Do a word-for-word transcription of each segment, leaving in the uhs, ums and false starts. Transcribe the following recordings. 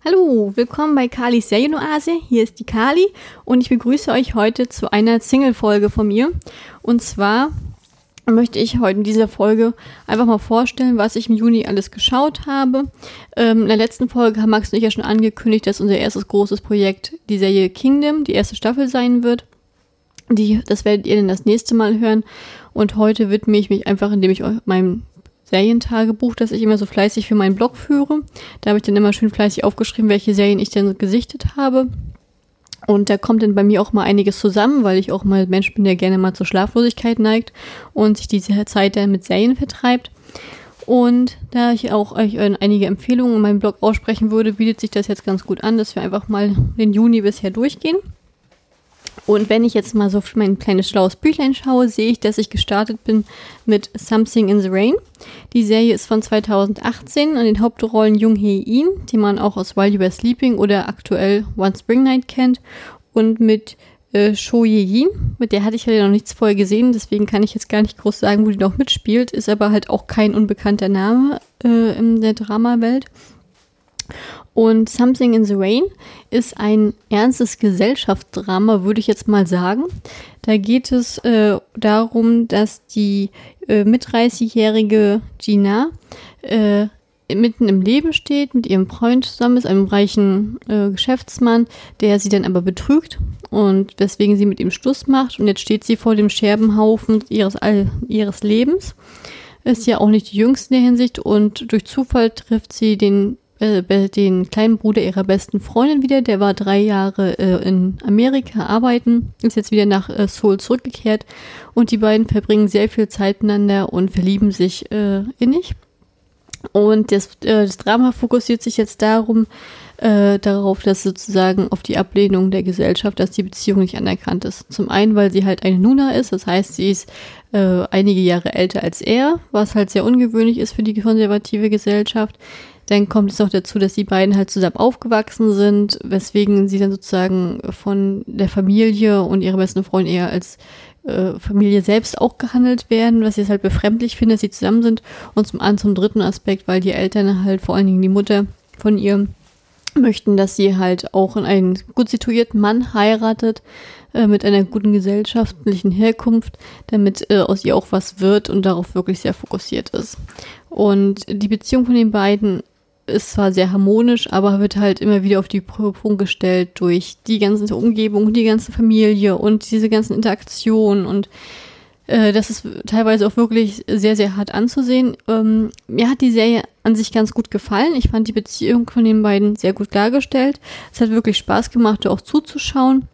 Hallo, willkommen bei Kalis Serienoase. Hier ist die Kali und ich begrüße euch heute zu einer Single-Folge von mir. Und zwar möchte ich heute in dieser Folge einfach mal vorstellen, was ich im Juni alles geschaut habe. Ähm, in der letzten Folge haben Max und ich ja schon angekündigt, dass unser erstes großes Projekt die Serie Kingdom, die erste Staffel sein wird. Die, das werdet ihr dann das nächste Mal hören. Und heute widme ich mich einfach, indem ich meinem Serientagebuch, das ich immer so fleißig für meinen Blog führe. Da habe ich dann immer schön fleißig aufgeschrieben, welche Serien ich denn gesichtet habe. Und da kommt dann bei mir auch mal einiges zusammen, weil ich auch mal Mensch bin, der gerne mal zur Schlaflosigkeit neigt und sich diese Zeit dann mit Serien vertreibt. Und da ich auch euch einige Empfehlungen in meinem Blog aussprechen würde, bietet sich das jetzt ganz gut an, dass wir einfach mal den Juni bisher durchgehen. Und wenn ich jetzt mal so auf mein kleines schlaues Büchlein schaue, sehe ich, dass ich gestartet bin mit Something in the Rain. Die Serie ist von zweitausendachtzehn, an den Hauptrollen Jung Hae-in, die man auch aus While You Were Sleeping oder aktuell One Spring Night kennt, und mit äh, Cho Ye-jin, mit der hatte ich ja noch nichts vorher gesehen, deswegen kann ich jetzt gar nicht groß sagen, wo die noch mitspielt, ist aber halt auch kein unbekannter Name äh, in der Dramawelt. Und Something in the Rain ist ein ernstes Gesellschaftsdrama, würde ich jetzt mal sagen. Da geht es äh, darum, dass die äh, mitdreißigjährige Gina äh, mitten im Leben steht, mit ihrem Freund zusammen ist, einem reichen äh, Geschäftsmann, der sie dann aber betrügt und weswegen sie mit ihm Schluss macht. Und jetzt steht sie vor dem Scherbenhaufen ihres, all, ihres Lebens. Ist ja auch nicht die Jüngste in der Hinsicht und durch Zufall trifft sie den den kleinen Bruder ihrer besten Freundin wieder. Der war drei Jahre äh, in Amerika arbeiten, ist jetzt wieder nach äh, Seoul zurückgekehrt und die beiden verbringen sehr viel Zeit miteinander und verlieben sich äh, innig. Und das, äh, das Drama fokussiert sich jetzt darum, äh, darauf, dass sozusagen auf die Ablehnung der Gesellschaft, dass die Beziehung nicht anerkannt ist. Zum einen, weil sie halt eine Nuna ist, das heißt, sie ist äh, einige Jahre älter als er, was halt sehr ungewöhnlich ist für die konservative Gesellschaft. Dann kommt es noch dazu, dass die beiden halt zusammen aufgewachsen sind, weswegen sie dann sozusagen von der Familie und ihrer besten Freundin eher als äh, Familie selbst auch gehandelt werden, was ich jetzt halt befremdlich finde, dass sie zusammen sind. Und zum anderen zum dritten Aspekt, weil die Eltern halt, vor allen Dingen die Mutter von ihr, möchten, dass sie halt auch einen gut situierten Mann heiratet, äh, mit einer guten gesellschaftlichen Herkunft, damit äh, aus ihr auch was wird und darauf wirklich sehr fokussiert ist. Und die Beziehung von den beiden ist zwar sehr harmonisch, aber wird halt immer wieder auf die Prüfung gestellt durch die ganze Umgebung, die ganze Familie und diese ganzen Interaktionen, und äh, das ist teilweise auch wirklich sehr, sehr hart anzusehen. Ähm, mir hat die Serie an sich ganz gut gefallen. Ich fand die Beziehung von den beiden sehr gut dargestellt. Es hat wirklich Spaß gemacht, auch zuzuschauen.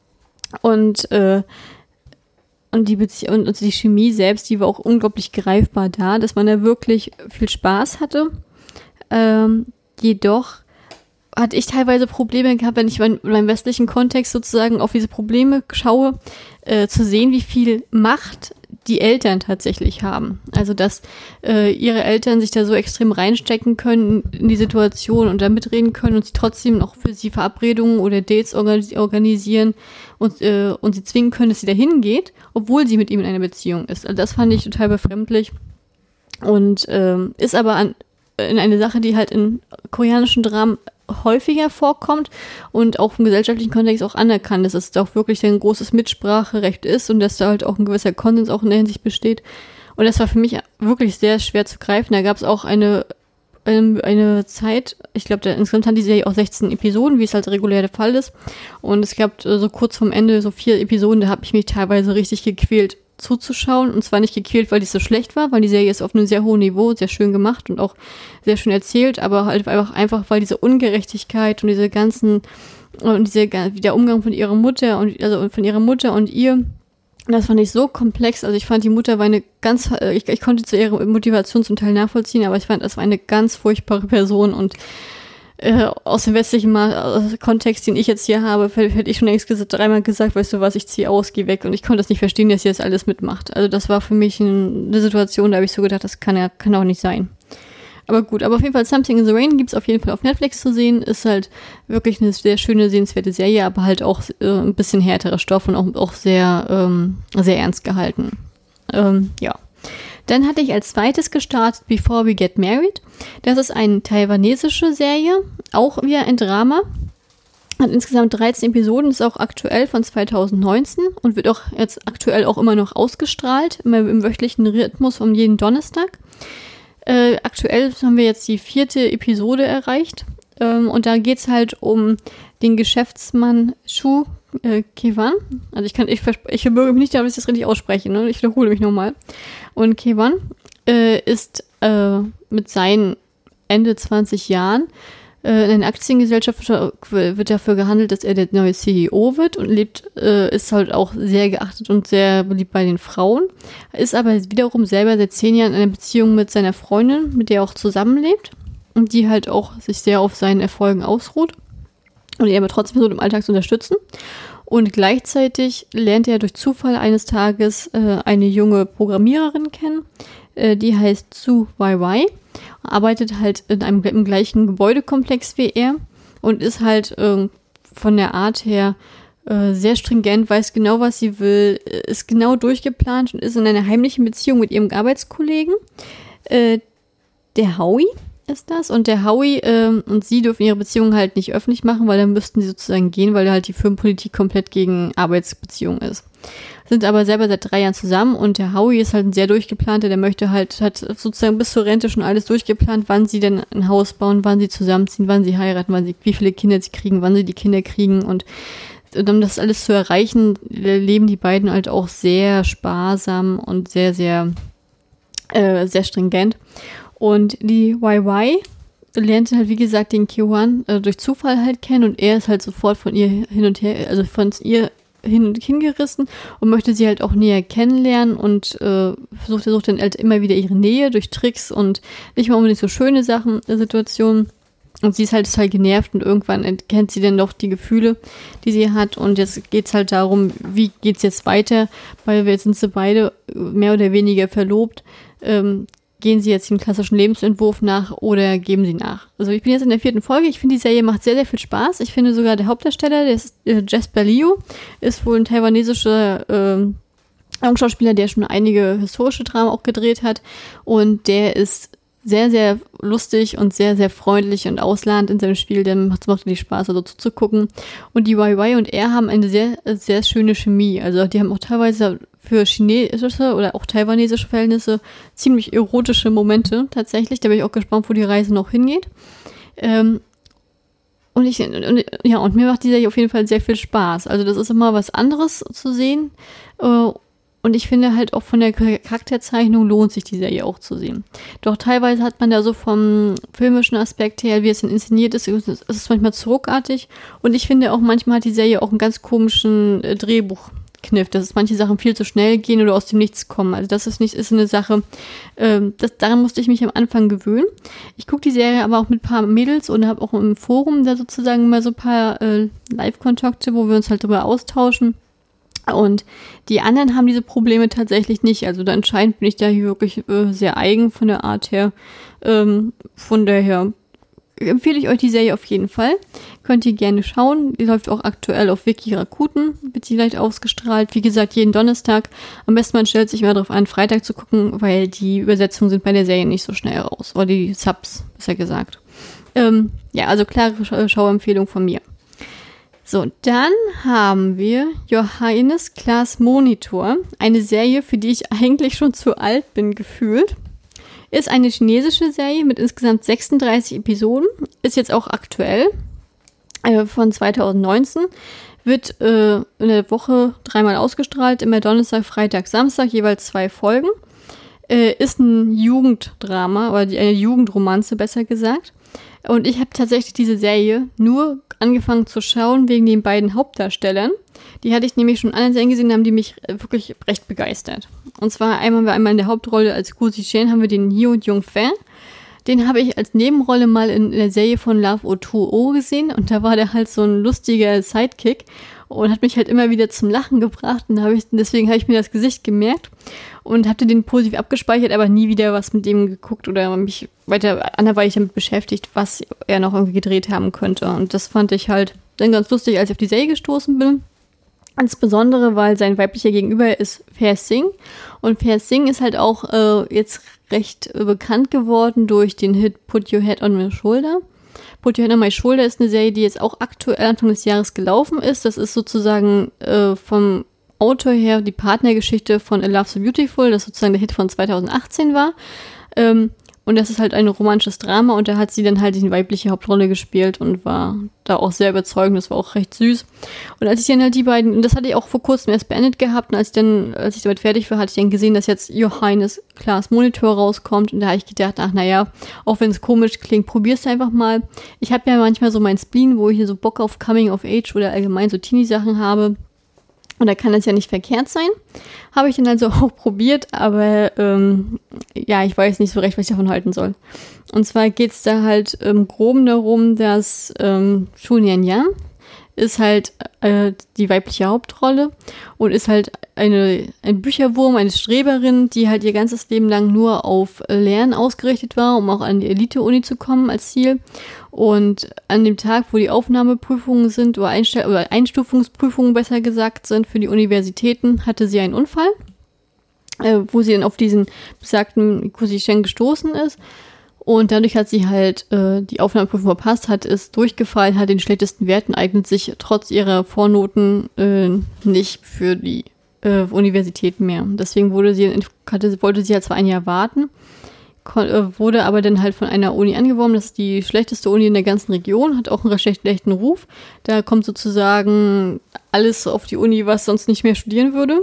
Und äh, Und die Beziehung und die Chemie selbst, die war auch unglaublich greifbar da, dass man da wirklich viel Spaß hatte. Ähm, jedoch hatte ich teilweise Probleme gehabt, wenn ich in meinem westlichen Kontext sozusagen auf diese Probleme schaue, äh, zu sehen, wie viel Macht die Eltern tatsächlich haben. Also, dass äh, ihre Eltern sich da so extrem reinstecken können in die Situation und da mitreden können und sie trotzdem noch für sie Verabredungen oder Dates organisieren und, äh, und sie zwingen können, dass sie da hingeht, obwohl sie mit ihm in einer Beziehung ist. Also das fand ich total befremdlich und ähm, ist aber an, in eine Sache, die halt in koreanischen Dramen häufiger vorkommt und auch im gesellschaftlichen Kontext auch anerkannt, dass es auch wirklich ein großes Mitspracherecht ist und dass da halt auch ein gewisser Konsens auch in der Hinsicht besteht. Und das war für mich wirklich sehr schwer zu greifen. Da gab es auch eine, eine, eine Zeit, ich glaube, da insgesamt hat die Serie auch sechzehn Episoden, wie es halt regulär der Fall ist. Und es gab äh, so kurz vorm Ende so vier Episoden, da habe ich mich teilweise richtig gequält zuzuschauen, und zwar nicht gequält, weil die so schlecht war, weil die Serie ist auf einem sehr hohen Niveau, sehr schön gemacht und auch sehr schön erzählt, aber halt einfach, einfach weil diese Ungerechtigkeit und diese ganzen, und diese, der Umgang von ihrer Mutter und, also von ihrer Mutter und ihr, das fand ich so komplex. Also ich fand, die Mutter war eine ganz, ich, ich konnte zu ihrer Motivation zum Teil nachvollziehen, aber ich fand, das war eine ganz furchtbare Person, und Äh, aus dem westlichen Ma- Kontext, den ich jetzt hier habe, hätte ich schon längst gesagt, dreimal gesagt, weißt du was, ich ziehe aus, geh weg. Und ich konnte das nicht verstehen, dass sie das alles mitmacht. Also das war für mich ein, eine Situation, da habe ich so gedacht, das kann ja kann auch nicht sein. Aber gut, aber auf jeden Fall Something in the Rain gibt es auf jeden Fall auf Netflix zu sehen. Ist halt wirklich eine sehr schöne, sehenswerte Serie, aber halt auch äh, ein bisschen härterer Stoff und auch, auch sehr, ähm, sehr ernst gehalten. Ähm, ja. Dann hatte ich als zweites gestartet Before We Get Married. Das ist eine taiwanesische Serie, auch wieder ein Drama. Hat insgesamt dreizehn Episoden, ist auch aktuell von zweitausendneunzehn und wird auch jetzt aktuell auch immer noch ausgestrahlt, immer im wöchentlichen Rhythmus um jeden Donnerstag. Äh, aktuell haben wir jetzt die vierte Episode erreicht ähm, und da geht es halt um den Geschäftsmann Shu äh, Kewan. Also ich kann, ich, ich verbürge mich nicht, dass ich das richtig ausspreche, ne? Ich wiederhole mich nochmal. Und Kewan äh, ist äh, mit seinen Ende zwanzig Jahren in einer Aktiengesellschaft wird dafür gehandelt, dass er der neue C E O wird und lebt, äh, ist halt auch sehr geachtet und sehr beliebt bei den Frauen, ist aber wiederum selber seit zehn Jahren in einer Beziehung mit seiner Freundin, mit der er auch zusammenlebt und die halt auch sich sehr auf seinen Erfolgen ausruht und ihn aber trotzdem so im Alltag zu unterstützen. Und gleichzeitig lernt er durch Zufall eines Tages äh, eine junge Programmiererin kennen, äh, die heißt Su Wai Wai. Arbeitet halt in einem im gleichen Gebäudekomplex wie er und ist halt äh, von der Art her äh, sehr stringent, weiß genau, was sie will, ist genau durchgeplant und ist in einer heimlichen Beziehung mit ihrem Arbeitskollegen. Äh, der Howie ist das und der Howie äh, und sie dürfen ihre Beziehung halt nicht öffentlich machen, weil dann müssten sie sozusagen gehen, weil halt die Firmenpolitik komplett gegen Arbeitsbeziehungen ist. Sind aber selber seit drei Jahren zusammen und der Howie ist halt ein sehr durchgeplanter, der möchte halt, hat sozusagen bis zur Rente schon alles durchgeplant, wann sie denn ein Haus bauen, wann sie zusammenziehen, wann sie heiraten, wann sie, wie viele Kinder sie kriegen, wann sie die Kinder kriegen und, und um das alles zu erreichen, leben die beiden halt auch sehr sparsam und sehr, sehr, äh, sehr stringent. Und die Wai Wai lernte halt, wie gesagt, den Kewan äh, durch Zufall halt kennen und er ist halt sofort von ihr hin und her, also von ihr hin und hingerissen und möchte sie halt auch näher kennenlernen und äh, versucht, versucht dann halt immer wieder ihre Nähe durch Tricks und nicht mal unbedingt so schöne Sachen, äh, Situationen. Und sie ist halt total genervt und irgendwann erkennt sie dann doch die Gefühle, die sie hat. Und jetzt geht's halt darum, wie geht's jetzt weiter, weil wir jetzt sind sie beide mehr oder weniger verlobt. Ähm, Gehen sie jetzt den klassischen Lebensentwurf nach oder geben sie nach? Also ich bin jetzt in der vierten Folge. Ich finde, die Serie macht sehr, sehr viel Spaß. Ich finde sogar der Hauptdarsteller, der ist äh, Jasper Liu, ist wohl ein taiwanesischer äh, Schauspieler, der schon einige historische Dramen auch gedreht hat. Und der ist sehr, sehr lustig und sehr, sehr freundlich und ausladend in seinem Spiel. Dem macht es richtig Spaß, also zuzugucken. Und die Wai Wai und er haben eine sehr, sehr schöne Chemie. Also die haben auch teilweise für chinesische oder auch taiwanesische Verhältnisse ziemlich erotische Momente tatsächlich. Da bin ich auch gespannt, wo die Reise noch hingeht. Ähm, und ich, und, ja, und mir macht die Serie auf jeden Fall sehr viel Spaß. Also das ist immer was anderes zu sehen. Äh, und ich finde halt auch von der Charakterzeichnung lohnt sich die Serie auch zu sehen. Doch teilweise hat man da so vom filmischen Aspekt her, wie es dann inszeniert ist, ist es manchmal zu ruckartig. Und ich finde auch manchmal hat die Serie auch einen ganz komischen äh, Drehbuch. Kniff, dass manche Sachen viel zu schnell gehen oder aus dem Nichts kommen. Also das ist nicht ist eine Sache, ähm, das, daran musste ich mich am Anfang gewöhnen. Ich gucke die Serie aber auch mit ein paar Mädels und habe auch im Forum da sozusagen mal so ein paar äh, Live-Kontakte, wo wir uns halt darüber austauschen. Und die anderen haben diese Probleme tatsächlich nicht. Also da anscheinend bin ich da hier wirklich äh, sehr eigen von der Art her. Ähm, von daher empfehle ich euch die Serie auf jeden Fall. Könnt ihr gerne schauen. Die läuft auch aktuell auf Wiki Rakuten. Wird sie vielleicht ausgestrahlt. Wie gesagt, jeden Donnerstag. Am besten man stellt sich mal darauf an, Freitag zu gucken, weil die Übersetzungen sind bei der Serie nicht so schnell raus. Oder die Subs, besser gesagt. Ähm, ja, also klare Schauempfehlung von mir. So, dann haben wir Johannes Glas Monitor. Eine Serie, für die ich eigentlich schon zu alt bin gefühlt. Ist eine chinesische Serie mit insgesamt sechsunddreißig Episoden. Ist jetzt auch aktuell äh, von zweitausendneunzehn. Wird äh, in der Woche dreimal ausgestrahlt. Immer Donnerstag, Freitag, Samstag. Jeweils zwei Folgen. Äh, ist ein Jugenddrama oder die, eine Jugendromanze besser gesagt. Und ich habe tatsächlich diese Serie nur angefangen zu schauen wegen den beiden Hauptdarstellern. Die hatte ich nämlich schon in anderen Serien gesehen, haben die mich wirklich recht begeistert. Und zwar einmal haben wir einmal in der Hauptrolle als Gu Zichen haben wir den Hyo Jung-Fan. Den habe ich als Nebenrolle mal in, in der Serie von Love O zwei O gesehen und da war der halt so ein lustiger Sidekick und hat mich halt immer wieder zum Lachen gebracht und hab ich, deswegen habe ich mir das Gesicht gemerkt und hatte den positiv abgespeichert, aber nie wieder was mit dem geguckt oder mich weiter anderweitig damit beschäftigt, was er noch irgendwie gedreht haben könnte. Und das fand ich halt dann ganz lustig, als ich auf die Serie gestoßen bin. Insbesondere, weil sein weiblicher Gegenüber ist Fair Singh. Und Fair Singh ist halt auch äh, jetzt recht äh, bekannt geworden durch den Hit Put Your Head on My Shoulder. Put Your Head on My Shoulder ist eine Serie, die jetzt auch aktuell Anfang des Jahres gelaufen ist. Das ist sozusagen äh, vom Autor her die Partnergeschichte von A Love So Beautiful, das sozusagen der Hit von zweitausendachtzehn war. Ähm, Und das ist halt ein romantisches Drama und da hat sie dann halt die weibliche Hauptrolle gespielt und war da auch sehr überzeugend. Das war auch recht süß. Und als ich dann halt die beiden, und das hatte ich auch vor kurzem erst beendet gehabt, und als ich dann, als ich damit fertig war, hatte ich dann gesehen, dass jetzt Johannes Klaas Monitor rauskommt und da habe ich gedacht, ach naja, auch wenn es komisch klingt, probier's einfach mal. Ich habe ja manchmal so mein Spleen, wo ich hier so Bock auf Coming of Age oder allgemein so Teenie-Sachen habe. Und da kann das ja nicht verkehrt sein. Habe ich dann also auch probiert, aber ähm, ja, ich weiß nicht so recht, was ich davon halten soll. Und zwar geht es da halt im Groben darum, dass ähm, Shu Nian-Yan ist halt äh, die weibliche Hauptrolle und ist halt eine, ein Bücherwurm, eine Streberin, die halt ihr ganzes Leben lang nur auf Lernen ausgerichtet war, um auch an die Elite-Uni zu kommen als Ziel. Und an dem Tag, wo die Aufnahmeprüfungen sind oder, Einstell- oder Einstufungsprüfungen besser gesagt sind für die Universitäten, hatte sie einen Unfall, äh, wo sie dann auf diesen besagten Kusishen gestoßen ist. Und dadurch hat sie halt äh, die Aufnahmeprüfung verpasst, hat es durchgefallen, hat den schlechtesten Werten, eignet sich trotz ihrer Vornoten äh, nicht für die äh, Universität mehr. Deswegen wurde sie, hatte, wollte sie halt zwar ein Jahr warten, wurde aber dann halt von einer Uni angeworben. Das ist die schlechteste Uni in der ganzen Region, hat auch einen recht schlechten Ruf. Da kommt sozusagen alles auf die Uni, was sonst nicht mehr studieren würde.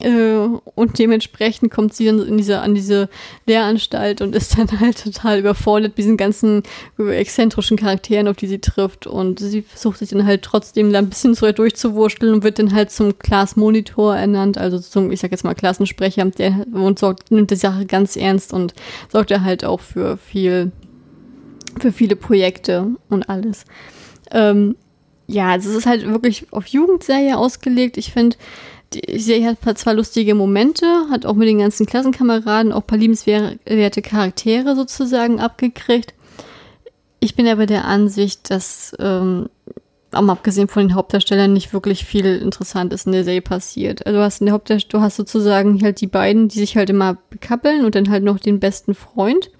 Und dementsprechend kommt sie dann in diese, an diese Lehranstalt und ist dann halt total überfordert mit diesen ganzen exzentrischen Charakteren, auf die sie trifft. Und sie versucht sich dann halt trotzdem da ein bisschen so durchzuwurschteln und wird dann halt zum Class-Monitor ernannt, also zum, ich sag jetzt mal, Klassensprecher, der und sorgt, nimmt die Sache ganz ernst und sorgt er halt auch für viel, für viele Projekte und alles. Ähm, ja, also es ist halt wirklich auf Jugendserie ausgelegt. Ich finde, die Serie hat zwar lustige Momente, hat auch mit den ganzen Klassenkameraden auch ein paar liebenswerte Charaktere sozusagen abgekriegt. Ich bin aber der Ansicht, dass, ähm, auch mal abgesehen von den Hauptdarstellern, nicht wirklich viel Interessantes in der Serie passiert. Also du hast, in der Hauptdarst- du hast sozusagen halt die beiden, die sich halt immer bekappeln und dann halt noch den besten Freund.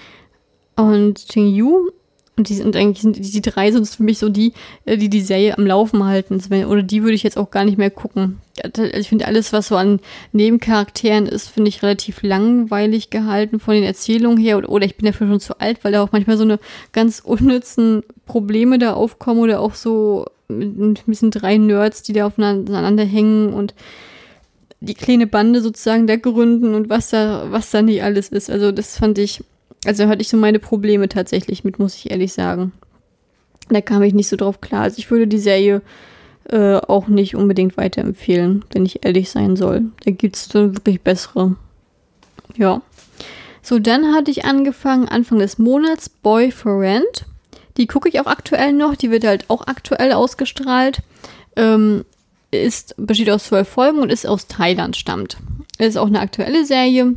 Und Ching Yu. Und die sind eigentlich, sind, die drei sind für mich so die, die die Serie am Laufen halten. Oder die würde ich jetzt auch gar nicht mehr gucken. Also ich finde, alles, was so an Nebencharakteren ist, finde ich relativ langweilig gehalten von den Erzählungen her. Oder, oder ich bin dafür schon zu alt, weil da auch manchmal so eine ganz unnützen Probleme da aufkommen. Oder auch so mit ein bisschen drei Nerds, die da aufeinander hängen und die kleine Bande sozusagen da gründen und was da, was da nicht alles ist. Also das fand ich... Also hatte ich so meine Probleme tatsächlich mit, muss ich ehrlich sagen. Da kam ich nicht so drauf klar. Also ich würde die Serie äh, auch nicht unbedingt weiterempfehlen, wenn ich ehrlich sein soll. Da gibt es dann wirklich bessere. Ja. So, dann hatte ich angefangen, Anfang des Monats, Boy for Rent. Die gucke ich auch aktuell noch. Die wird halt auch aktuell ausgestrahlt. Ähm, ist, besteht aus zwölf Folgen und ist aus Thailand stammt. Ist auch eine aktuelle Serie.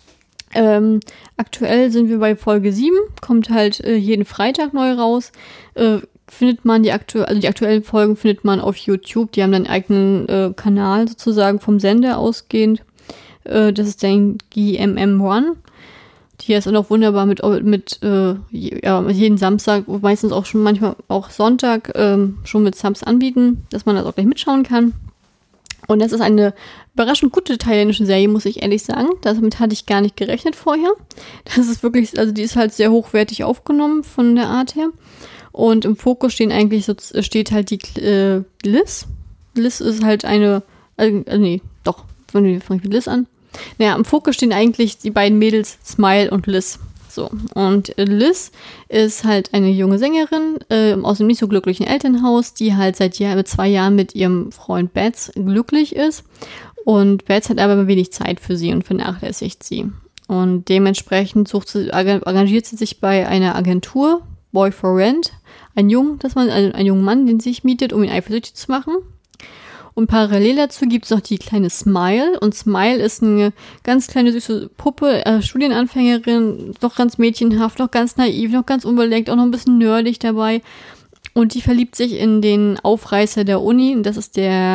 Ähm, aktuell sind wir bei Folge sieben, kommt halt äh, jeden Freitag neu raus. Äh, findet man die aktuellen, also die aktuellen Folgen findet man auf YouTube. Die haben dann einen eigenen äh, Kanal sozusagen vom Sender ausgehend. Äh, das ist der G M M eins. Die ist dann auch wunderbar mit, mit äh, ja, jeden Samstag, meistens auch schon manchmal auch Sonntag äh, schon mit Subs anbieten, dass man das auch gleich mitschauen kann. Und das ist eine überraschend gute thailändische Serie, muss ich ehrlich sagen. Damit hatte ich gar nicht gerechnet vorher. Das ist wirklich, also die ist halt sehr hochwertig aufgenommen von der Art her. Und im Fokus stehen eigentlich, so, steht halt die äh, Liz. Liz ist halt eine, äh, nee, doch, fange ich mit Liz an. Naja, im Fokus stehen eigentlich die beiden Mädels Smile und Liz. So, und Liz ist halt eine junge Sängerin äh, aus einem nicht so glücklichen Elternhaus, die halt seit Jahr, zwei Jahren mit ihrem Freund Bats glücklich ist. Und Bats hat aber wenig Zeit für sie und vernachlässigt sie. Und dementsprechend sucht sie, engagiert sie sich bei einer Agentur, Boy for Rent, ein Jungen, dass man, also einen jungen Mann, den sie sich mietet, um ihn eifersüchtig zu machen. Und parallel dazu gibt es noch die kleine Smile. Und Smile ist eine ganz kleine, süße Puppe, äh, Studienanfängerin, noch ganz mädchenhaft, noch ganz naiv, noch ganz unbeleckt, auch noch ein bisschen nerdig dabei. Und die verliebt sich in den Aufreißer der Uni. Und das ist der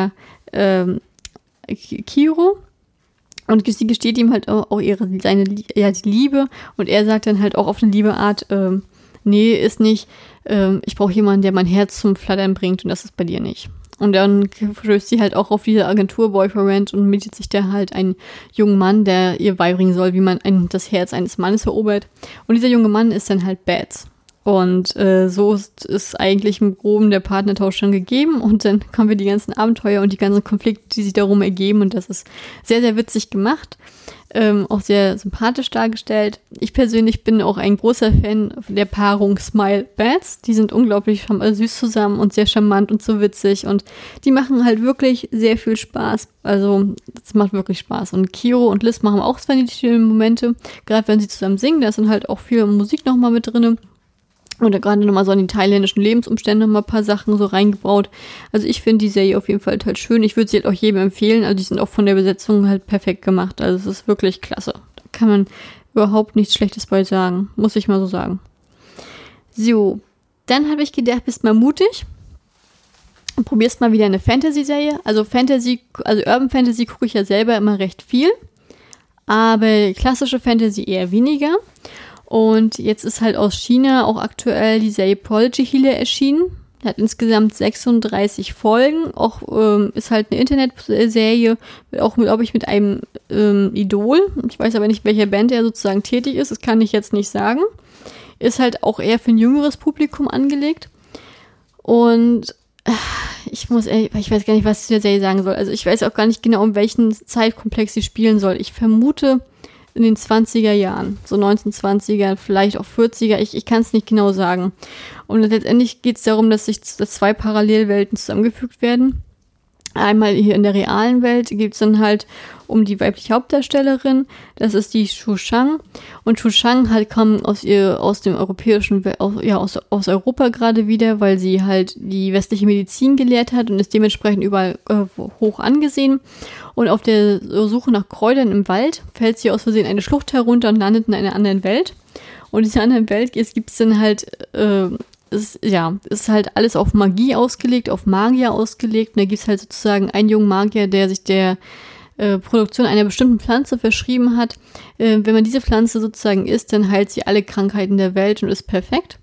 ähm, Kiro. Und sie gesteht ihm halt auch, auch ihre, seine, ja, die Liebe. Und er sagt dann halt auch auf eine liebe Art, ähm, nee, ist nicht, ähm, ich brauche jemanden, der mein Herz zum Flattern bringt und das ist bei dir nicht. Und dann stößt sie halt auch auf diese Agentur-Boyfriend und mietet sich da halt einen jungen Mann, der ihr beibringen soll, wie man ein, das Herz eines Mannes erobert. Und dieser junge Mann ist dann halt Bats. Und äh, so ist, ist eigentlich im Groben der Partnertausch schon gegeben. Und dann kommen wir die ganzen Abenteuer und die ganzen Konflikte, die sich darum ergeben. Und das ist sehr, sehr witzig gemacht. Ähm, auch sehr sympathisch dargestellt. Ich persönlich bin auch ein großer Fan der Paarung Smile-Bats. Die sind unglaublich süß zusammen und sehr charmant und so witzig. Und die machen halt wirklich sehr viel Spaß. Also, das macht wirklich Spaß. Und Kiro und Liz machen auch zwei niedliche Momente. Gerade wenn sie zusammen singen, da ist dann halt auch viel Musik nochmal mit drin. Oder gerade nochmal so an die thailändischen Lebensumstände nochmal ein paar Sachen so reingebaut. Also ich finde die Serie auf jeden Fall halt schön. Ich würde sie halt auch jedem empfehlen. Also die sind auch von der Besetzung halt perfekt gemacht. Also es ist wirklich klasse. Da kann man überhaupt nichts Schlechtes bei sagen. Muss ich mal so sagen. So, dann habe ich gedacht, bist mal mutig. Und probierst mal wieder eine Fantasy-Serie. Also Fantasy, also Urban Fantasy gucke ich ja selber immer recht viel. Aber klassische Fantasy eher weniger. Und jetzt ist halt aus China auch aktuell die Serie Prodigy Healer erschienen. Die hat insgesamt sechsunddreißig Folgen. Auch ähm, ist halt eine Internetserie, auch, glaube ich, mit einem ähm, Idol. Ich weiß aber nicht, welcher Band er sozusagen tätig ist. Das kann ich jetzt nicht sagen. Ist halt auch eher für ein jüngeres Publikum angelegt. Und äh, ich muss ehrlich, ich weiß gar nicht, was ich zu der Serie sagen soll. Also ich weiß auch gar nicht genau, um welchen Zeitkomplex sie spielen soll. Ich vermute in den zwanziger Jahren, so neunzehnhundertzwanziger, vielleicht auch vierziger, ich, ich kann es nicht genau sagen. Und letztendlich geht es darum, dass sich dass zwei Parallelwelten zusammengefügt werden. Einmal hier in der realen Welt geht es dann halt um die weibliche Hauptdarstellerin, das ist die Shu Shang. Und Shu Shang halt kam aus ihr, aus dem europäischen, aus, ja, aus, aus Europa gerade wieder, weil sie halt die westliche Medizin gelehrt hat und ist dementsprechend überall äh, hoch angesehen. Und auf der Suche nach Kräutern im Wald fällt sie aus Versehen eine Schlucht herunter und landet in einer anderen Welt. Und in dieser anderen Welt gibt es dann halt, äh, ist, ja, ist halt alles auf Magie ausgelegt, auf Magier ausgelegt. Und da gibt es halt sozusagen einen jungen Magier, der sich der äh, Produktion einer bestimmten Pflanze verschrieben hat. Äh, wenn man diese Pflanze sozusagen isst, dann heilt sie alle Krankheiten der Welt und ist perfekt.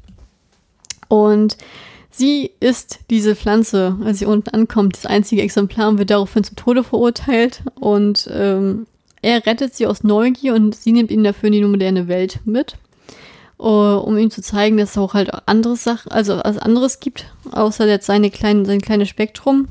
Und sie isst diese Pflanze, als sie unten ankommt, das einzige Exemplar, und wird daraufhin zum Tode verurteilt. Und ähm, er rettet sie aus Neugier und sie nimmt ihn dafür in die moderne Welt mit, uh, um ihm zu zeigen, dass es auch halt andere Sachen, also was anderes gibt, außer jetzt seine kleine, sein kleines Spektrum.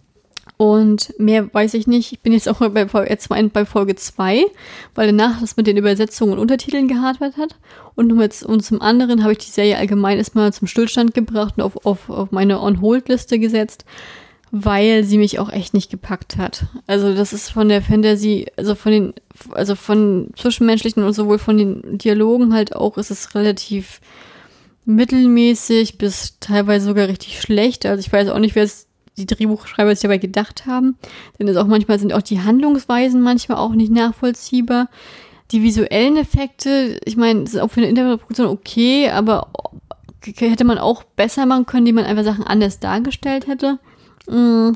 Und mehr weiß ich nicht. Ich bin jetzt auch bei, bei Folge zwei, weil danach das mit den Übersetzungen und Untertiteln gehapert hat. Und, jetzt, und zum anderen habe ich die Serie allgemein erstmal zum Stillstand gebracht und auf, auf, auf meine On-Hold-Liste gesetzt, weil sie mich auch echt nicht gepackt hat. Also das ist von der Fantasy, also von den, also von zwischenmenschlichen und sowohl von den Dialogen halt auch, ist es relativ mittelmäßig bis teilweise sogar richtig schlecht. Also ich weiß auch nicht, wer es die Drehbuchschreiber sich dabei gedacht haben. Denn es auch manchmal sind auch die Handlungsweisen manchmal auch nicht nachvollziehbar. Die visuellen Effekte, ich meine, das ist auch für eine Internetproduktion okay, aber hätte man auch besser machen können, die man einfach Sachen anders dargestellt hätte. Mhm.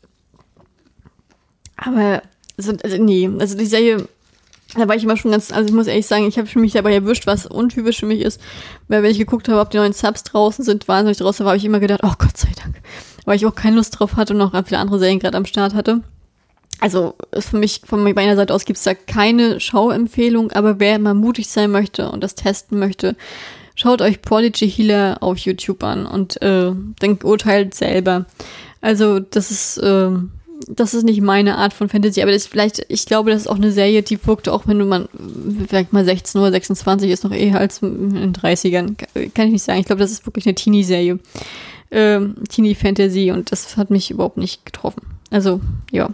Aber, also, also nee, also die Serie, da war ich immer schon ganz, also ich muss ehrlich sagen, ich habe mich dabei erwischt, was untypisch für mich ist, weil wenn ich geguckt habe, ob die neuen Subs draußen sind, waren sie nicht draußen, habe ich immer gedacht, oh Gott sei Dank, weil ich auch keine Lust drauf hatte und noch viele andere Serien gerade am Start hatte. Also ist für mich, von meiner Seite aus gibt es da keine Schauempfehlung, aber wer mal mutig sein möchte und das testen möchte, schaut euch Prodigy Healer auf YouTube an und äh, dann urteilt selber. Also das ist, äh, das ist nicht meine Art von Fantasy, aber das ist vielleicht, ich glaube, das ist auch eine Serie, die wirkt auch, wenn du mal, vielleicht mal sechzehn oder sechsundzwanzig ist, noch eher als in den dreißigern. Kann ich nicht sagen. Ich glaube, das ist wirklich eine Teenie-Serie. Ähm, Teenie-Fantasy und das hat mich überhaupt nicht getroffen. Also, ja.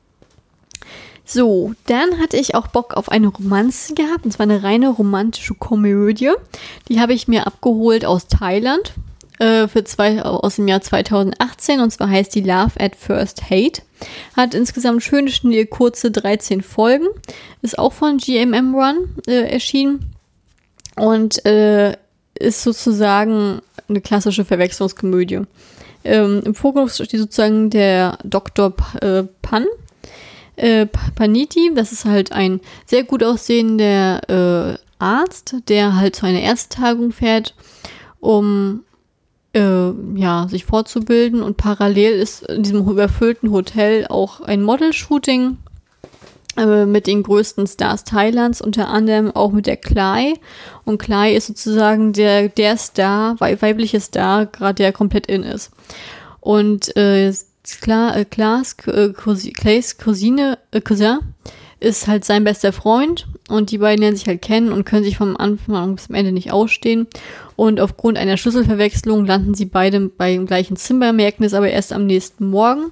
So, dann hatte ich auch Bock auf eine Romanze gehabt, und zwar eine reine romantische Komödie. Die habe ich mir abgeholt aus Thailand äh, für zwei, aus dem Jahr zweitausendachtzehn, und zwar heißt die Love at First Hate. Hat insgesamt schöne, schnelle, kurze dreizehn Folgen. Ist auch von G M M Run äh, erschienen und äh, ist sozusagen eine klassische Verwechslungskomödie. Ähm, Im Fokus steht sozusagen der Doktor P- äh, Pan, äh, Paniti. Das ist halt ein sehr gut aussehender äh, Arzt, der halt zu einer Ärztetagung fährt, um äh, ja, sich fortzubilden. Und parallel ist in diesem überfüllten Hotel auch ein Model-Shooting äh, mit den größten Stars Thailands, unter anderem auch mit der Klai. Und Klai ist sozusagen der, der Star, weibliche Star, gerade der komplett in ist. Und äh, Kla, äh, Klaas, äh, Clays Cousine, äh, Cousin ist halt sein bester Freund und die beiden lernen sich halt kennen und können sich vom Anfang bis zum Ende nicht ausstehen. Und aufgrund einer Schlüsselverwechslung landen sie beide beim gleichen Zimmer, merken es aber erst am nächsten Morgen.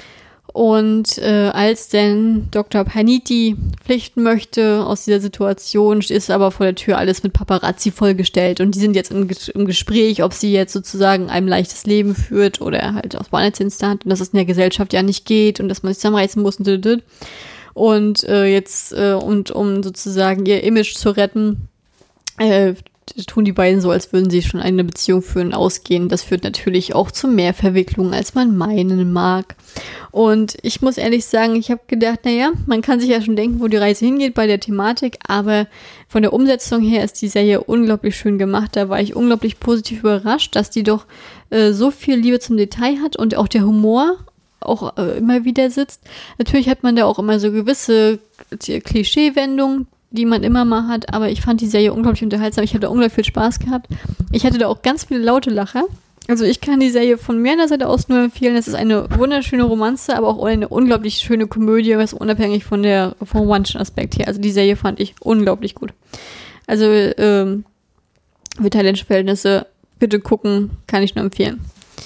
Und äh, als denn Doktor Paniti flüchten möchte aus dieser Situation, ist aber vor der Tür alles mit Paparazzi vollgestellt. Und die sind jetzt im, im Gespräch, ob sie jetzt sozusagen ein leichtes Leben führt oder halt aus One-Night-Stands hat und dass es in der Gesellschaft ja nicht geht und dass man sich zusammenreißen muss und und, und äh, jetzt äh, und um sozusagen ihr Image zu retten, äh, tun die beiden so, als würden sie schon eine Beziehung führen, ausgehen. Das führt natürlich auch zu mehr Verwicklungen, als man meinen mag. Und ich muss ehrlich sagen, ich habe gedacht, naja, man kann sich ja schon denken, wo die Reise hingeht bei der Thematik, aber von der Umsetzung her ist die Serie unglaublich schön gemacht. Da war ich unglaublich positiv überrascht, dass die doch äh, so viel Liebe zum Detail hat und auch der Humor auch äh, immer wieder sitzt. Natürlich hat man da auch immer so gewisse Klischee-Wendungen, die man immer mal hat, aber ich fand die Serie unglaublich unterhaltsam. Ich hatte unglaublich viel Spaß gehabt. Ich hatte da auch ganz viele laute Lacher. Also ich kann die Serie von meiner Seite aus nur empfehlen. Es ist eine wunderschöne Romanze, aber auch eine unglaublich schöne Komödie, was unabhängig von der vom One-Aspekt her. Also die Serie fand ich unglaublich gut. Also ähm, für thailändische Verhältnisse bitte gucken, kann ich nur empfehlen.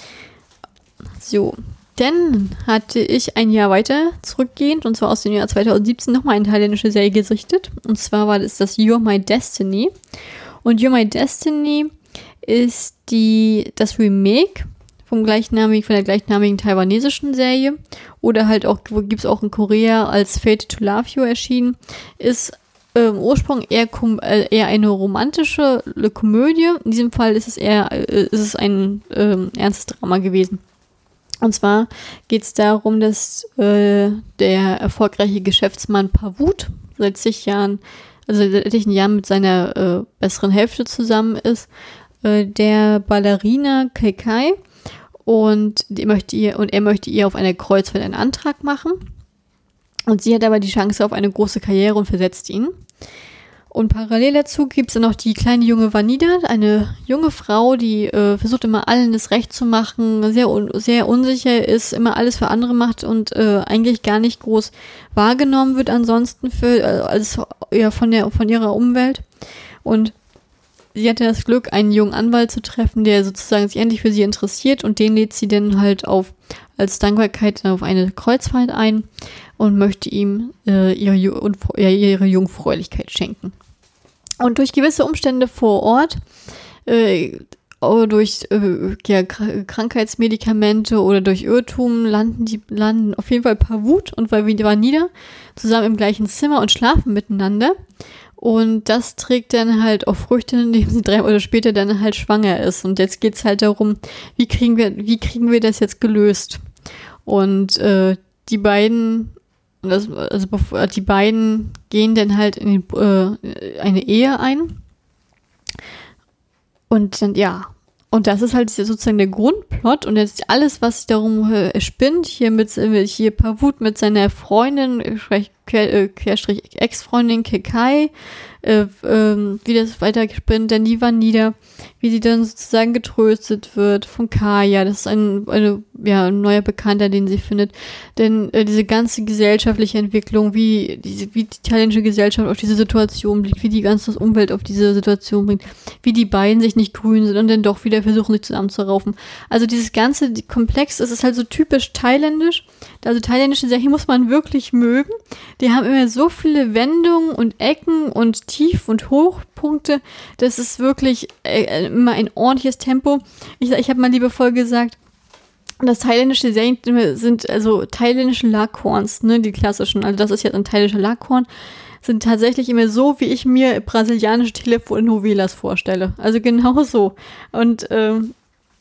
So. Dann hatte ich ein Jahr weiter zurückgehend, und zwar aus dem Jahr zwanzig siebzehn, nochmal eine thailändische Serie gesichtet. Und zwar war das das You're My Destiny. Und You're My Destiny ist die, das Remake vom gleichnamigen, von der gleichnamigen taiwanesischen Serie. Oder halt auch, wo gibt es auch in Korea als Fated to Love You erschienen. Ist im ähm, Ursprung eher, kom- äh, eher eine romantische Komödie. In diesem Fall ist es eher äh, ist es ein ähm, ernstes Drama gewesen. Und zwar geht es darum, dass äh, der erfolgreiche Geschäftsmann Pavut seit zig Jahren, also seit etlichen Jahren mit seiner äh, besseren Hälfte zusammen ist, äh, der Ballerina Kekai, und, die möchte ihr, und er möchte ihr auf einer Kreuzfahrt einen Antrag machen. Und sie hat aber die Chance auf eine große Karriere und versetzt ihn. Und parallel dazu gibt es dann noch die kleine junge Vanida, eine junge Frau, die äh, versucht immer allen das Recht zu machen, sehr un- sehr unsicher ist, immer alles für andere macht und äh, eigentlich gar nicht groß wahrgenommen wird ansonsten für äh, als ja, von der von ihrer Umwelt. Und sie hatte das Glück, einen jungen Anwalt zu treffen, der sozusagen sich endlich für sie interessiert, und den lädt sie dann halt auf als Dankbarkeit auf eine Kreuzfahrt ein und möchte ihm äh, ihre, Ju- äh, ihre Jungfräulichkeit schenken. Und durch gewisse Umstände vor Ort, äh, durch äh, ja, Krankheitsmedikamente oder durch Irrtum, landen die landen auf jeden Fall Pavut und Vanida zusammen im gleichen Zimmer und schlafen miteinander. Und das trägt dann halt auch Früchte, indem sie drei Monate später dann halt schwanger ist. Und jetzt geht's halt darum, wie kriegen wir, wie kriegen wir das jetzt gelöst? Und äh, die beiden, das, also die beiden gehen dann halt in die, äh, eine Ehe ein. Und dann, ja, und das ist halt sozusagen der Grundplot, und jetzt alles, was sich darum äh, spinnt, hier mit hier Pavut mit seiner Freundin, Querstrich Ex-Freundin Kekai, äh, äh, wie das weiter spinnt, dann die Vanida, wie sie dann sozusagen getröstet wird von Kaya, das ist ein, eine, ja, ein neuer Bekannter, den sie findet, denn äh, diese ganze gesellschaftliche Entwicklung, wie, diese, wie die italienische Gesellschaft auf diese Situation blickt, wie die ganze Umwelt auf diese Situation bringt, wie die beiden sich nicht grün sind und dann doch wieder versuchen, sich zusammenzuraufen. Also dieses ganze die Komplex, es ist halt so typisch thailändisch, also thailändische Serien muss man wirklich mögen. Die haben immer so viele Wendungen und Ecken und Tief- und Hochpunkte. Das ist wirklich äh, immer ein ordentliches Tempo. Ich, ich habe mal liebevoll gesagt, dass thailändische Serien sind also thailändische Laghorns, ne, die klassischen. Also das ist jetzt ein thailändischer Laghorn. Sind tatsächlich immer so, wie ich mir brasilianische Telenovelas vorstelle. Also genau so. Und ähm,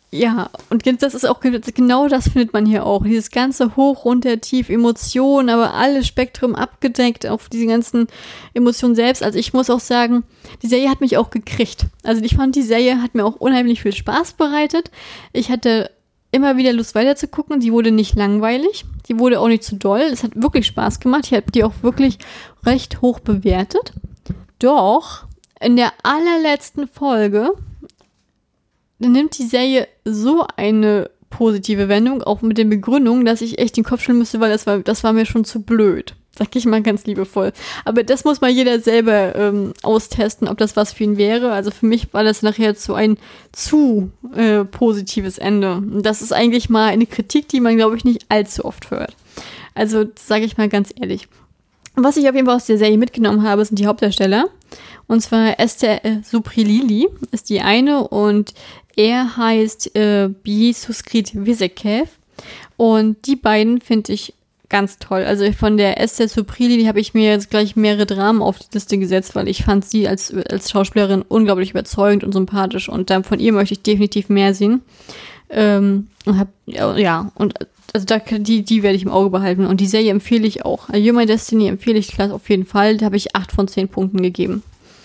Ja, und das ist auch, genau das findet man hier auch. Dieses ganze Hoch, runter, tief, Emotionen, aber alles Spektrum abgedeckt auf diese ganzen Emotionen selbst. Also ich muss auch sagen, die Serie hat mich auch gekriegt. Also ich fand, die Serie hat mir auch unheimlich viel Spaß bereitet. Ich hatte immer wieder Lust weiterzugucken. Die wurde nicht langweilig. Die wurde auch nicht zu doll. Es hat wirklich Spaß gemacht. Ich habe die auch wirklich recht hoch bewertet. Doch in der allerletzten Folge dann nimmt die Serie so eine positive Wendung, auch mit den Begründungen, dass ich echt den Kopf schütteln müsste, weil das war, das war mir schon zu blöd. Sag ich mal ganz liebevoll. Aber das muss mal jeder selber ähm, austesten, ob das was für ihn wäre. Also für mich war das nachher so ein zu äh, positives Ende. Und das ist eigentlich mal eine Kritik, die man, glaube ich, nicht allzu oft hört. Also sage ich mal ganz ehrlich. Was ich auf jeden Fall aus der Serie mitgenommen habe, sind die Hauptdarsteller. Und zwar Esther äh, Suprilili ist die eine und er heißt äh, Biesuskrit Visekev. Und die beiden finde ich ganz toll. Also von der Esther Suprilili habe ich mir jetzt gleich mehrere Dramen auf die Liste gesetzt, weil ich fand sie als, als Schauspielerin unglaublich überzeugend und sympathisch. Und dann von ihr möchte ich definitiv mehr sehen. Ähm, und hab, ja, und also da, die, die werde ich im Auge behalten. Und die Serie empfehle ich auch. Also You're My Destiny empfehle ich klar auf jeden Fall. Da habe ich acht von zehn Punkten gegeben.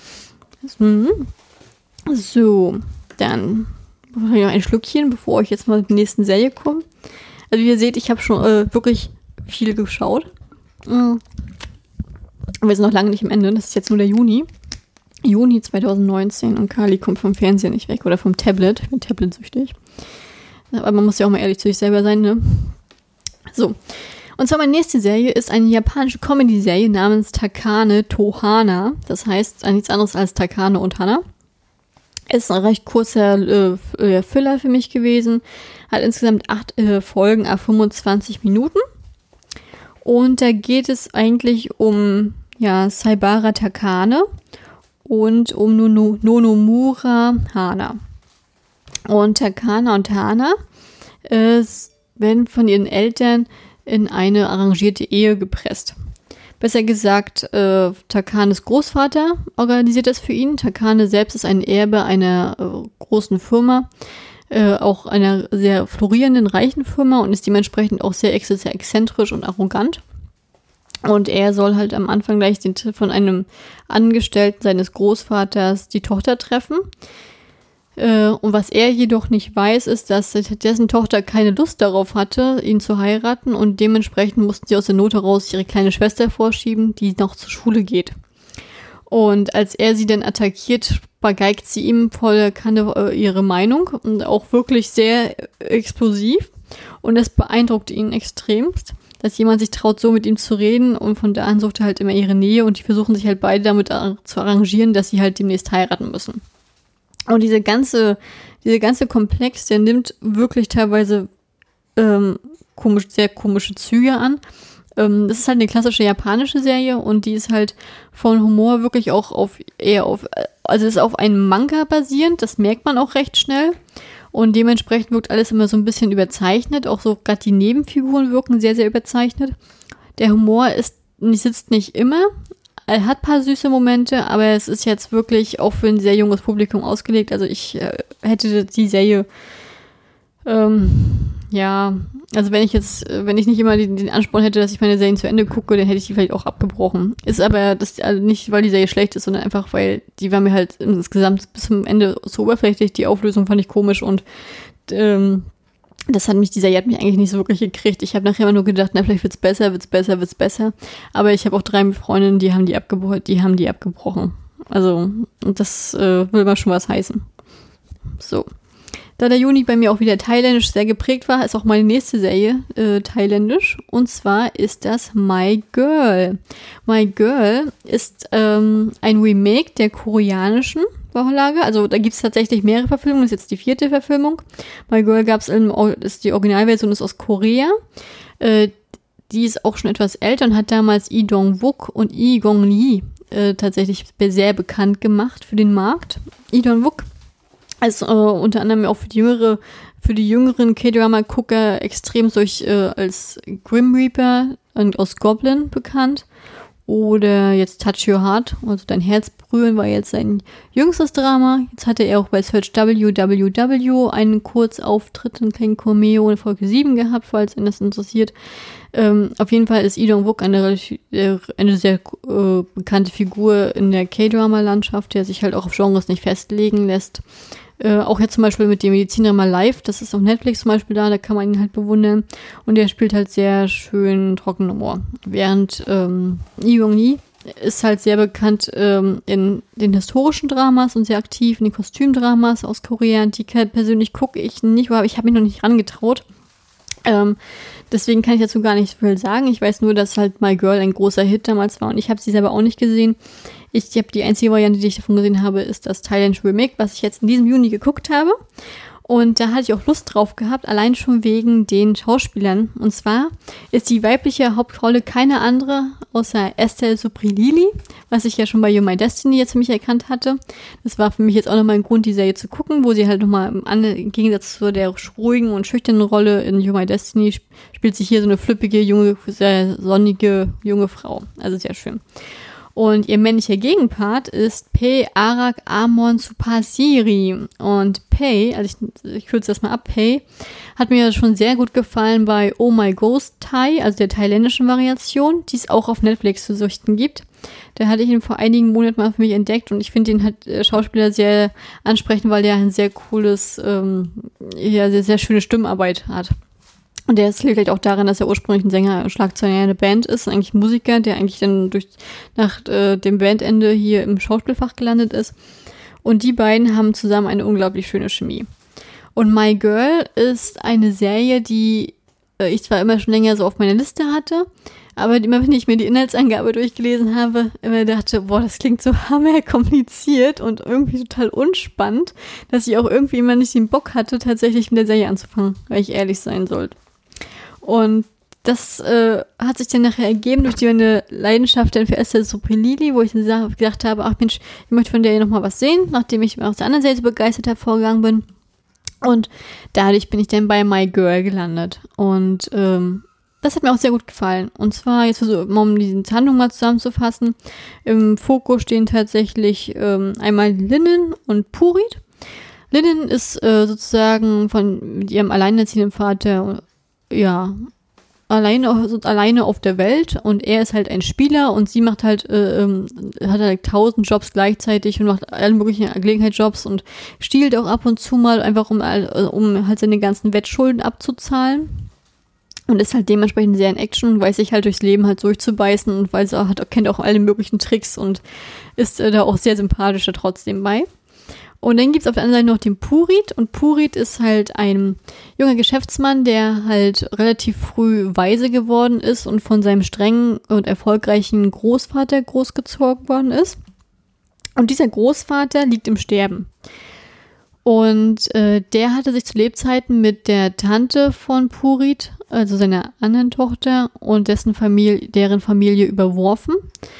So, dann noch ein Schlückchen, bevor ich jetzt mal zur nächsten Serie komme. Also wie ihr seht, ich habe schon äh, wirklich viel geschaut. Mhm. Wir sind noch lange nicht am Ende. Das ist jetzt nur der Juni. Juni zwanzig neunzehn und Kali kommt vom Fernseher nicht weg oder vom Tablet. Ich bin tablet-süchtig. Aber man muss ja auch mal ehrlich zu sich selber sein, ne? So. Und zwar meine nächste Serie ist eine japanische Comedy-Serie namens Takane to Hana. Das heißt nichts anderes als Takane und Hana. Ist ein recht kurzer äh, Filler für mich gewesen. Hat insgesamt acht äh, Folgen à fünfundzwanzig Minuten. Und da geht es eigentlich um ja, Saibara Takane und um Nono, Nonomura Hana. Und Takane und Hana äh, werden von ihren Eltern in eine arrangierte Ehe gepresst. Besser gesagt, äh, Takanes Großvater organisiert das für ihn. Takane selbst ist ein Erbe einer äh, großen Firma, äh, auch einer sehr florierenden, reichen Firma und ist dementsprechend auch sehr, ex- sehr exzentrisch und arrogant. Und er soll halt am Anfang gleich den, von einem Angestellten seines Großvaters die Tochter treffen. Äh, und was er jedoch nicht weiß, ist, dass dessen Tochter keine Lust darauf hatte, ihn zu heiraten. Und dementsprechend mussten sie aus der Not heraus ihre kleine Schwester vorschieben, die noch zur Schule geht. Und als er sie dann attackiert, vergeigt sie ihm volle Kanne äh, ihre Meinung. Und auch wirklich sehr explosiv. Und das beeindruckt ihn extremst, dass jemand sich traut, so mit ihm zu reden. Und von da an sucht er halt immer ihre Nähe. Und die versuchen sich halt beide damit zu arrangieren, dass sie halt demnächst heiraten müssen. Und diese ganze, diese ganze Komplex, der nimmt wirklich teilweise ähm, komisch, sehr komische Züge an. Ähm, das ist halt eine klassische japanische Serie und die ist halt von Humor wirklich auch auf eher auf, also ist auf einem Manga basierend, das merkt man auch recht schnell. Und dementsprechend wirkt alles immer so ein bisschen überzeichnet. Auch so gerade die Nebenfiguren wirken sehr, sehr überzeichnet. Der Humor ist, sitzt nicht immer. Er hat ein paar süße Momente, aber es ist jetzt wirklich auch für ein sehr junges Publikum ausgelegt. Also ich äh, hätte die Serie, ähm, ja, also wenn ich jetzt, wenn ich nicht immer den, den Ansporn hätte, dass ich meine Serien zu Ende gucke, dann hätte ich die vielleicht auch abgebrochen. Ist aber das also nicht, weil die Serie schlecht ist, sondern einfach, weil die war mir halt insgesamt bis zum Ende so oberflächlich. Die Auflösung fand ich komisch und ähm, das hat mich, die Serie hat mich eigentlich nicht so wirklich gekriegt. Ich habe nachher immer nur gedacht, na, vielleicht wird's besser, wird's besser, wird's besser. Aber ich habe auch drei Freundinnen, die haben die abgebrochen, die haben die abgebrochen. Also, das äh, will mal schon was heißen. So. Da der Juni bei mir auch wieder thailändisch sehr geprägt war, ist auch meine nächste Serie äh, thailändisch. Und zwar ist das My Girl. My Girl ist ähm, ein Remake der koreanischen Vorlage. Also da gibt es tatsächlich mehrere Verfilmungen. Das ist jetzt die vierte Verfilmung. My Girl gab es, ist die Originalversion ist aus Korea. Äh, die ist auch schon etwas älter und hat damals Lee Dong-wook und Lee Gong-lee äh, tatsächlich sehr bekannt gemacht für den Markt. Lee Dong-wook ist äh, unter anderem auch für die jüngere, für die jüngeren K-Drama-Gucker extrem durch äh, als Grim Reaper und aus Goblin bekannt. Oder jetzt Touch Your Heart, also dein Herz Frühen war jetzt sein jüngstes Drama. Jetzt hatte er auch bei Search W W W einen Kurzauftritt, einen kleinen Cameo in Folge sieben gehabt, falls ihn das interessiert. Ähm, auf jeden Fall ist Lee Dong-wook eine, äh, eine sehr äh, bekannte Figur in der K-Drama-Landschaft, der sich halt auch auf Genres nicht festlegen lässt. Äh, auch jetzt zum Beispiel mit dem Medizindrama Live, das ist auf Netflix zum Beispiel da, da kann man ihn halt bewundern. Und der spielt halt sehr schön trockenen Humor. Während ähm, Lee Yong-Lee ist halt sehr bekannt ähm, in den historischen Dramas und sehr aktiv in den Kostümdramas aus Korea. Die persönlich gucke ich nicht, aber ich habe mich noch nicht rangetraut. Ähm, deswegen kann ich dazu gar nicht so viel sagen. Ich weiß nur, dass halt My Girl ein großer Hit damals war und ich habe sie selber auch nicht gesehen. Ich habe die einzige Variante, die ich davon gesehen habe, ist das thailändische Remake, was ich jetzt in diesem Juni geguckt habe. Und da hatte ich auch Lust drauf gehabt, allein schon wegen den Schauspielern. Und zwar ist die weibliche Hauptrolle keine andere außer Estelle Suprilili, was ich ja schon bei You're My Destiny jetzt für mich erkannt hatte. Das war für mich jetzt auch nochmal ein Grund, die Serie zu gucken, wo sie halt nochmal im Gegensatz zu der ruhigen und schüchternen Rolle in You're My Destiny sp- spielt sich hier so eine flippige, junge, sehr sonnige, junge Frau. Also sehr schön. Und ihr männlicher Gegenpart ist Pei Arak Amon Supasiri. Und Pei, also ich, ich kürze das mal ab, Pei, hat mir schon sehr gut gefallen bei Oh My Ghost Thai, also der thailändischen Variation, die es auch auf Netflix zu sichten gibt. Da hatte ich ihn vor einigen Monaten mal für mich entdeckt und ich finde den halt äh, Schauspieler sehr ansprechend, weil der ein sehr cooles, ähm, ja, sehr, sehr schöne Stimmarbeit hat. Und der liegt halt auch daran, dass er ursprünglich ein Sänger, Schlagzeuger einer Band ist, eigentlich Musiker, der eigentlich dann durch nach äh, dem Bandende hier im Schauspielfach gelandet ist. Und die beiden haben zusammen eine unglaublich schöne Chemie. Und My Girl ist eine Serie, die äh, ich zwar immer schon länger so auf meiner Liste hatte, aber immer wenn ich mir die Inhaltsangabe durchgelesen habe, immer dachte, boah, das klingt so hammerkompliziert und irgendwie total unspannend, dass ich auch irgendwie immer nicht den Bock hatte, tatsächlich mit der Serie anzufangen, weil ich ehrlich sein sollte. Und das äh, hat sich dann nachher ergeben durch die meine Leidenschaft dann für Estelle Suprilili, wo ich dann gedacht habe, ach Mensch, ich möchte von der nochmal was sehen, nachdem ich aus der anderen Serie so begeistert hervorgegangen bin. Und dadurch bin ich dann bei My Girl gelandet. Und ähm, das hat mir auch sehr gut gefallen. Und zwar, jetzt versuche ich, um diese Handlung mal zusammenzufassen, im Fokus stehen tatsächlich ähm, einmal Linnen und Purit. Linnen ist äh, sozusagen von mit ihrem alleinerziehenden Vater ja, alleine, so alleine auf der Welt und er ist halt ein Spieler und sie macht halt, äh, ähm, hat halt tausend Jobs gleichzeitig und macht alle möglichen Gelegenheitsjobs und stiehlt auch ab und zu mal einfach, um, um halt seine ganzen Wettschulden abzuzahlen und ist halt dementsprechend sehr in Action und weiß sich halt durchs Leben halt durchzubeißen und weiß auch, hat, kennt auch alle möglichen Tricks und ist äh, da auch sehr sympathisch trotzdem bei. Und dann gibt es auf der anderen Seite noch den Purit. Und Purit ist halt ein junger Geschäftsmann, der halt relativ früh weise geworden ist und von seinem strengen und erfolgreichen Großvater großgezogen worden ist. Und dieser Großvater liegt im Sterben. Und äh, der hatte sich zu Lebzeiten mit der Tante von Purit, also seiner anderen Tochter, und dessen Familie, deren Familie überworfen.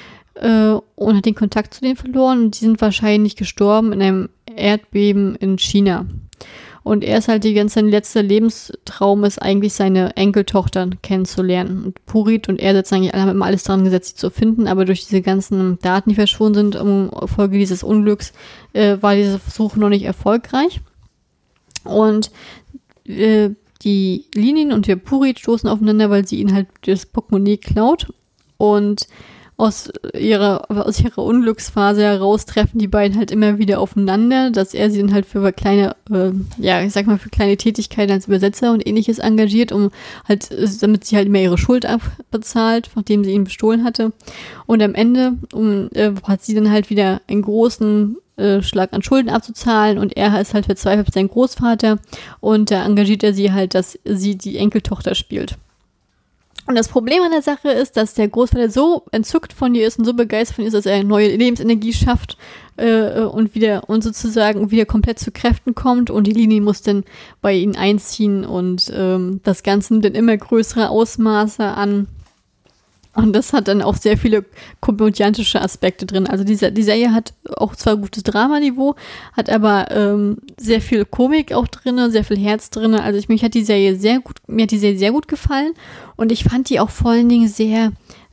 Und hat den Kontakt zu denen verloren und die sind wahrscheinlich gestorben in einem Erdbeben in China. Und er ist halt die ganze, sein letzter Lebenstraum ist eigentlich seine Enkeltochter kennenzulernen. Und Purit und er setzen eigentlich, haben immer alles dran gesetzt, sie zu finden, aber durch diese ganzen Daten, die verschwunden sind, um Folge dieses Unglücks, äh, war dieser Versuch noch nicht erfolgreich. Und äh, die Linien und der Purit stoßen aufeinander, weil sie ihn halt das Portemonnaie klaut und Aus ihrer, aus ihrer Unglücksphase heraus treffen die beiden halt immer wieder aufeinander, dass er sie dann halt für kleine, äh, ja, ich sag mal, für kleine Tätigkeiten als Übersetzer und ähnliches engagiert, um halt, damit sie halt immer ihre Schuld abbezahlt, nachdem sie ihn bestohlen hatte. Und am Ende um, äh, hat sie dann halt wieder einen großen äh, Schlag an Schulden abzuzahlen und er ist halt verzweifelt mit seinem Großvater und da engagiert er sie halt, dass sie die Enkeltochter spielt. Und das Problem an der Sache ist, dass der Großvater so entzückt von ihr ist und so begeistert von ihr ist, dass er neue Lebensenergie schafft äh, und wieder und sozusagen wieder komplett zu Kräften kommt und die Linie muss dann bei ihnen einziehen und ähm, das Ganze nimmt dann immer größere Ausmaße an. Und das hat dann auch sehr viele komödiantische Aspekte drin. Also die, die Serie hat auch zwar gutes Dramaniveau, hat aber ähm, sehr viel Komik auch drin, sehr viel Herz drin. Also ich, mich hat die Serie sehr gut, mir hat die Serie sehr gut gefallen und ich fand die auch vor allen Dingen sehr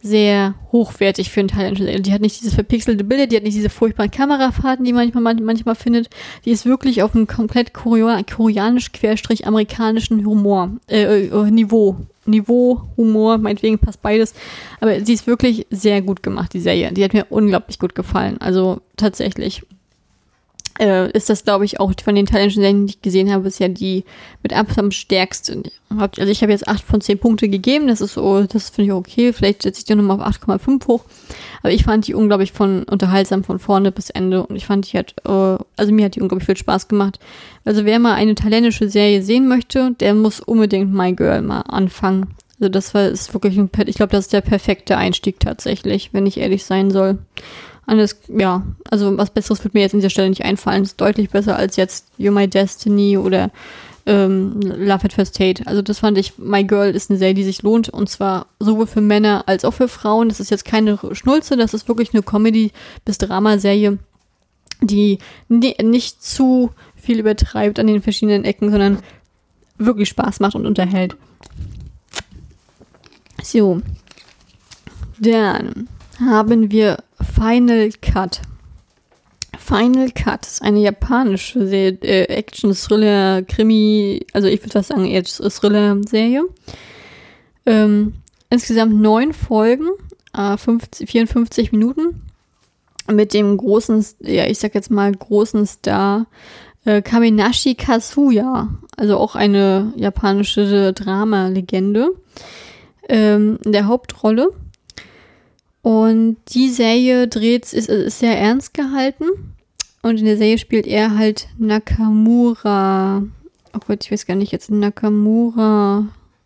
sehr hochwertig für eine thailändische Serie. Die hat nicht diese verpixelte Bilder, die hat nicht diese furchtbaren Kamerafahrten, die man manchmal, manchmal findet. Die ist wirklich auf einem komplett koreanisch-amerikanischen Humor, äh, Niveau. Niveau, Humor, meinetwegen passt beides. Aber sie ist wirklich sehr gut gemacht, die Serie. Die hat mir unglaublich gut gefallen. Also tatsächlich äh, ist das, glaube ich, auch von den thailändischen Serien, die ich gesehen habe, bisher die mit Abstand am stärksten. Also ich habe jetzt acht von zehn Punkte gegeben. Das ist so, das finde ich okay. Vielleicht setze ich die nochmal auf acht Komma fünf hoch. Aber ich fand die unglaublich von unterhaltsam von vorne bis Ende. Und ich fand die hat, äh, also mir hat die unglaublich viel Spaß gemacht. Also wer mal eine thailändische Serie sehen möchte, der muss unbedingt My Girl mal anfangen. Also das war, ist wirklich ein, ich glaube, das ist der perfekte Einstieg tatsächlich, wenn ich ehrlich sein soll. Alles, ja, also was Besseres wird mir jetzt an dieser Stelle nicht einfallen. Das ist deutlich besser als jetzt You're My Destiny oder ähm, Love at First Date. Also das fand ich, My Girl ist eine Serie, die sich lohnt, und zwar sowohl für Männer als auch für Frauen. Das ist jetzt keine Schnulze, das ist wirklich eine Comedy- bis Drama-Serie, die nie, nicht zu viel übertreibt an den verschiedenen Ecken, sondern wirklich Spaß macht und unterhält. So, dann haben wir Final Cut. Final Cut ist eine japanische Serie, äh, Action, Thriller, Krimi, also ich würde sagen eher Thriller-Serie. Ähm, insgesamt neun Folgen, äh, fünfzig, vierundfünfzig Minuten, mit dem großen, ja ich sag jetzt mal großen Star äh, Kaminashi Kazuya, also auch eine japanische Drama-Legende, ähm, in der Hauptrolle. Und die Serie dreht, ist, ist sehr ernst gehalten. Und in der Serie spielt er halt Nakamura. Oh Gott, ich weiß gar nicht, jetzt Nakamura.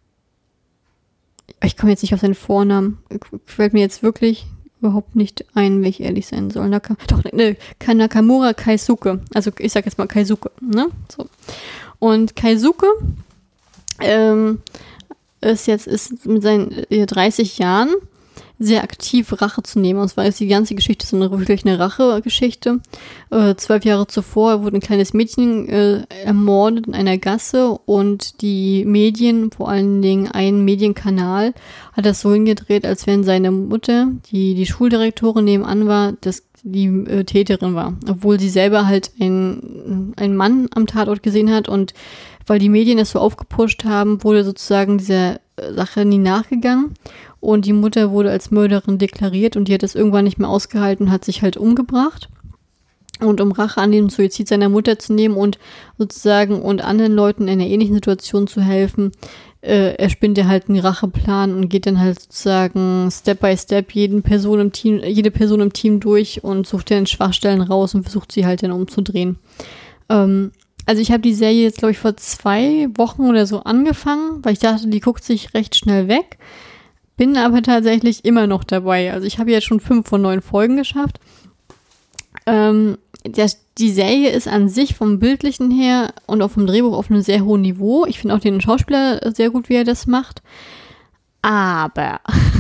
Ich komme jetzt nicht auf seinen Vornamen. Fällt mir jetzt wirklich überhaupt nicht ein, wenn ich ehrlich sein soll. Naka, doch, ne, Nakamura Kaisuke. Also ich sag jetzt mal Kaisuke, ne? So. Und Kaisuke ähm, ist jetzt ist mit seinen dreißig Jahren sehr aktiv Rache zu nehmen. Und zwar ist die ganze Geschichte so eine, wirklich eine Rache-Geschichte. Äh, zwölf Jahre zuvor wurde ein kleines Mädchen äh, ermordet in einer Gasse, und die Medien, vor allen Dingen ein Medienkanal, hat das so hingedreht, als wenn seine Mutter, die die Schuldirektorin nebenan war, das die äh, Täterin war. Obwohl sie selber halt ein, einen Mann am Tatort gesehen hat, und weil die Medien es so aufgepusht haben, wurde sozusagen dieser Sache nie nachgegangen. Und die Mutter wurde als Mörderin deklariert, und die hat das irgendwann nicht mehr ausgehalten und hat sich halt umgebracht. Und um Rache an dem Suizid seiner Mutter zu nehmen und sozusagen und anderen Leuten in einer ähnlichen Situation zu helfen, äh, erspinnt er halt einen Racheplan und geht dann halt sozusagen Step by Step jeden Person im Team, jede Person im Team durch und sucht dann Schwachstellen raus und versucht sie halt dann umzudrehen. Ähm, also ich habe die Serie jetzt, glaube ich, vor zwei Wochen oder so angefangen, weil ich dachte, die guckt sich recht schnell weg. Bin aber tatsächlich immer noch dabei. Also ich habe jetzt schon fünf von neun Folgen geschafft. Ähm, der, die Serie ist an sich vom Bildlichen her und auch vom Drehbuch auf einem sehr hohen Niveau. Ich finde auch den Schauspieler sehr gut, wie er das macht. Aber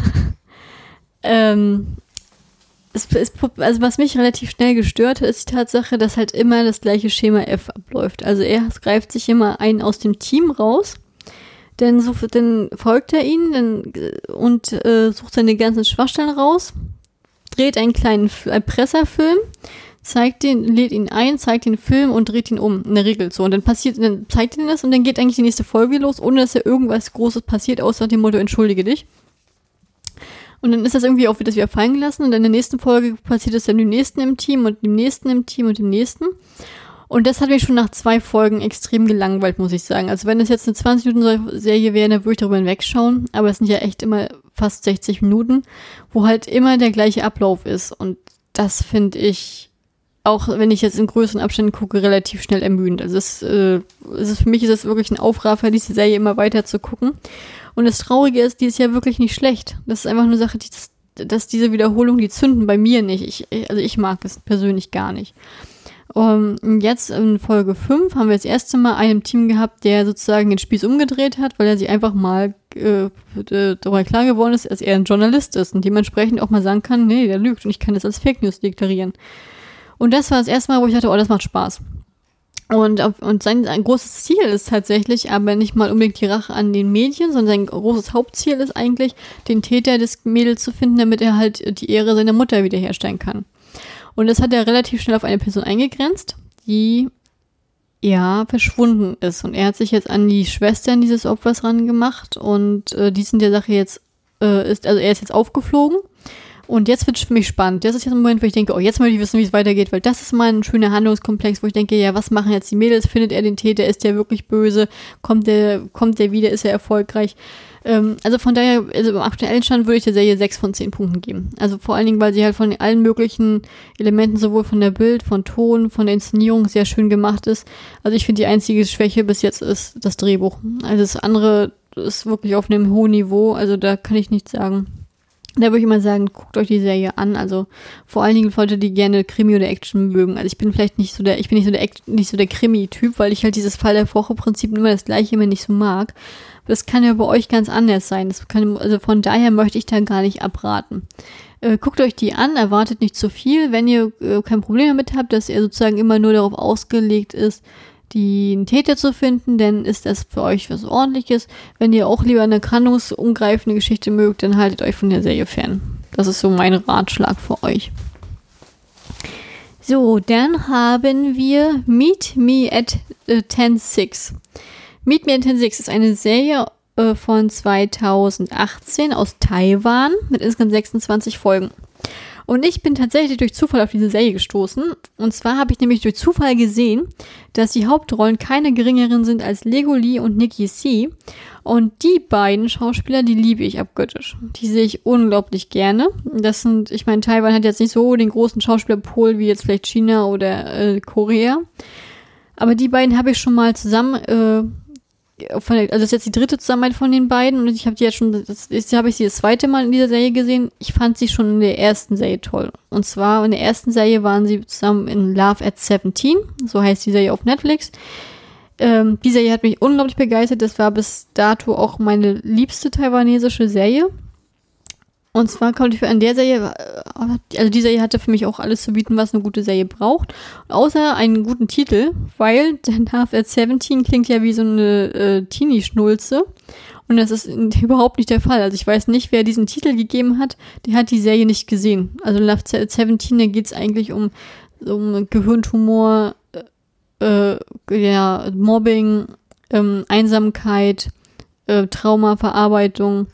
ähm, es, es, also was mich relativ schnell gestört hat, ist die Tatsache, dass halt immer das gleiche Schema F abläuft. Also er greift sich immer einen aus dem Team raus. Dann, so, dann folgt er ihnen dann, und äh, sucht seine ganzen Schwachstellen raus, dreht einen kleinen Erpresserfilm, zeigt den, lädt ihn ein, zeigt den Film und dreht ihn um, in der Regel so. Und dann passiert, dann zeigt er ihn das, und dann geht eigentlich die nächste Folge los, ohne dass ja irgendwas Großes passiert, außer dem Motto, entschuldige dich. Und dann ist das irgendwie auch wieder fallen gelassen, und in der nächsten Folge passiert es dann dem nächsten im Team und dem nächsten im Team und dem nächsten. Und das hat mich schon nach zwei Folgen extrem gelangweilt, muss ich sagen. Also wenn es jetzt eine zwanzig Minuten Serie wäre, dann würde ich darüber hinwegschauen. Aber es sind ja echt immer fast sechzig Minuten, wo halt immer der gleiche Ablauf ist. Und das finde ich, auch wenn ich jetzt in größeren Abständen gucke, relativ schnell ermüdend. Also es, äh, es ist, für mich ist es wirklich ein Aufraffer, diese Serie immer weiter zu gucken. Und das Traurige ist, die ist ja wirklich nicht schlecht. Das ist einfach eine Sache, die, das, dass diese Wiederholungen, die zünden bei mir nicht. Ich, also ich mag es persönlich gar nicht. Um, jetzt in Folge fünf haben wir das erste Mal einen im Team gehabt, der sozusagen den Spieß umgedreht hat, weil er sich einfach mal äh, darüber klar geworden ist, dass er ein Journalist ist und dementsprechend auch mal sagen kann, nee, der lügt und ich kann das als Fake News deklarieren. Und das war das erste Mal, wo ich dachte, oh, das macht Spaß. Und, auf, und sein ein großes Ziel ist tatsächlich aber nicht mal unbedingt die Rache an den Medien, sondern sein großes Hauptziel ist eigentlich, den Täter des Mädels zu finden, damit er halt die Ehre seiner Mutter wiederherstellen kann. Und das hat er relativ schnell auf eine Person eingegrenzt, die ja verschwunden ist. Und er hat sich jetzt an die Schwestern dieses Opfers rangemacht und äh, die sind der Sache jetzt, äh, ist, also er ist jetzt aufgeflogen. Und jetzt wird es für mich spannend. Das ist jetzt ein Moment, wo ich denke, oh, jetzt möchte ich wissen, wie es weitergeht, weil das ist mal ein schöner Handlungskomplex, wo ich denke, ja, was machen jetzt die Mädels? Findet er den Täter? Ist der wirklich böse? Kommt der, kommt der wieder? Ist er erfolgreich? Ähm, also von daher, also im aktuellen Stand würde ich der Serie sechs von zehn Punkten geben. Also vor allen Dingen, weil sie halt von allen möglichen Elementen, sowohl von der Bild, von Ton, von der Inszenierung sehr schön gemacht ist. Also ich finde, die einzige Schwäche bis jetzt ist das Drehbuch. Also das andere ist wirklich auf einem hohen Niveau, also da kann ich nichts sagen. Da würde ich immer sagen, guckt euch die Serie an. Also vor allen Dingen Leute, die gerne Krimi oder Action mögen. Also ich bin vielleicht nicht so der, ich bin nicht so der Act, nicht so der Krimi-Typ, weil ich halt dieses Fall der Woche-Prinzip immer das gleiche immer nicht so mag. Das kann ja bei euch ganz anders sein. Das kann, also von daher möchte ich da gar nicht abraten. Äh, guckt euch die an, erwartet nicht zu viel. Wenn ihr äh, kein Problem damit habt, dass er sozusagen immer nur darauf ausgelegt ist, den Täter zu finden, dann ist das für euch was Ordentliches. Wenn ihr auch lieber eine handlungsumgreifende Geschichte mögt, dann haltet euch von der Serie fern. Das ist so mein Ratschlag für euch. So, dann haben wir Meet Me at äh, ten six. Meet Me at ten six ist eine Serie äh, von zweitausendachtzehn aus Taiwan mit insgesamt sechsundzwanzig Folgen. Und ich bin tatsächlich durch Zufall auf diese Serie gestoßen. Und zwar habe ich nämlich durch Zufall gesehen, dass die Hauptrollen keine geringeren sind als Lego Lee und Nikki C. Und die beiden Schauspieler, die liebe ich abgöttisch. Die sehe ich unglaublich gerne. Das sind, ich meine, Taiwan hat jetzt nicht so den großen Schauspielerpool wie jetzt vielleicht China oder äh, Korea. Aber die beiden habe ich schon mal zusammen äh, Von der, also das ist jetzt die dritte Zusammenarbeit von den beiden und ich habe die jetzt schon, das ist, habe ich sie das zweite Mal in dieser Serie gesehen. Ich fand sie schon in der ersten Serie toll. Und zwar in der ersten Serie waren sie zusammen in Love at seventeen, so heißt die Serie auf Netflix. Ähm, die Serie hat mich unglaublich begeistert. Das war bis dato auch meine liebste taiwanesische Serie. Und zwar konnte ich an der Serie, also die Serie hatte für mich auch alles zu bieten, was eine gute Serie braucht. Außer einen guten Titel, weil Love at seventeen klingt ja wie so eine äh, Teenie-Schnulze. Und das ist überhaupt nicht der Fall. Also ich weiß nicht, wer diesen Titel gegeben hat, der hat die Serie nicht gesehen. Also Love at seventeen, da geht es eigentlich um, um Gehirntumor, äh, ja, Mobbing, ähm, Einsamkeit, äh, Traumaverarbeitung,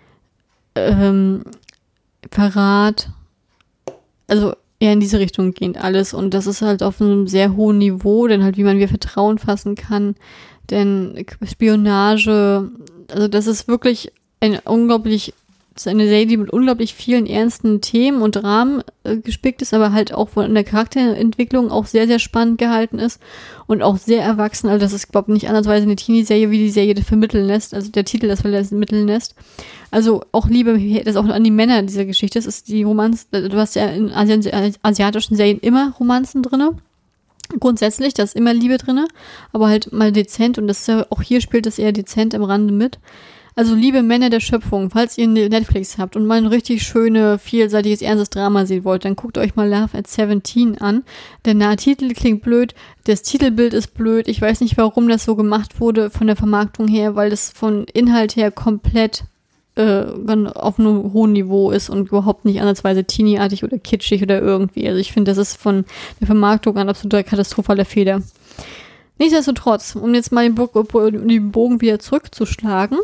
Ähm, Verrat, also eher in diese Richtung geht alles und das ist halt auf einem sehr hohen Niveau, denn halt wie man wieder Vertrauen fassen kann, denn Spionage, also das ist wirklich ein unglaublich, das ist eine Serie, die mit unglaublich vielen ernsten Themen und Rahmen äh, gespickt ist, aber halt auch von der Charakterentwicklung auch sehr, sehr spannend gehalten ist und auch sehr erwachsen, also das ist, glaube ich, nicht andersweise eine Teenie-Serie, wie die Serie das vermitteln lässt, also der Titel das vermitteln lässt. Also auch Liebe, das auch an die Männer dieser Geschichte, das ist die Romanze, du hast ja in Asi- asiatischen Serien immer Romanzen drinne. Grundsätzlich, da ist immer Liebe drinne, aber halt mal dezent und das ist ja, auch hier spielt das eher dezent am Rande mit. Also liebe Männer der Schöpfung, falls ihr Netflix habt und mal ein richtig schöne, vielseitiges, ernstes Drama sehen wollt, dann guckt euch mal Love at seventeen an. Der Titel klingt blöd, das Titelbild ist blöd. Ich weiß nicht, warum das so gemacht wurde von der Vermarktung her, weil das von Inhalt her komplett äh, auf einem hohen Niveau ist und überhaupt nicht ansatzweise teenie-artig oder kitschig oder irgendwie. Also ich finde, das ist von der Vermarktung ein absoluter katastrophaler Fehler. Nichtsdestotrotz, um jetzt mal den, Bo- den Bogen wieder zurückzuschlagen,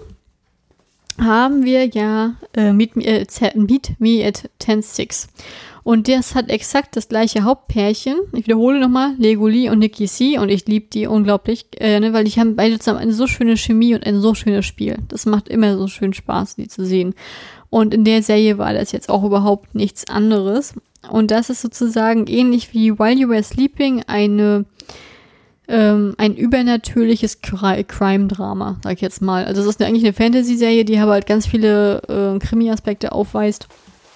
haben wir ja äh, Meet, Me, äh, Meet Me at ten six. Und das hat exakt das gleiche Hauptpärchen. Ich wiederhole nochmal, Lego Lee und Nikki C. Und ich liebe die unglaublich, äh, ne, weil die haben beide zusammen eine so schöne Chemie und ein so schönes Spiel. Das macht immer so schön Spaß, die zu sehen. Und in der Serie war das jetzt auch überhaupt nichts anderes. Und das ist sozusagen ähnlich wie While You Were Sleeping eine Ähm, ein übernatürliches Cri- Crime-Drama, sag ich jetzt mal. Also es ist eigentlich eine Fantasy-Serie, die aber halt ganz viele äh, Krimi-Aspekte aufweist.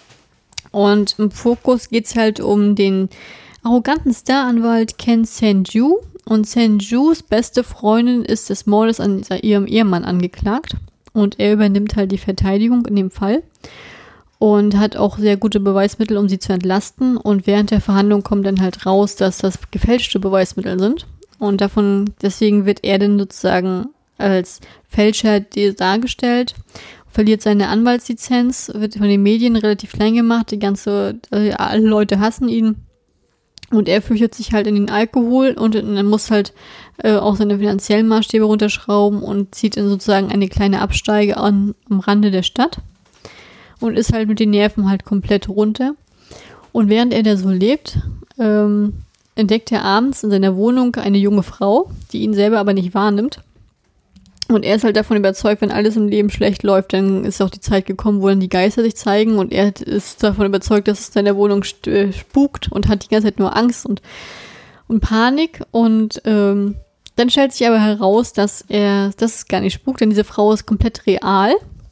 Und im Fokus geht's halt um den arroganten Staranwalt Ken Sen-ju. Und Sen-jus beste Freundin ist des Mordes an ihrem Ehemann angeklagt. Und er übernimmt halt die Verteidigung in dem Fall. Und hat auch sehr gute Beweismittel, um sie zu entlasten. Und während der Verhandlung kommt dann halt raus, dass das gefälschte Beweismittel sind. Und davon, deswegen wird er dann sozusagen als Fälscher dargestellt, verliert seine Anwaltslizenz, wird von den Medien relativ klein gemacht, die ganze, äh, alle Leute hassen ihn. Und er flüchtet sich halt in den Alkohol und er muss halt äh, auch seine finanziellen Maßstäbe runterschrauben und zieht in sozusagen eine kleine Absteige an, am Rande der Stadt und ist halt mit den Nerven halt komplett runter. Und während er da so lebt, ähm, entdeckt er abends in seiner Wohnung eine junge Frau, die ihn selber aber nicht wahrnimmt. Und er ist halt davon überzeugt, wenn alles im Leben schlecht läuft, dann ist auch die Zeit gekommen, wo dann die Geister sich zeigen. Und er ist davon überzeugt, dass es in seiner Wohnung spukt und hat die ganze Zeit nur Angst und, und Panik. Und ähm, dann stellt sich aber heraus, dass er, dass es gar nicht spukt, denn diese Frau ist komplett real.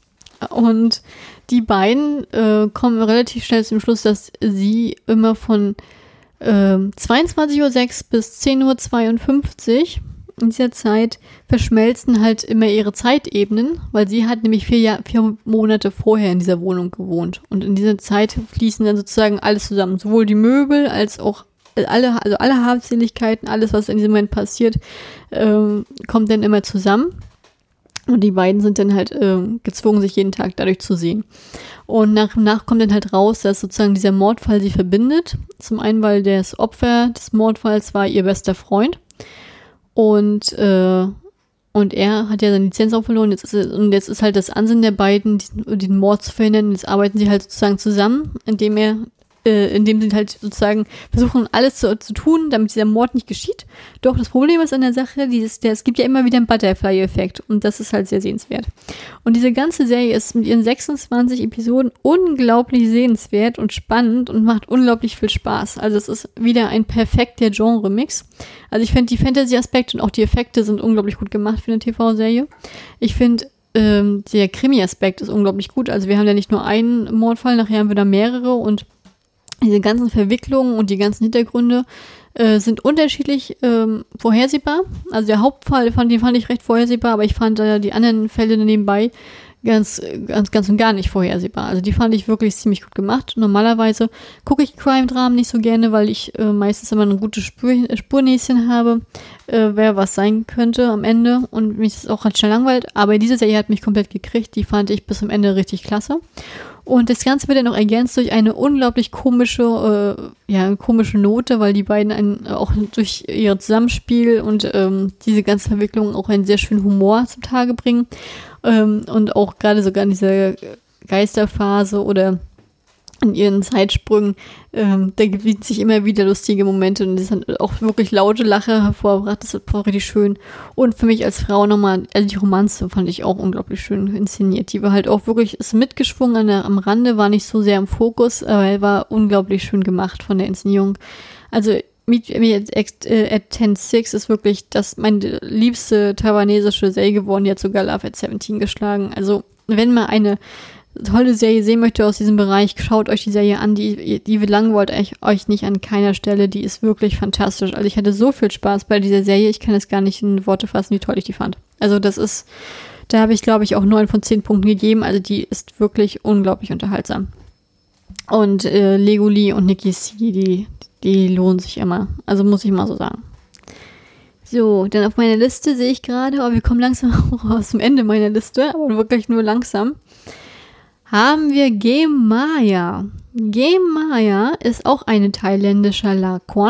Und die beiden äh, kommen relativ schnell zum Schluss, dass sie immer von äh, zweiundzwanzig Uhr sechs bis zehn Uhr zweiundfünfzig in dieser Zeit verschmelzen halt immer ihre Zeitebenen, weil sie hat nämlich vier, Jahr, vier Monate vorher in dieser Wohnung gewohnt. Und in dieser Zeit fließen dann sozusagen alles zusammen. Sowohl die Möbel als auch alle, also alle Habseligkeiten, alles, was in diesem Moment passiert, ähm, kommt dann immer zusammen. Und die beiden sind dann halt äh, gezwungen, sich jeden Tag dadurch zu sehen. Und nach und nach kommt dann halt raus, dass sozusagen dieser Mordfall sie verbindet. Zum einen, weil das Opfer des Mordfalls war ihr bester Freund. Und, äh, und er hat ja seine Lizenz auch verloren. Jetzt ist, und jetzt ist halt das Ansinnen der beiden, diesen, den Mord zu verhindern. Jetzt arbeiten sie halt sozusagen zusammen, indem er, äh, indem sie halt sozusagen versuchen, alles zu, zu tun, damit dieser Mord nicht geschieht. Doch das Problem ist an der Sache, dieses, der, es gibt ja immer wieder einen Butterfly-Effekt. Und das ist halt sehr sehenswert. Und diese ganze Serie ist mit ihren sechsundzwanzig Episoden unglaublich sehenswert und spannend und macht unglaublich viel Spaß. Also es ist wieder ein perfekter Genre-Mix. Also ich finde, die Fantasy-Aspekte und auch die Effekte sind unglaublich gut gemacht für eine T V-Serie. Ich finde, ähm, der Krimi-Aspekt ist unglaublich gut. Also wir haben ja nicht nur einen Mordfall, nachher haben wir da mehrere und diese ganzen Verwicklungen und die ganzen Hintergründe äh, sind unterschiedlich ähm, vorhersehbar. Also der Hauptfall, fand, den fand ich recht vorhersehbar, aber ich fand äh, die anderen Fälle nebenbei ganz, ganz, ganz und gar nicht vorhersehbar. Also die fand ich wirklich ziemlich gut gemacht. Normalerweise gucke ich Crime-Dramen nicht so gerne, weil ich äh, meistens immer ein gutes Spur, Spurnäschen habe, äh, wer was sein könnte am Ende und mich das auch ganz schnell langweilt. Aber diese Serie hat mich komplett gekriegt. Die fand ich bis zum Ende richtig klasse. Und das Ganze wird dann noch ergänzt durch eine unglaublich komische, äh, ja, komische Note, weil die beiden einen, auch durch ihr Zusammenspiel und ähm, diese ganze Verwicklung auch einen sehr schönen Humor zum Tage bringen. Ähm, und auch gerade sogar in dieser Geisterphase oder in ihren Zeitsprüngen, ähm, da gibt es sich immer wieder lustige Momente und das hat auch wirklich laute Lache hervorgebracht, das war richtig schön. Und für mich als Frau nochmal, also die Romanze fand ich auch unglaublich schön inszeniert. Die war halt auch wirklich, ist mitgeschwungen an der, am Rande, war nicht so sehr im Fokus, aber war unglaublich schön gemacht von der Inszenierung. Also Meet Me at, äh, at ten six ist wirklich das meine liebste taiwanesische Serie geworden, die hat sogar Love at seventeen geschlagen. Also wenn man eine tolle Serie sehen möchte aus diesem Bereich, schaut euch die Serie an, die, die langweilt euch, euch nicht an keiner Stelle, die ist wirklich fantastisch. Also ich hatte so viel Spaß bei dieser Serie, ich kann es gar nicht in Worte fassen, wie toll ich die fand. Also das ist, da habe ich glaube ich auch neun von zehn Punkten gegeben, also die ist wirklich unglaublich unterhaltsam. Und äh, Legoli und Nikki C, die, die lohnen sich immer, also muss ich mal so sagen. So, dann auf meiner Liste sehe ich gerade, oh, wir kommen langsam aus dem Ende meiner Liste, aber wirklich nur langsam. Haben wir Gemaya. Gemaya ist auch ein thailändischer Lakon.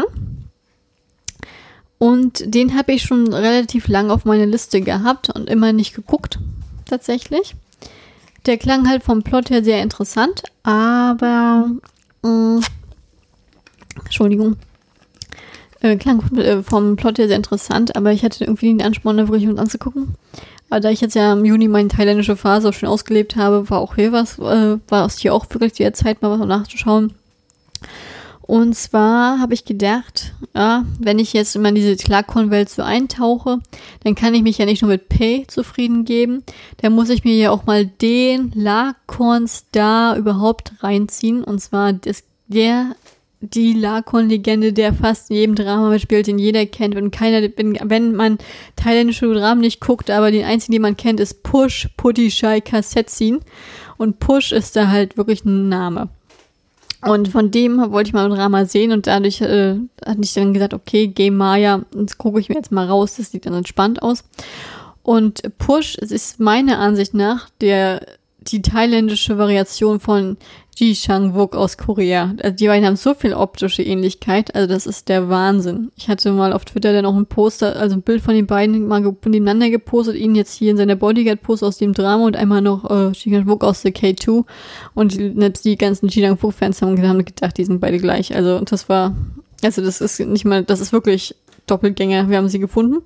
Und den habe ich schon relativ lang auf meiner Liste gehabt und immer nicht geguckt, tatsächlich. Der klang halt vom Plot her sehr interessant, aber mh, Entschuldigung. Äh, klang äh, vom Plot her sehr interessant, aber ich hatte irgendwie den Ansporn, da wirklich uns anzugucken. Aber da ich jetzt ja im Juni meine thailändische Phase auch schon ausgelebt habe, war auch hier was, äh, war es hier auch wirklich die Zeit, mal was nachzuschauen. Und zwar habe ich gedacht, ja, wenn ich jetzt immer in diese Lakon-Welt so eintauche, dann kann ich mich ja nicht nur mit Pay zufrieden geben, dann muss ich mir ja auch mal den Lakon-Star überhaupt reinziehen. Und zwar das, der die Lakon-Legende, der fast in jedem Drama mitspielt, den jeder kennt. Wenn keiner, wenn man thailändische Dramen nicht guckt, aber den einzigen, den man kennt, ist Push Puttichai Kassetsin. Und Push ist da halt wirklich ein Name. Und von dem wollte ich mal ein Drama sehen und dadurch äh, hatte ich dann gesagt, okay, Game Maya, das gucke ich mir jetzt mal raus, das sieht dann entspannt aus. Und Push, es ist meiner Ansicht nach der die thailändische Variation von Ji Sang-wook aus Korea. Also die beiden haben so viel optische Ähnlichkeit, also das ist der Wahnsinn. Ich hatte mal auf Twitter dann auch ein Poster, also ein Bild von den beiden mal nebeneinander gepostet, ihn jetzt hier in seiner Bodyguard-Pose aus dem Drama und einmal noch äh, Ji Sang-wook aus The K zwei und die, die ganzen Ji Sang-wook-Fans haben gedacht, die sind beide gleich. Also das war, also das ist nicht mal, das ist wirklich Doppelgänger, wir haben sie gefunden.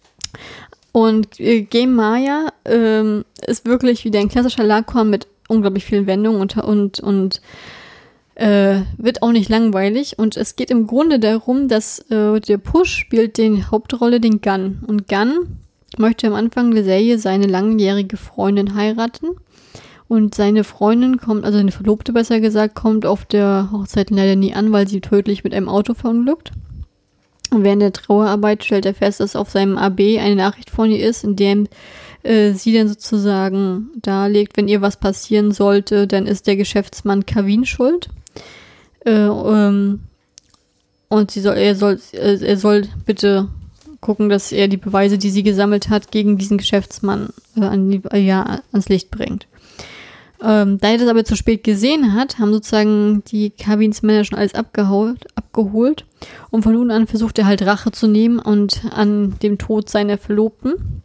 Und äh, Game Maya ähm, ist wirklich wieder ein klassischer Lagkorn mit unglaublich vielen Wendungen und, und, und äh, wird auch nicht langweilig. Und es geht im Grunde darum, dass äh, der Push spielt die Hauptrolle den Gun. Und Gun möchte am Anfang der Serie seine langjährige Freundin heiraten. Und seine Freundin kommt, also seine Verlobte besser gesagt, kommt auf der Hochzeit leider nie an, weil sie tödlich mit einem Auto verunglückt. Und während der Trauerarbeit stellt er fest, dass auf seinem A B eine Nachricht von ihr ist, in der äh, sie dann sozusagen darlegt, wenn ihr was passieren sollte, dann ist der Geschäftsmann Kavin schuld. Äh, ähm, und sie soll, er soll, äh, er soll bitte gucken, dass er die Beweise, die sie gesammelt hat, gegen diesen Geschäftsmann äh, an die, äh, ja, ans Licht bringt. Ähm, da er das aber zu spät gesehen hat, haben sozusagen die Kavins Männer schon alles abgeholt, abgeholt. Und von nun an versucht er halt Rache zu nehmen und an dem Tod seiner Verlobten.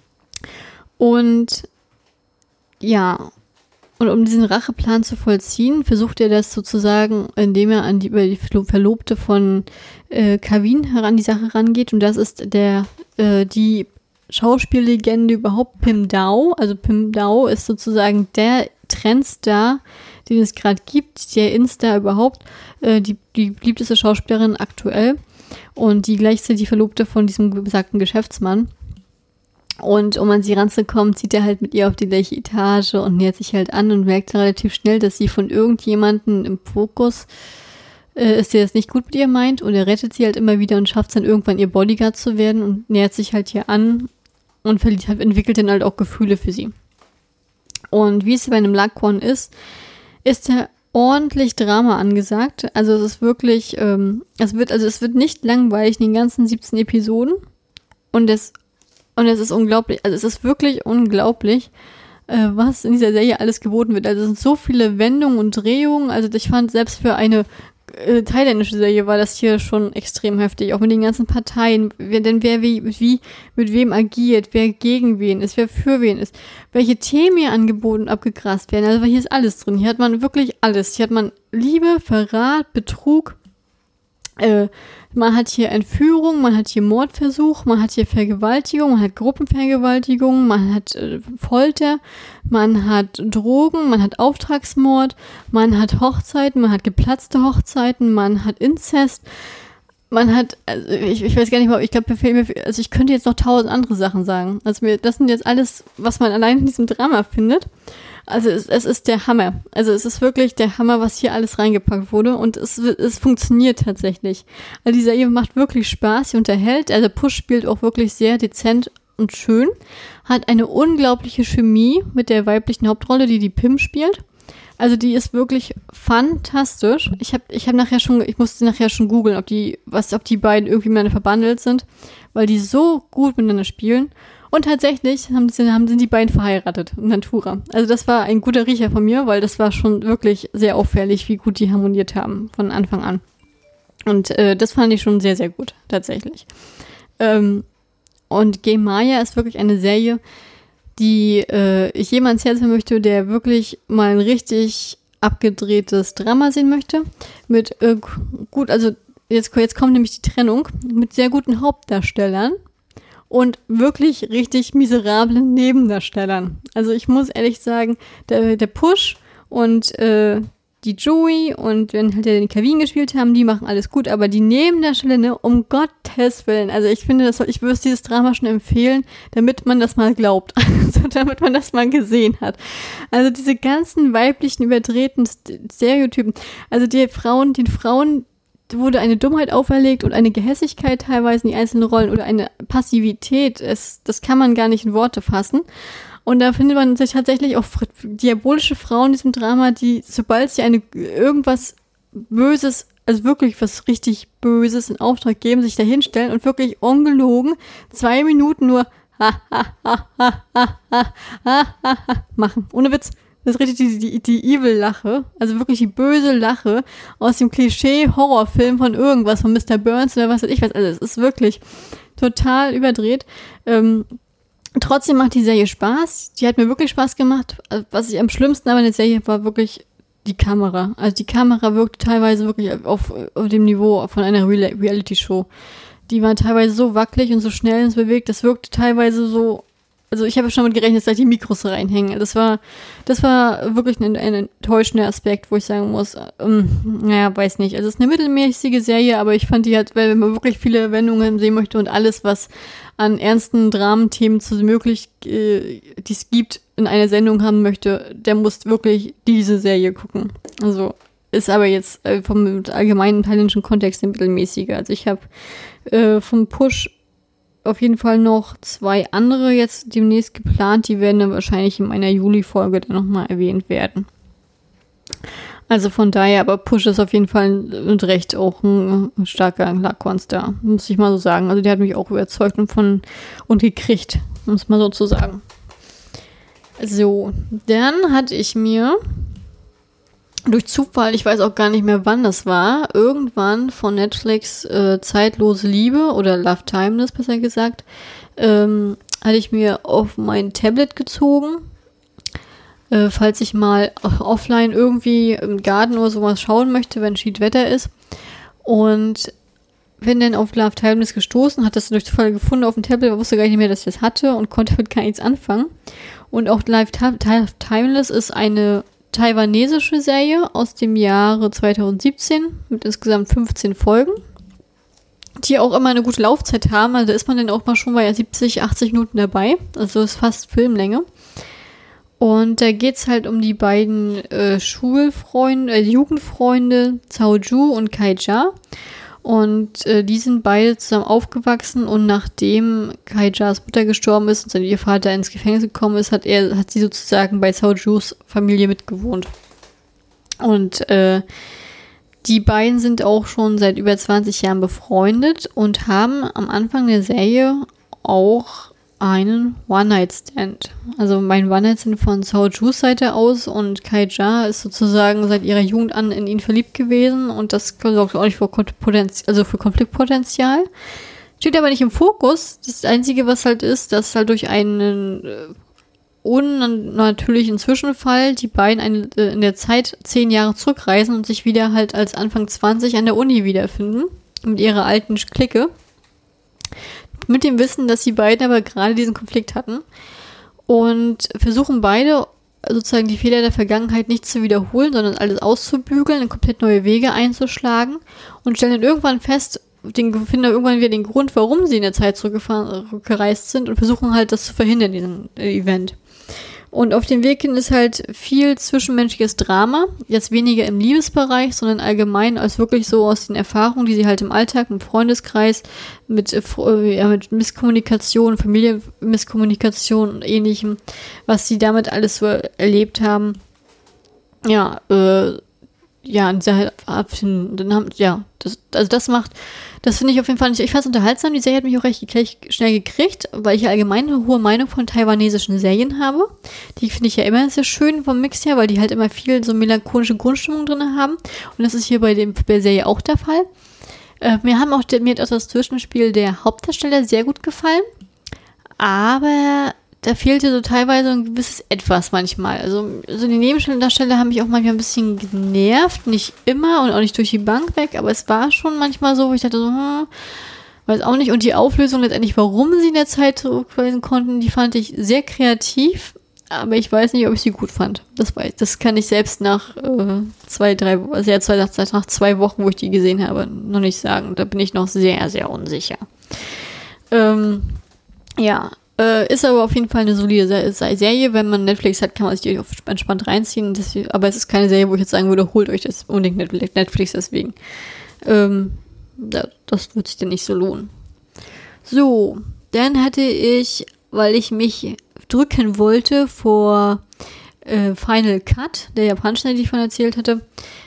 Und ja, und um diesen Racheplan zu vollziehen, versucht er das sozusagen, indem er an die, über die Verlobte von äh, Kavin heran die Sache rangeht. Und das ist der äh, die Schauspiellegende überhaupt, Pim Dao. Also Pim Dao ist sozusagen der Trendstar, den es gerade gibt, der Insta überhaupt, äh, die, die beliebteste Schauspielerin aktuell und die gleichzeitig die Verlobte von diesem besagten Geschäftsmann. Und um an sie ranzukommen, zieht er halt mit ihr auf die gleiche Etage und nähert sich halt an und merkt relativ schnell, dass sie von irgendjemandem im Fokus äh, ist, der es nicht gut mit ihr meint, und er rettet sie halt immer wieder und schafft es dann irgendwann, ihr Bodyguard zu werden und nähert sich halt hier an und verliebt, entwickelt dann halt auch Gefühle für sie. Und wie es bei einem Lagkorn ist, ist da ordentlich Drama angesagt. Also es ist wirklich, ähm, es wird, also es wird nicht langweilig in den ganzen siebzehn Episoden. Und es, und es ist unglaublich, also es ist wirklich unglaublich, äh, was in dieser Serie alles geboten wird. Also es sind so viele Wendungen und Drehungen. Also ich fand, selbst für eine äh, thailändische Serie war das hier schon extrem heftig, auch mit den ganzen Parteien, wer, denn wer wie, wie mit wem agiert, wer gegen wen ist, wer für wen ist, welche Themen hier angeboten und abgegrast werden. Also hier ist alles drin. Hier hat man wirklich alles. Hier hat man Liebe, Verrat, Betrug, äh, man hat hier Entführung, man hat hier Mordversuch, man hat hier Vergewaltigung, man hat Gruppenvergewaltigung, man hat äh, Folter, man hat Drogen, man hat Auftragsmord, man hat Hochzeiten, man hat geplatzte Hochzeiten, man hat Inzest, man hat, also ich, ich weiß gar nicht, ich glaube, also ich könnte jetzt noch tausend andere Sachen sagen. Also mir, das sind jetzt alles, was man allein in diesem Drama findet. Also es, es ist der Hammer. Also es ist wirklich der Hammer, was hier alles reingepackt wurde, und es, es funktioniert tatsächlich. Also die Serie macht wirklich Spaß, sie unterhält. Also Push spielt auch wirklich sehr dezent und schön, hat eine unglaubliche Chemie mit der weiblichen Hauptrolle, die die Pim spielt. Also die ist wirklich fantastisch. Ich habe ich hab nachher schon, ich musste nachher schon googeln, ob die, was, ob die beiden irgendwie miteinander verbandelt sind, weil die so gut miteinander spielen. Und tatsächlich haben, haben, sind die beiden verheiratet in Natura. Also das war ein guter Riecher von mir, weil das war schon wirklich sehr auffällig, wie gut die harmoniert haben von Anfang an. Und äh, das fand ich schon sehr, sehr gut, tatsächlich. Ähm, und Game Maya ist wirklich eine Serie, die äh, ich jemandem ans Herz legen möchte, der wirklich mal ein richtig abgedrehtes Drama sehen möchte. Mit äh, gut, also jetzt, jetzt kommt nämlich die Trennung, mit sehr guten Hauptdarstellern und wirklich richtig miserablen Nebendarstellern. Also ich muss ehrlich sagen, der, der Push und äh, die Joey und wenn halt den Kavin gespielt haben, die machen alles gut, aber die Nebendarsteller, ne, um Gottes Willen, also ich finde, das, ich würde dieses Drama schon empfehlen, damit man das mal glaubt, also damit man das mal gesehen hat. Also diese ganzen weiblichen überdrehten Stereotypen, also die Frauen, den Frauen wurde eine Dummheit auferlegt und eine Gehässigkeit teilweise in die einzelnen Rollen oder eine Passivität, es, das kann man gar nicht in Worte fassen. Und da findet man sich tatsächlich auch diabolische Frauen in diesem Drama, die, sobald sie eine irgendwas Böses, also wirklich was richtig Böses in Auftrag geben, sich da hinstellen und wirklich ungelogen zwei Minuten nur ha, ha, ha, ha, ha, ha, ha, ha, machen. Ohne Witz. Das ist richtig die, die, die Evil-Lache, also wirklich die böse Lache aus dem Klischee-Horrorfilm von irgendwas, von Mister Burns oder was weiß ich was. Also es ist wirklich total überdreht. Ähm, trotzdem macht die Serie Spaß. Die hat mir wirklich Spaß gemacht. Was ich am schlimmsten aber in der Serie war wirklich die Kamera. Also die Kamera wirkte teilweise wirklich auf, auf dem Niveau von einer Real- Reality-Show. Die war teilweise so wackelig und so schnell und so bewegt. Das wirkte teilweise so. Also ich habe schon damit gerechnet, dass da die Mikros reinhängen. Das war, das war wirklich ein, ein enttäuschender Aspekt, wo ich sagen muss, ähm, naja, weiß nicht. Also es ist eine mittelmäßige Serie, aber ich fand die halt, wenn man wirklich viele Wendungen sehen möchte und alles, was an ernsten Dramenthemen zu möglich, äh, die es gibt, in einer Sendung haben möchte, der muss wirklich diese Serie gucken. Also ist aber jetzt äh, vom allgemeinen thailändischen Kontext ein mittelmäßiger. Also ich habe äh, vom Push auf jeden Fall noch zwei andere jetzt demnächst geplant. Die werden dann wahrscheinlich in meiner Juli-Folge dann nochmal erwähnt werden. Also von daher, aber Push ist auf jeden Fall mit Recht auch ein, ein starker Lackonstar, muss ich mal so sagen. Also der hat mich auch überzeugt und von und gekriegt, um es mal so zu sagen. So, dann hatte ich mir durch Zufall, ich weiß auch gar nicht mehr, wann das war, irgendwann von Netflix äh, Zeitlose Liebe oder Love Timeless, besser gesagt, ähm, hatte ich mir auf mein Tablet gezogen, äh, falls ich mal offline irgendwie im Garten oder sowas schauen möchte, wenn Schiedwetter ist. Und bin dann auf Love Timeless gestoßen, hat das durch Zufall gefunden auf dem Tablet, aber wusste gar nicht mehr, dass ich das hatte und konnte damit gar nichts anfangen. Und auch Love Timeless ist eine taiwanesische Serie aus dem Jahre zweitausendsiebzehn mit insgesamt fünfzehn Folgen, die auch immer eine gute Laufzeit haben. Also da ist man dann auch mal schon bei siebzig, achtzig Minuten dabei. Also ist fast Filmlänge. Und da geht es halt um die beiden äh, Schulfreunde, äh, Jugendfreunde Zhao Ju und Kai Jia. Und äh, die sind beide zusammen aufgewachsen und nachdem Kai Jias Mutter gestorben ist und sein ihr Vater ins Gefängnis gekommen ist, hat er, hat sie sozusagen bei Zhao Jus Familie mitgewohnt. Und äh, die beiden sind auch schon seit über zwanzig Jahren befreundet und haben am Anfang der Serie auch einen One-Night-Stand. Also mein One-Night-Stand von Zhao Jus Seite aus und Kai Jia ist sozusagen seit ihrer Jugend an in ihn verliebt gewesen und das sorgt auch nicht für, Potenzial, also für Konfliktpotenzial. Steht aber nicht im Fokus. Das Einzige, was halt ist, dass halt durch einen äh, unnatürlichen Zwischenfall die beiden eine, äh, in der Zeit zehn Jahre zurückreisen und sich wieder halt als Anfang zwanzig an der Uni wiederfinden mit ihrer alten Clique. Mit dem Wissen, dass sie beiden aber gerade diesen Konflikt hatten und versuchen beide sozusagen die Fehler der Vergangenheit nicht zu wiederholen, sondern alles auszubügeln, und komplett neue Wege einzuschlagen und stellen dann irgendwann fest, den, finden dann irgendwann wieder den Grund, warum sie in der Zeit zurückgereist sind und versuchen halt das zu verhindern, diesen äh, Event. Und auf dem Weg hin ist halt viel zwischenmenschliches Drama, jetzt weniger im Liebesbereich, sondern allgemein als wirklich so aus den Erfahrungen, die sie halt im Alltag, im Freundeskreis, mit, äh, ja, mit Misskommunikation, Familienmisskommunikation und ähnlichem, was sie damit alles so erlebt haben, ja, äh, ja, in dieser abfinden. Dann haben, ja, das, also das macht, das finde ich auf jeden Fall nicht, ich fand es unterhaltsam, die Serie hat mich auch recht, recht schnell gekriegt, weil ich allgemein eine hohe Meinung von taiwanesischen Serien habe. Die finde ich ja immer sehr schön vom Mix her, weil die halt immer viel so melancholische Grundstimmung drin haben. Und das ist hier bei, dem, bei der Serie auch der Fall. Äh, mir, haben auch, mir hat auch das Zwischenspiel der Hauptdarsteller sehr gut gefallen. Aber da fehlte so teilweise ein gewisses Etwas manchmal. Also so die Nebendarsteller haben mich auch manchmal ein bisschen genervt. Nicht immer und auch nicht durch die Bank weg, aber es war schon manchmal so, wo ich dachte so, hm, weiß auch nicht. Und die Auflösung letztendlich, warum sie in der Zeit zurückreisen konnten, die fand ich sehr kreativ, aber ich weiß nicht, ob ich sie gut fand. Das weiß, das kann ich selbst nach äh, zwei, drei, also ja, zwei, nach, nach zwei Wochen, wo ich die gesehen habe, noch nicht sagen. Da bin ich noch sehr, sehr unsicher. Ähm, ja, Äh, ist aber auf jeden Fall eine solide Serie. Wenn man Netflix hat, kann man sich die entspannt reinziehen. Das, aber es ist keine Serie, wo ich jetzt sagen würde, holt euch das unbedingt Netflix deswegen. Ähm, das wird sich dann nicht so lohnen. So, dann hatte ich, weil ich mich drücken wollte vor äh, Final Cut, der japanischen, die ich von erzählt hatte,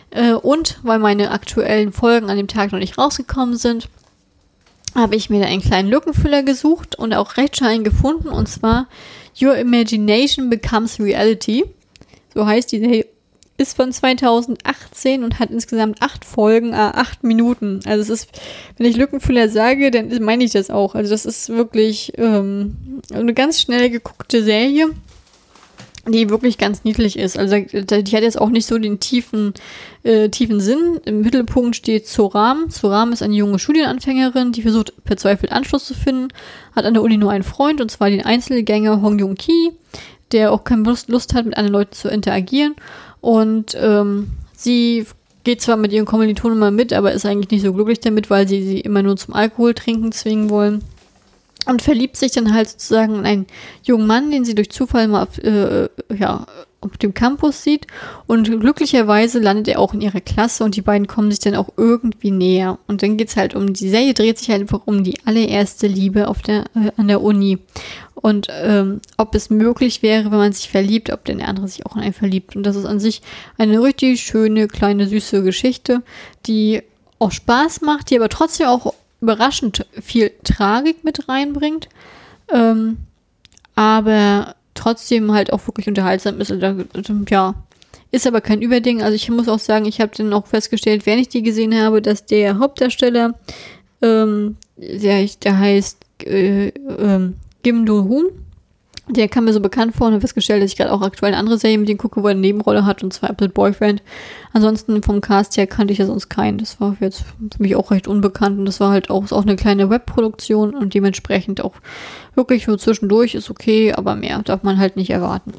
Äh, und weil meine aktuellen Folgen an dem Tag noch nicht rausgekommen sind, habe ich mir da einen kleinen Lückenfüller gesucht und auch recht schnell einen gefunden, und zwar Your Imagination Becomes Reality. So heißt die Serie. Ist von zweitausendachtzehn und hat insgesamt acht Folgen, äh, acht Minuten. Also es ist, wenn ich Lückenfüller sage, dann meine ich das auch. Also das ist wirklich ähm, eine ganz schnell geguckte Serie, die wirklich ganz niedlich ist. Also die hat jetzt auch nicht so den tiefen, äh, tiefen Sinn. Im Mittelpunkt steht Zoram. Zoram ist eine junge Studienanfängerin, die versucht verzweifelt Anschluss zu finden, hat an der Uni nur einen Freund, und zwar den Einzelgänger Hong Joong-ki, der auch keine Lust, Lust hat, mit anderen Leuten zu interagieren. Und ähm, sie geht zwar mit ihren Kommilitonen mal mit, aber ist eigentlich nicht so glücklich damit, weil sie sie immer nur zum Alkohol trinken zwingen wollen. Und verliebt sich dann halt sozusagen in einen jungen Mann, den sie durch Zufall mal auf, äh, ja, auf dem Campus sieht. Und glücklicherweise landet er auch in ihrer Klasse und die beiden kommen sich dann auch irgendwie näher. Und dann geht's halt um, die Serie dreht sich halt einfach um die allererste Liebe auf der, äh, an der Uni. Und ähm, ob es möglich wäre, wenn man sich verliebt, ob denn der andere sich auch in einen verliebt. Und das ist an sich eine richtig schöne, kleine, süße Geschichte, die auch Spaß macht, die aber trotzdem auch überraschend viel Tragik mit reinbringt, ähm, aber trotzdem halt auch wirklich unterhaltsam ist. Also, ja, ist aber kein Überding. Also ich muss auch sagen, ich habe dann auch festgestellt, während ich die gesehen habe, dass der Hauptdarsteller, ähm, der, der heißt äh, äh, Kim Do-hoon, der kam mir so bekannt vor und habe festgestellt, dass ich gerade auch aktuell eine andere Serie mit ihm gucke, wo er eine Nebenrolle hat, und zwar Absolute Boyfriend. Ansonsten vom Cast her kannte ich ja sonst keinen. Das war jetzt für mich auch recht unbekannt, und das war halt auch, ist auch eine kleine Webproduktion und dementsprechend auch wirklich so zwischendurch ist okay, aber mehr darf man halt nicht erwarten.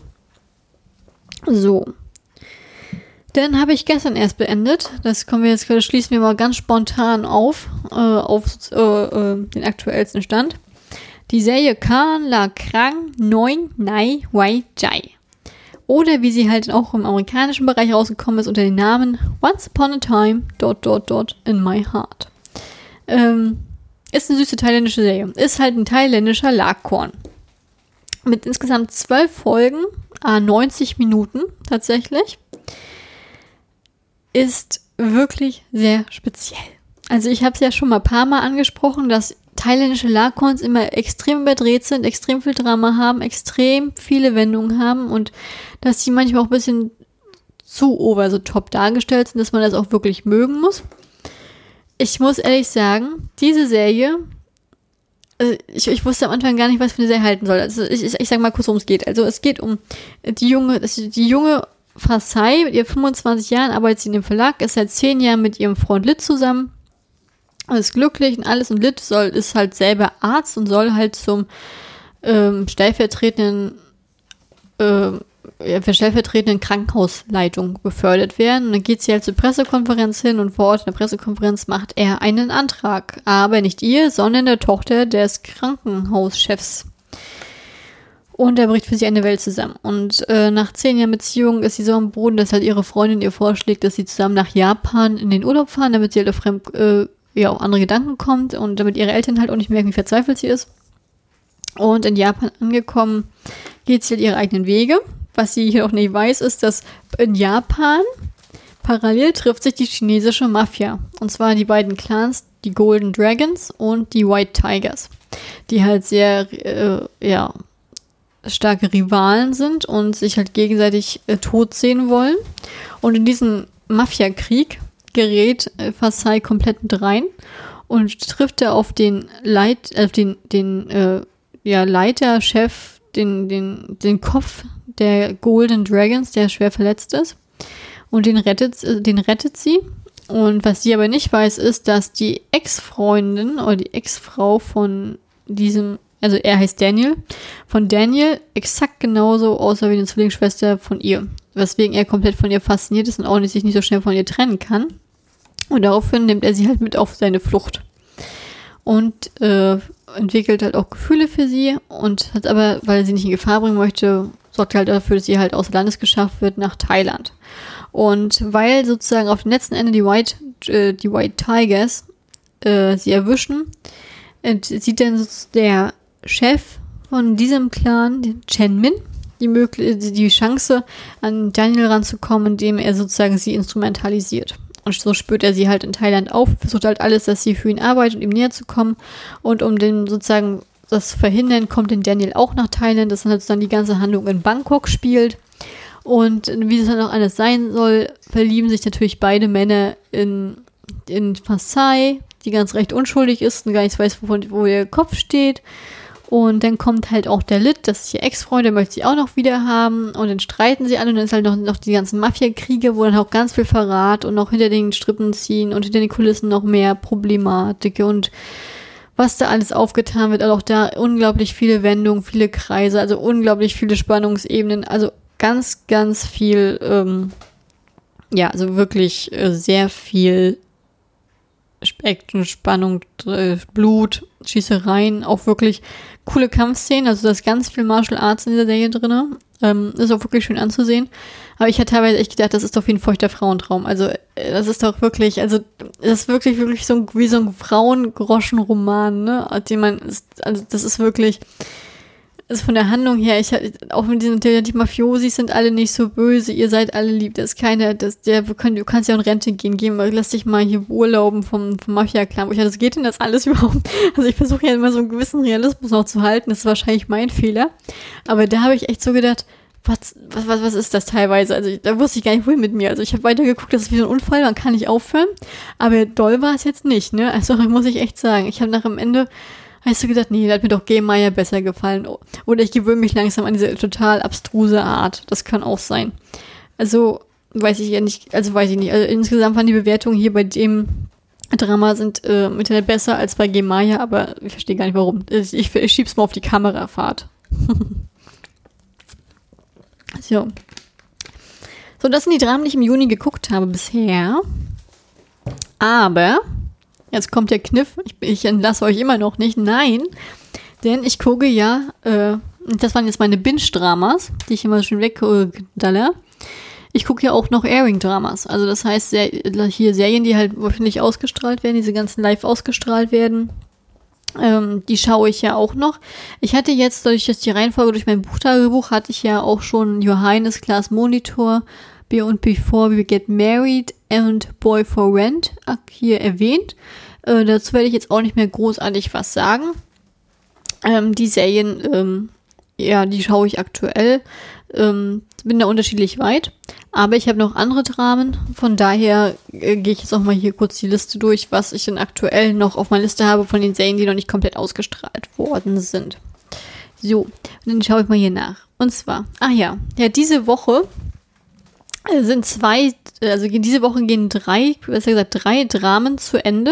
So. Dann habe ich gestern erst beendet. Das kommen wir jetzt, das schließen wir mal ganz spontan auf, äh, auf äh, äh, den aktuellsten Stand. Die Serie Kan La Krang Noin Nai Wai Jai. Oder wie sie halt auch im amerikanischen Bereich rausgekommen ist, unter dem Namen Once Upon a Time, dot, dot, dot, in my heart. Ähm, ist eine süße thailändische Serie. Ist halt ein thailändischer Lakkorn. Mit insgesamt zwölf Folgen, ah, neunzig Minuten tatsächlich. Ist wirklich sehr speziell. Also ich habe es ja schon mal ein paar Mal angesprochen, dass thailändische Lakons immer extrem überdreht sind, extrem viel Drama haben, extrem viele Wendungen haben und dass sie manchmal auch ein bisschen zu over the top dargestellt sind, dass man das auch wirklich mögen muss. Ich muss ehrlich sagen, diese Serie, also ich, ich wusste am Anfang gar nicht, was für eine Serie halten soll. Also ich, ich, ich sag mal kurz, worum es geht. Also es geht um die junge, die junge Fasai, mit ihren fünfundzwanzig Jahren arbeitet sie in dem Verlag, ist seit zehn Jahren mit ihrem Freund Lit zusammen. Ist glücklich und alles, und Lit soll, ist halt selber Arzt und soll halt zum ähm, stellvertretenden äh, für stellvertretenden Krankenhausleitung befördert werden. Und dann geht sie halt zur Pressekonferenz hin und vor Ort in der Pressekonferenz macht er einen Antrag. Aber nicht ihr, sondern der Tochter des Krankenhauschefs. Und er bricht für sie eine Welt zusammen. Und äh, nach zehn Jahren Beziehung ist sie so am Boden, dass halt ihre Freundin ihr vorschlägt, dass sie zusammen nach Japan in den Urlaub fahren, damit sie halt auf fremd, äh, ja, auf andere Gedanken kommt und damit ihre Eltern halt auch nicht merken, wie verzweifelt sie ist. Und in Japan angekommen, geht sie halt ihre eigenen Wege. Was sie hier auch nicht weiß, ist, dass in Japan parallel trifft sich die chinesische Mafia. Und zwar die beiden Clans, die Golden Dragons und die White Tigers, die halt sehr, äh, ja, starke Rivalen sind und sich halt gegenseitig äh, tot sehen wollen. Und in diesen Mafia-Krieg gerät äh, Fasai komplett mit rein und trifft er auf den Leit, äh, den, den äh, ja, Leiter, Chef, den, den, den Kopf der Golden Dragons, der schwer verletzt ist. Und den rettet, äh, den rettet sie. Und was sie aber nicht weiß, ist, dass die Ex-Freundin oder die Ex-Frau von diesem, also er heißt Daniel, von Daniel exakt genauso aussah wie eine Zwillingsschwester von ihr. Weswegen er komplett von ihr fasziniert ist und auch nicht, sich nicht so schnell von ihr trennen kann. Und daraufhin nimmt er sie halt mit auf seine Flucht. Und äh, entwickelt halt auch Gefühle für sie und hat aber, weil er sie nicht in Gefahr bringen möchte, sorgt halt dafür, dass sie halt außer Landes geschafft wird nach Thailand. Und weil sozusagen auf dem letzten Ende die White, äh, die White Tigers äh, sie erwischen, sieht dann der Chef von diesem Clan, den Chen Min, die, Möglich- die Chance, an Daniel ranzukommen, indem er sozusagen sie instrumentalisiert. Und so spürt er sie halt in Thailand auf, versucht halt alles, dass sie für ihn arbeitet, um ihm näher zu kommen. Und um den sozusagen das zu verhindern, kommt den Daniel auch nach Thailand, dass dann halt dann die ganze Handlung in Bangkok spielt. Und wie es dann auch alles sein soll, verlieben sich natürlich beide Männer in, in Masai, die ganz recht unschuldig ist und gar nicht weiß, wo, wo ihr Kopf steht. Und dann kommt halt auch der Lit, das ist ihr Ex-Freund, der möchte sie auch noch wieder haben. Und dann streiten sie alle und dann ist halt noch, noch die ganzen Mafia-Kriege, wo dann auch ganz viel Verrat und noch hinter den Strippen ziehen und hinter den Kulissen noch mehr Problematik und was da alles aufgetan wird. Also auch da unglaublich viele Wendungen, viele Kreise, also unglaublich viele Spannungsebenen. Also ganz, ganz viel, ähm, ja, also wirklich äh, sehr viel Action, Spannung, äh, Blut, Schießereien, auch wirklich coole Kampfszenen, also da ist ganz viel Martial Arts in dieser Serie drin, ähm, ist auch wirklich schön anzusehen, aber ich hatte teilweise echt gedacht, das ist doch wie ein feuchter Frauentraum, also äh, das ist doch wirklich, also das ist wirklich, wirklich so ein, wie so ein Frauengroschen-Roman, ne, den man, also das ist wirklich, ist von der Handlung her, ich auch mit diesen, die Mafiosis sind alle nicht so böse, ihr seid alle lieb, das ist keine, das, der, du kannst ja in Rente gehen, gehen, lass dich mal hier urlauben vom, vom Mafia-Clan, wo ich dachte, das geht denn das alles überhaupt? Also ich versuche ja immer so einen gewissen Realismus noch zu halten, das ist wahrscheinlich mein Fehler, aber da habe ich echt so gedacht, was, was, was, was ist das teilweise? Also da wusste ich gar nicht, wohin mit mir, also ich habe weitergeguckt, das ist wie so ein Unfall, man kann nicht aufhören, aber doll war es jetzt nicht, ne, also muss ich echt sagen, ich habe nach am Ende hast du gedacht, nee, da hat mir doch Game Meyer besser gefallen. Oder ich gewöhne mich langsam an diese total abstruse Art. Das kann auch sein. Also, weiß ich ja nicht, also weiß ich nicht. Also insgesamt waren die Bewertungen hier bei dem Drama sind äh, im Internet besser als bei Game Meyer, aber ich verstehe gar nicht warum. Ich, ich, ich schieb's mal auf die Kamerafahrt. so. So, das sind die Dramen, die ich im Juni geguckt habe bisher. Aber jetzt kommt der Kniff, ich, ich entlasse euch immer noch nicht, nein, denn ich gucke ja, äh, das waren jetzt meine Binge-Dramas, die ich immer schon wegdalle. Ich gucke ja auch noch Airing-Dramas, also das heißt sehr, hier Serien, die halt öffentlich ausgestrahlt werden, diese ganzen live ausgestrahlt werden, ähm, die schaue ich ja auch noch. Ich hatte jetzt, durch dass die Reihenfolge durch mein Buchtagebuch, hatte ich ja auch schon Johannes Class Monitor, Be und Before We Get Married and Boy for Rent hier erwähnt. Äh, dazu werde ich jetzt auch nicht mehr großartig was sagen. Ähm, die Serien, ähm, ja, die schaue ich aktuell. Ähm, bin da unterschiedlich weit. Aber ich habe noch andere Dramen. Von daher äh, gehe ich jetzt auch mal hier kurz die Liste durch, was ich denn aktuell noch auf meiner Liste habe von den Serien, die noch nicht komplett ausgestrahlt worden sind. So, und dann schaue ich mal hier nach. Und zwar, ach ja, ja, diese Woche sind zwei, also diese Woche gehen drei, besser gesagt drei Dramen zu Ende.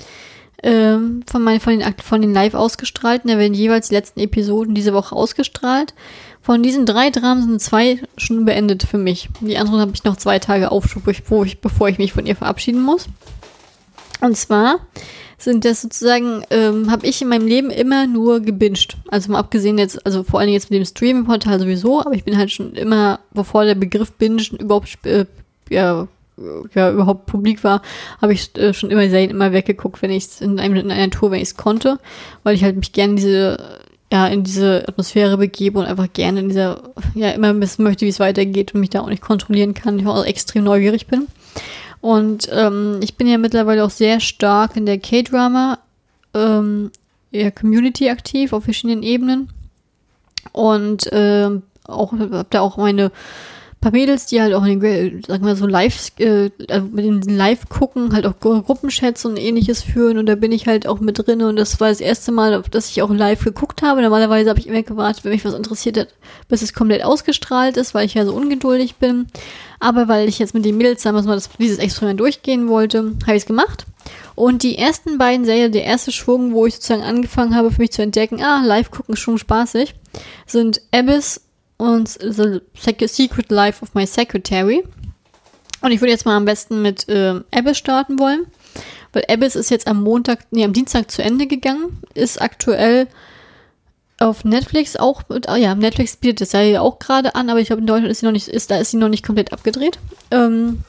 Ähm, von, meinen, von, den, von den live ausgestrahlten, da werden jeweils die letzten Episoden diese Woche ausgestrahlt. Von diesen drei Dramen sind zwei schon beendet für mich. Die anderen habe ich noch zwei Tage Aufschub, bevor ich, bevor ich mich von ihr verabschieden muss. Und zwar sind das sozusagen, ähm, habe ich in meinem Leben immer nur gebinged. Also mal abgesehen jetzt, also vor allem jetzt mit dem Streaming-Portal sowieso, aber ich bin halt schon immer, bevor der Begriff Bingen überhaupt, äh, ja, ja, überhaupt publik war, habe ich äh, schon immer Serien immer weggeguckt, wenn ich es in, einem, in einer Tour, wenn ich es konnte, weil ich halt mich gerne diese, ja, in diese Atmosphäre begebe und einfach gerne in dieser, ja, immer wissen möchte, wie es weitergeht und mich da auch nicht kontrollieren kann, ich auch extrem neugierig bin. Und ähm, ich bin ja mittlerweile auch sehr stark in der K-Drama ähm, ja, Community aktiv auf verschiedenen Ebenen und ähm, auch habe da auch meine paar Mädels, die halt auch in den, sagen wir so live, äh, mit den live gucken, halt auch Gruppenchats und ähnliches führen und da bin ich halt auch mit drin und das war das erste Mal, dass ich auch live geguckt habe. Normalerweise habe ich immer gewartet, wenn mich was interessiert hat, bis es komplett ausgestrahlt ist, weil ich ja so ungeduldig bin. Aber weil ich jetzt mit den Mädels damals mal das, dieses Experiment durchgehen wollte, habe ich es gemacht. Und die ersten beiden Serien, der erste Schwung, wo ich sozusagen angefangen habe, für mich zu entdecken, ah, live gucken ist schon spaßig, sind Abyss und The Secret Life of My Secretary. Und ich würde jetzt mal am besten mit äh, Abyss starten wollen, weil Abyss ist jetzt am Montag, nee, am Dienstag zu Ende gegangen, ist aktuell auf Netflix auch, oh ja, Netflix bietet das ja auch gerade an, aber ich glaube in Deutschland ist sie noch nicht, ist, da ist sie noch nicht komplett abgedreht. Ähm,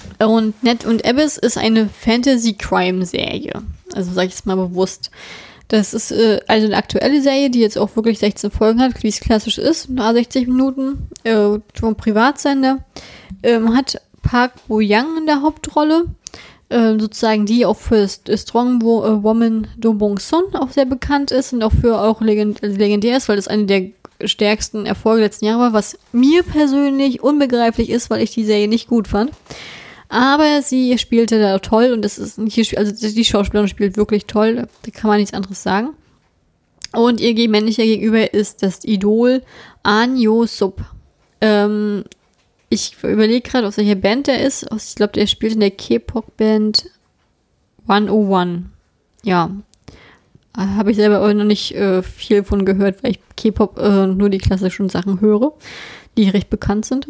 und Net und Abyss ist eine Fantasy-Crime-Serie. Also sage ich es mal bewusst. Das ist äh, also eine aktuelle Serie, die jetzt auch wirklich sechzehn Folgen hat, wie es klassisch ist, nur sechzig Minuten, äh, vom Privatsender. Ähm, hat Park Bo-young in der Hauptrolle, äh, sozusagen die auch für Strong Wo- äh, Woman Do Bong-sun auch sehr bekannt ist und auch für auch legend- legendär ist, weil das eine der stärksten Erfolge letzten Jahre war, was mir persönlich unbegreiflich ist, weil ich die Serie nicht gut fand. Aber sie spielte da toll und das ist hier, also die Schauspielerin spielt wirklich toll, da kann man nichts anderes sagen. Und ihr männlicher Gegenüber ist das Idol An Yo-sup. Ähm, ich überlege gerade, aus welcher Band der ist. Ich glaube, der spielt in der K-Pop-Band hundertundeins. Ja, habe ich selber auch noch nicht äh, viel von gehört, weil ich K-Pop äh, nur die klassischen Sachen höre, die recht bekannt sind.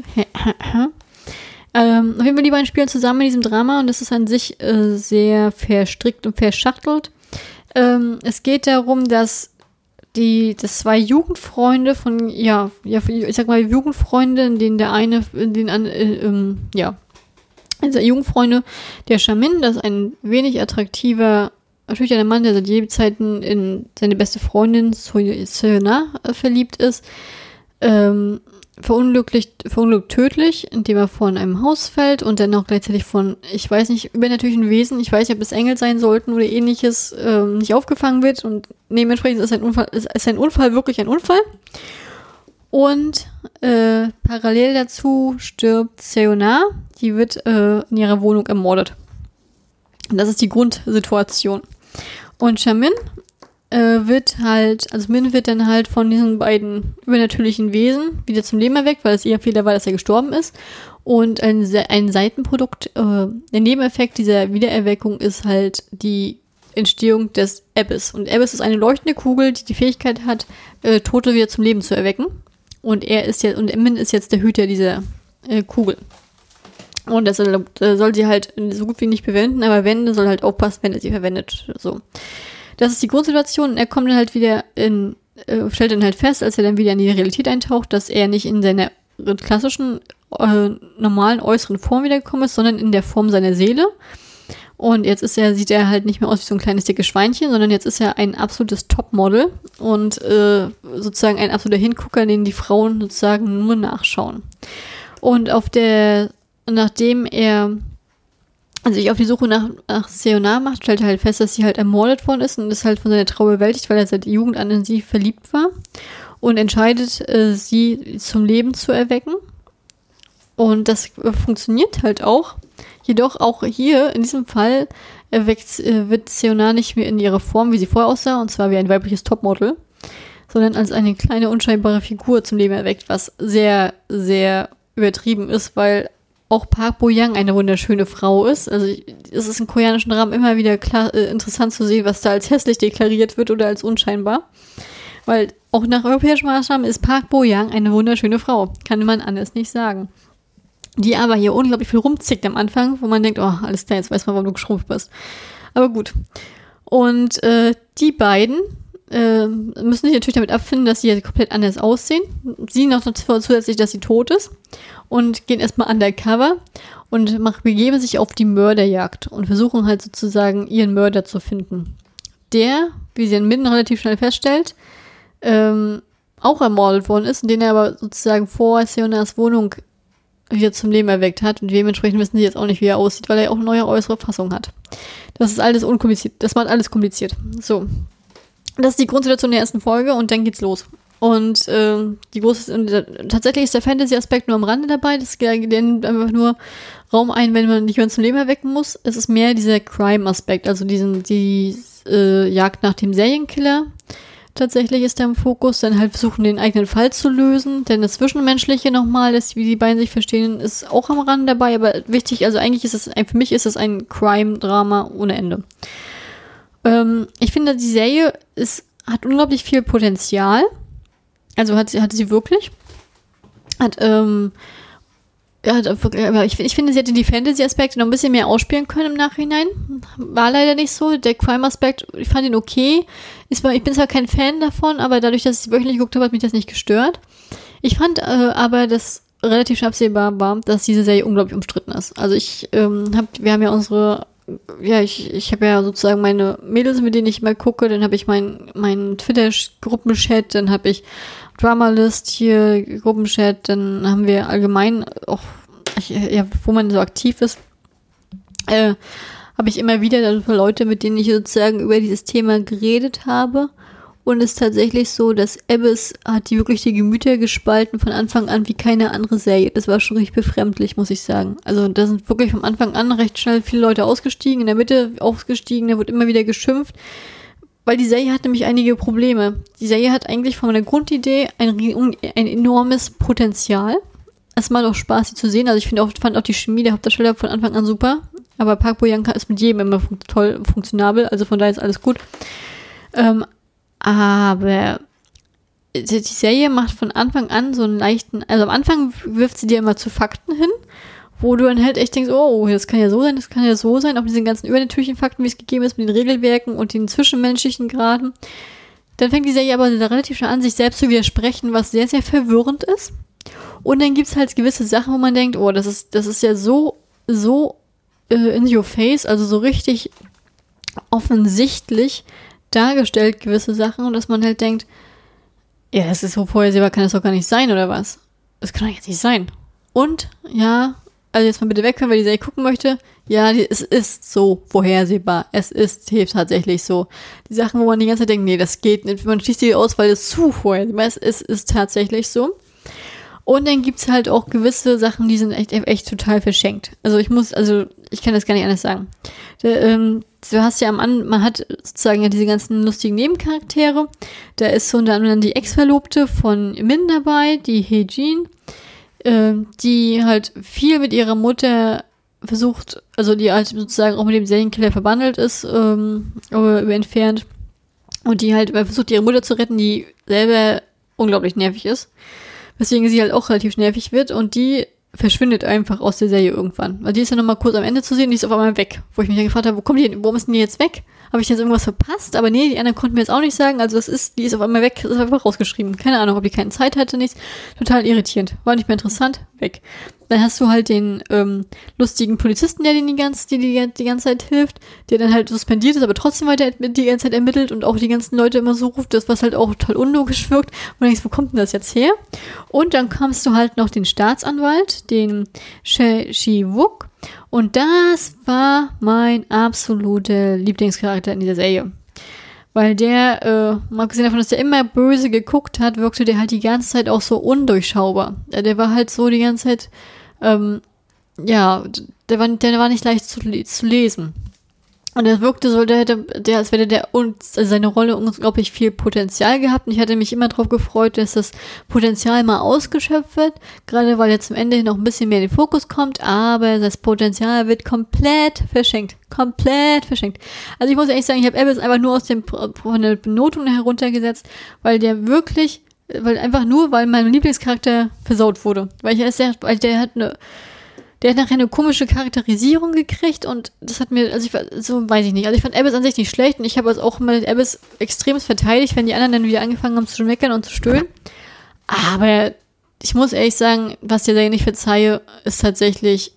Ähm, auf jeden Fall die beiden spielen zusammen in diesem Drama und das ist an sich äh, sehr verstrickt und verschachtelt. Ähm, es geht darum, dass die dass zwei Jugendfreunde von, ja, ja, ich sag mal Jugendfreunde, in denen der eine, in den an, äh, ähm, ja, also Jugendfreunde, der Chamin, das ist ein wenig attraktiver, schüchterner Mann, der seit Lebzeiten in seine beste Freundin Soyeona äh, verliebt ist, ähm, verunglückt, verunglückt tödlich, indem er von einem Haus fällt und dann auch gleichzeitig von, ich weiß nicht, übernatürlichen Wesen, ich weiß nicht, ob es Engel sein sollten oder ähnliches, ähm, nicht aufgefangen wird und dementsprechend ist ein Unfall, ist, ist ein Unfall wirklich ein Unfall. Und äh, parallel dazu stirbt Seona, die wird äh, in ihrer Wohnung ermordet. Und das ist die Grundsituation. Und Chamin äh, wird halt, also Min wird dann halt von diesen beiden übernatürlichen Wesen wieder zum Leben erweckt, weil es ihr Fehler war, dass er gestorben ist. Und ein, ein Seitenprodukt, äh, der Nebeneffekt dieser Wiedererweckung ist halt die Entstehung des Abyss. Und Abyss ist eine leuchtende Kugel, die die Fähigkeit hat, äh, Tote wieder zum Leben zu erwecken. Und er ist jetzt, und Min ist jetzt der Hüter dieser äh, Kugel. Und das soll, äh, soll sie halt so gut wie nicht verwenden, aber wenn, soll halt aufpassen, wenn er sie verwendet. So. Das ist die Grundsituation und er kommt dann halt wieder in, äh, stellt dann halt fest, als er dann wieder in die Realität eintaucht, dass er nicht in seiner klassischen, äh, normalen äußeren Form wiedergekommen ist, sondern in der Form seiner Seele. Und jetzt ist er, sieht er halt nicht mehr aus wie so ein kleines dickes Schweinchen, sondern jetzt ist er ein absolutes Topmodel und äh, sozusagen ein absoluter Hingucker, den die Frauen sozusagen nur nachschauen. Und auf der, nachdem er also sich auf die Suche nach, nach Seona macht, stellt er halt fest, dass sie halt ermordet worden ist und ist halt von seiner Trauer bewältigt, weil er seit Jugend an in sie verliebt war und entscheidet, äh, sie zum Leben zu erwecken. Und das äh, funktioniert halt auch. Jedoch auch hier, in diesem Fall, erweckt, äh, wird Seona nicht mehr in ihrer Form, wie sie vorher aussah, und zwar wie ein weibliches Topmodel, sondern als eine kleine, unscheinbare Figur zum Leben erweckt, was sehr, sehr übertrieben ist, weil auch Park Bo-young eine wunderschöne Frau ist. Also es ist in koreanischen Dramen immer wieder klar, äh, interessant zu sehen, was da als hässlich deklariert wird oder als unscheinbar. Weil auch nach europäischen Maßstaben ist Park Bo-young eine wunderschöne Frau. Kann man anders nicht sagen. Die aber hier unglaublich viel rumzickt am Anfang, wo man denkt, oh, alles klar, jetzt weiß man, warum du geschrumpft bist. Aber gut. Und äh, die beiden äh, müssen sich natürlich damit abfinden, dass sie ja komplett anders aussehen. Sie noch zusätzlich, dass sie tot ist. Und gehen erstmal undercover und mach, begeben sich auf die Mörderjagd und versuchen halt sozusagen ihren Mörder zu finden. Der, wie sie in Minden relativ schnell feststellt, ähm, auch ermordet worden ist, den er aber sozusagen vor Seonas Wohnung wieder zum Leben erweckt hat und dementsprechend wissen sie jetzt auch nicht, wie er aussieht, weil er ja auch eine neue äußere Fassung hat. Das ist alles unkompliziert, das macht alles kompliziert. So, das ist die Grundsituation der ersten Folge und dann geht's los. Und äh, die große, und, äh, tatsächlich ist der Fantasy-Aspekt nur am Rande dabei. Das nimmt einfach nur Raum ein, wenn man nicht mehr zum Leben erwecken muss. Es ist mehr dieser Crime-Aspekt, also diesen die äh, Jagd nach dem Serienkiller. Tatsächlich ist der im Fokus, dann halt versuchen, den eigenen Fall zu lösen. Denn das Zwischenmenschliche nochmal, das, wie die beiden sich verstehen, ist auch am Rande dabei. Aber wichtig, also eigentlich ist es, für mich ist es ein Crime-Drama ohne Ende. Ähm, ich finde, die Serie ist, hat unglaublich viel Potenzial. Also hat sie, hatte sie wirklich. Hat, ähm, ja, aber ich, ich finde, sie hätte die Fantasy-Aspekte noch ein bisschen mehr ausspielen können im Nachhinein. War leider nicht so. Der Crime-Aspekt, ich fand ihn okay. Ist, ich bin zwar kein Fan davon, aber dadurch, dass ich es wöchentlich geguckt habe, hat mich das nicht gestört. Ich fand äh, aber, dass relativ absehbar war, dass diese Serie unglaublich umstritten ist. Also ich ähm, hab, wir haben ja unsere ja, ich, ich habe ja sozusagen meine Mädels, mit denen ich mal gucke, dann habe ich meinen mein Twitter-Gruppenchat, dann habe ich Dramalist hier, Gruppenchat, dann haben wir allgemein auch, ich, ja, wo man so aktiv ist, äh, habe ich immer wieder dann Leute, mit denen ich sozusagen über dieses Thema geredet habe. Und es ist tatsächlich so, dass Abyss hat die wirklich die Gemüter gespalten von Anfang an wie keine andere Serie. Das war schon richtig befremdlich, muss ich sagen. Also da sind wirklich von Anfang an recht schnell viele Leute ausgestiegen, in der Mitte ausgestiegen, da wird immer wieder geschimpft. Weil die Serie hat nämlich einige Probleme. Die Serie hat eigentlich von der Grundidee ein, ein enormes Potenzial. Es macht auch Spaß, sie zu sehen. Also ich finde auch, fand auch die Chemie der Hauptdarsteller von Anfang an super. Aber Park Bo-young ist mit jedem immer fun- toll funktionabel. Also von daher ist alles gut. Ähm, Aber die Serie macht von Anfang an so einen leichten, also am Anfang wirft sie dir immer zu Fakten hin, wo du dann halt echt denkst, oh, das kann ja so sein, das kann ja so sein, auch mit diesen ganzen übernatürlichen Fakten, wie es gegeben ist, mit den Regelwerken und den zwischenmenschlichen Graden. Dann fängt die Serie aber relativ schnell an, sich selbst zu widersprechen, was sehr, sehr verwirrend ist. Und dann gibt es halt gewisse Sachen, wo man denkt, oh, das ist, das ist ja so, so äh, in your face, also so richtig offensichtlich dargestellt, gewisse Sachen, und dass man halt denkt, ja, das ist so vorhersehbar, kann das doch gar nicht sein, oder was? Das kann doch jetzt nicht sein. Und, ja, also jetzt mal bitte weg, wenn wer die Serie gucken möchte, ja, die, es ist so vorhersehbar. Es ist tatsächlich so. Die Sachen, wo man die ganze Zeit denkt, nee, das geht nicht, man schließt die aus, weil es zu vorhersehbar ist, es ist tatsächlich so. Und dann gibt's halt auch gewisse Sachen, die sind echt, echt total verschenkt. Also ich muss, also ich kann das gar nicht anders sagen. Der, ähm, du hast ja am Anfang, man hat sozusagen ja diese ganzen lustigen Nebencharaktere. Da ist so unter anderem die Ex-Verlobte von Min dabei, die Hye-jin, ähm, die halt viel mit ihrer Mutter versucht, also die halt sozusagen auch mit dem Serienkiller verbandelt ist, ähm, über entfernt. Und die halt versucht, ihre Mutter zu retten, die selber unglaublich nervig ist. Weswegen sie halt auch relativ nervig wird, und die verschwindet einfach aus der Serie irgendwann. Weil die ist ja nochmal kurz am Ende zu sehen, die ist auf einmal weg. Wo ich mich dann gefragt habe, wo kommt die denn, warum ist denn die jetzt weg? Habe ich jetzt irgendwas verpasst? Aber nee, die anderen konnten mir jetzt auch nicht sagen. Also das ist, die ist auf einmal weg, ist einfach rausgeschrieben. Keine Ahnung, ob die keine Zeit hatte, nichts. Total irritierend. War nicht mehr interessant, weg. Dann hast du halt den ähm, lustigen Polizisten, der den die ganze, die, die, die ganze Zeit hilft, der dann halt suspendiert ist, aber trotzdem weiter die ganze Zeit ermittelt und auch die ganzen Leute immer so ruft, das was halt auch total unlogisch wirkt. Und du denkst, wo kommt denn das jetzt her? Und dann kamst du halt noch den Staatsanwalt, den Che Shi-wook. Und das war mein absoluter Lieblingscharakter in dieser Serie. Weil der, äh, mal abgesehen davon, dass der immer böse geguckt hat, wirkte der halt die ganze Zeit auch so undurchschaubar. Der war halt so die ganze Zeit, ähm, ja, der war, der war nicht leicht zu, zu lesen. Und er wirkte so, der hätte, der, als wäre der, uns, also seine Rolle unglaublich viel Potenzial gehabt. Und ich hatte mich immer darauf gefreut, dass das Potenzial mal ausgeschöpft wird. Gerade weil jetzt zum Ende hin noch ein bisschen mehr in den Fokus kommt. Aber das Potenzial wird komplett verschenkt. Komplett verschenkt. Also ich muss ehrlich sagen, ich habe Abyss einfach nur aus dem, von der Benotung heruntergesetzt, weil der wirklich, weil einfach nur, weil mein Lieblingscharakter versaut wurde. Weil ich erst sehr, weil der hat eine, Der hat nachher eine komische Charakterisierung gekriegt, und das hat mir, also ich war, so weiß ich nicht. Also ich fand Abyss an sich nicht schlecht, und ich habe also auch immer Abyss extremst verteidigt, wenn die anderen dann wieder angefangen haben zu meckern und zu stöhnen. Aber ich muss ehrlich sagen, was der Serie nicht verzeihe, ist tatsächlich,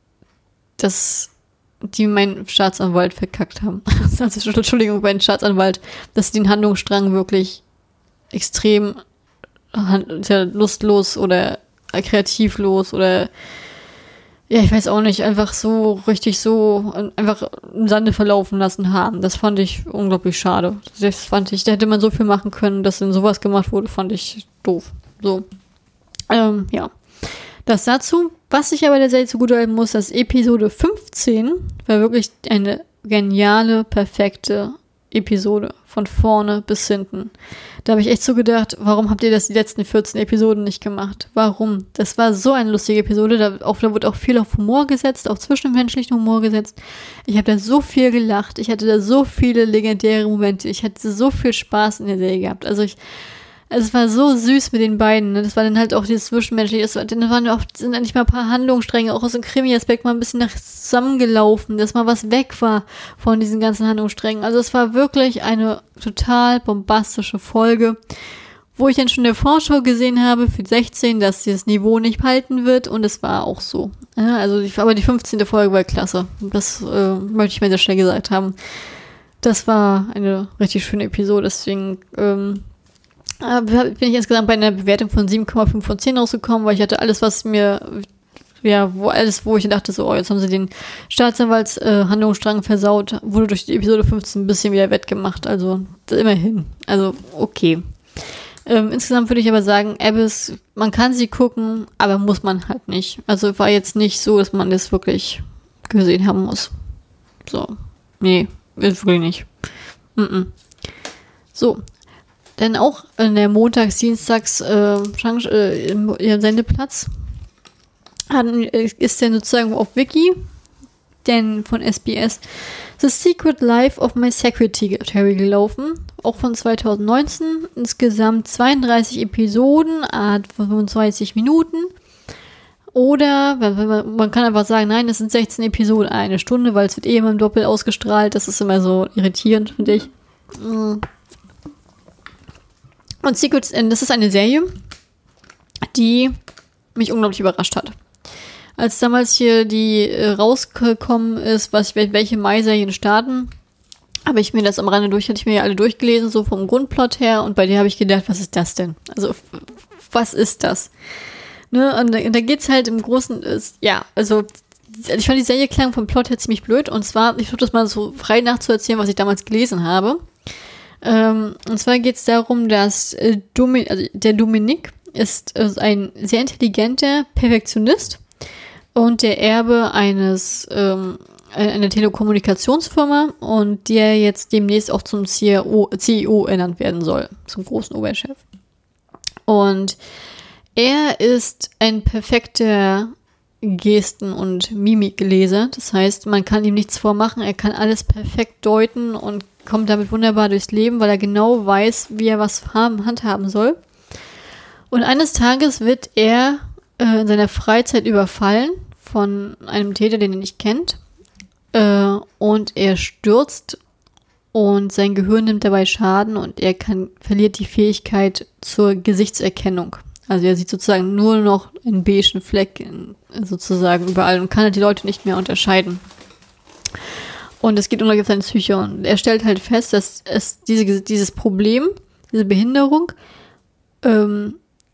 dass die meinen Staatsanwalt verkackt haben. Also Entschuldigung, meinen Staatsanwalt, dass sie den Handlungsstrang wirklich extrem ja, lustlos oder kreativlos oder ja, ich weiß auch nicht, einfach so richtig so einfach im Sande verlaufen lassen haben. Das fand ich unglaublich schade. Das fand ich, da hätte man so viel machen können, dass dann sowas gemacht wurde, fand ich doof. So. Ähm, ja. Das dazu. Was ich aber der Serie zugutehalten muss, dass Episode fünfzehn war wirklich eine geniale, perfekte Episode. Von vorne bis hinten. Da habe ich echt so gedacht, warum habt ihr das die letzten vierzehn Episoden nicht gemacht? Warum? Das war so eine lustige Episode. Da, auch, da wurde auch viel auf Humor gesetzt, auf zwischenmenschlichen Humor gesetzt. Ich habe da so viel gelacht. Ich hatte da so viele legendäre Momente. Ich hatte so viel Spaß in der Serie gehabt. Also ich Es war so süß mit den beiden. Ne? Das war dann halt auch dieses Zwischenmenschliche. Es war, dann waren auch, sind endlich mal ein paar Handlungsstränge, auch aus dem Krimi-Aspekt mal ein bisschen nach zusammengelaufen, dass mal was weg war von diesen ganzen Handlungssträngen. Also es war wirklich eine total bombastische Folge, wo ich dann schon in der Vorschau gesehen habe für sechzehn, dass das Niveau nicht halten wird und es war auch so. Ja, also ich, aber die fünfzehnte Folge war klasse. Das äh, möchte ich mir sehr schnell gesagt haben. Das war eine richtig schöne Episode, deswegen ähm, bin ich insgesamt bei einer Bewertung von sieben Komma fünf von zehn rausgekommen, weil ich hatte alles, was mir, ja, wo alles, wo ich dachte, so, oh, jetzt haben sie den Staatsanwaltshandlungsstrang äh, versaut, wurde durch die Episode fünfzehn ein bisschen wieder wettgemacht, also immerhin, also okay. Ähm, insgesamt würde ich aber sagen, Abyss, man kann sie gucken, aber muss man halt nicht. Also war jetzt nicht so, dass man das wirklich gesehen haben muss. So, nee. Wirklich nicht. Mm-mm. So. Denn auch in der Montags-, Dienstags äh, Chance, äh, im im Sendeplatz hat, ist der sozusagen auf Wiki, denn von S B S, The Secret Life of My Secretary gelaufen. Auch von zwanzig neunzehn. Insgesamt zweiunddreißig Episoden, Art von fünfundzwanzig Minuten. Oder man, man kann einfach sagen, nein, es sind sechzehn Episoden, eine Stunde, weil es wird eh immer im Doppel ausgestrahlt. Das ist immer so irritierend, finde ich. Und Secrets, das ist eine Serie, die mich unglaublich überrascht hat. Als damals hier die äh, rausgekommen ist, was welche Mai-Serien starten, habe ich mir das am Rande durch, hatte ich mir ja alle durchgelesen, so vom Grundplot her. Und bei dir habe ich gedacht, was ist das denn? Also, was ist das? Ne, und da, da geht's halt im Großen, ist, ja, also ich fand die Serie klang vom Plot her ziemlich blöd und zwar, ich versuche das mal so frei nachzuerzählen, was ich damals gelesen habe. Ähm, und zwar geht's darum, dass äh, Domi- also der Dominik ist äh, ein sehr intelligenter Perfektionist und der Erbe eines ähm, einer Telekommunikationsfirma und der jetzt demnächst auch zum C E O, C E O ernannt werden soll, zum großen Oberchef. Und er ist ein perfekter Gesten- und Mimikleser. Das heißt, man kann ihm nichts vormachen. Er kann alles perfekt deuten und kommt damit wunderbar durchs Leben, weil er genau weiß, wie er was haben, handhaben soll. Und eines Tages wird er äh, in seiner Freizeit überfallen von einem Täter, den er nicht kennt. Äh, und er stürzt und sein Gehirn nimmt dabei Schaden und er kann, verliert die Fähigkeit zur Gesichtserkennung. Also er sieht sozusagen nur noch einen beigen Fleck in, sozusagen überall und kann halt die Leute nicht mehr unterscheiden. Und es geht ungefähr auf seine Psyche. Und er stellt halt fest, dass es diese, dieses Problem, diese Behinderung, ähm,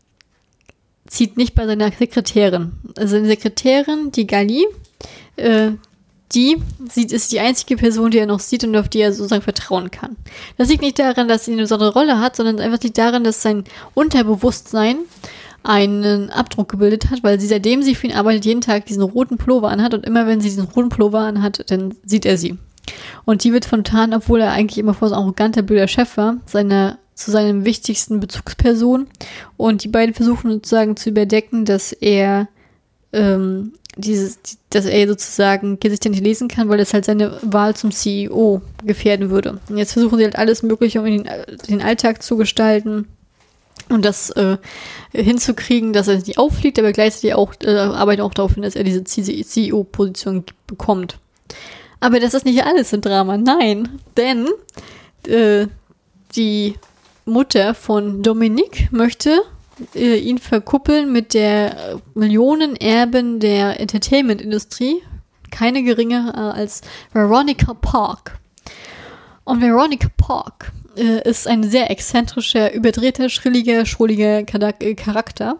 zieht nicht bei seiner Sekretärin. Also seine Sekretärin, die Gali, äh, die sieht, ist die einzige Person, die er noch sieht und auf die er sozusagen vertrauen kann. Das liegt nicht daran, dass sie eine besondere Rolle hat, sondern einfach liegt daran, dass sein Unterbewusstsein einen Abdruck gebildet hat, weil sie, seitdem sie für ihn arbeitet, jeden Tag diesen roten Pullover anhat und immer wenn sie diesen roten Pullover anhat, dann sieht er sie. Und die wird von Tan, obwohl er eigentlich immer vor so ein arroganter, blöder Chef war, seine, zu seinem wichtigsten Bezugsperson und die beiden versuchen sozusagen zu überdecken, dass er ähm, dieses, dass er sozusagen sich nicht lesen kann, weil das halt seine Wahl zum C E O gefährden würde. Und jetzt versuchen sie halt alles Mögliche, um ihn den Alltag zu gestalten und das äh, hinzukriegen, dass er nicht auffliegt, aber gleichzeitig auch äh, arbeiten auch darauf hin, dass er diese C E O-Position bekommt. Aber das ist nicht alles im Drama, nein, denn äh, die Mutter von Dominik möchte äh, ihn verkuppeln mit der Millionenerbin der Entertainment-Industrie, keine geringere als Veronica Park. Und Veronica Park äh, ist ein sehr exzentrischer, überdrehter, schrilliger, schrulliger Charakter.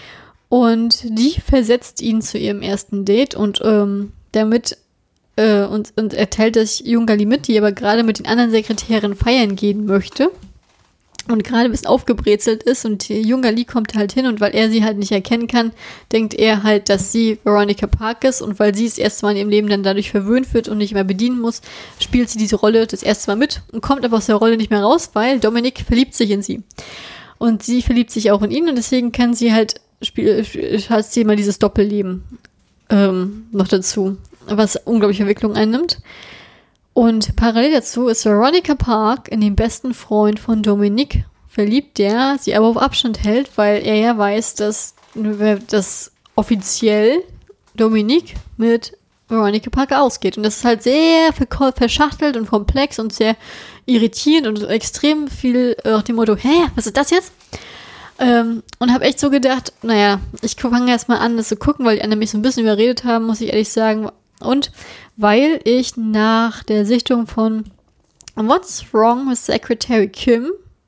Und die versetzt ihn zu ihrem ersten Date und ähm, damit äh, und, und erteilt das Jungali mit, die aber gerade mit den anderen Sekretären feiern gehen möchte. Und gerade ein bisschen aufgebrezelt ist und Jungali kommt halt hin und weil er sie halt nicht erkennen kann, denkt er halt, dass sie Veronica Park ist und weil sie das erste Mal in ihrem Leben dann dadurch verwöhnt wird und nicht mehr bedienen muss, spielt sie diese Rolle das erste Mal mit und kommt aber aus der Rolle nicht mehr raus, weil Dominik verliebt sich in sie. Und sie verliebt sich auch in ihn und deswegen kann sie halt, spiel, hat sie mal dieses Doppelleben ähm, noch dazu, was unglaubliche Entwicklung einnimmt. Und parallel dazu ist Veronica Park in den besten Freund von Dominik verliebt, der sie aber auf Abstand hält, weil er ja weiß, dass, dass offiziell Dominik mit Veronica Park ausgeht. Und das ist halt sehr verschachtelt und komplex und sehr irritierend und extrem viel nach dem Motto, hä, was ist das jetzt? Ähm, und habe echt so gedacht, naja, ich fange erst mal an, das zu gucken, weil die anderen mich so ein bisschen überredet haben, muss ich ehrlich sagen. Und weil ich nach der Sichtung von What's Wrong with Secretary Kim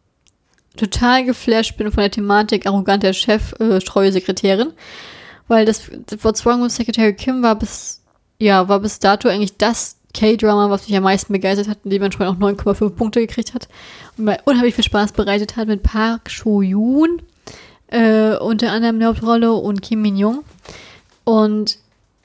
total geflasht bin von der Thematik arroganter Chef, äh, treue Sekretärin. Weil das What's Wrong with Secretary Kim war bis, ja, war bis dato eigentlich das K-Drama, was mich am meisten begeistert hat, in dem man schon auch neun Komma fünf Punkte gekriegt hat und mir unheimlich viel Spaß bereitet hat mit Park Seo-yoon äh, unter anderem in der Hauptrolle und Kim Min-young. Und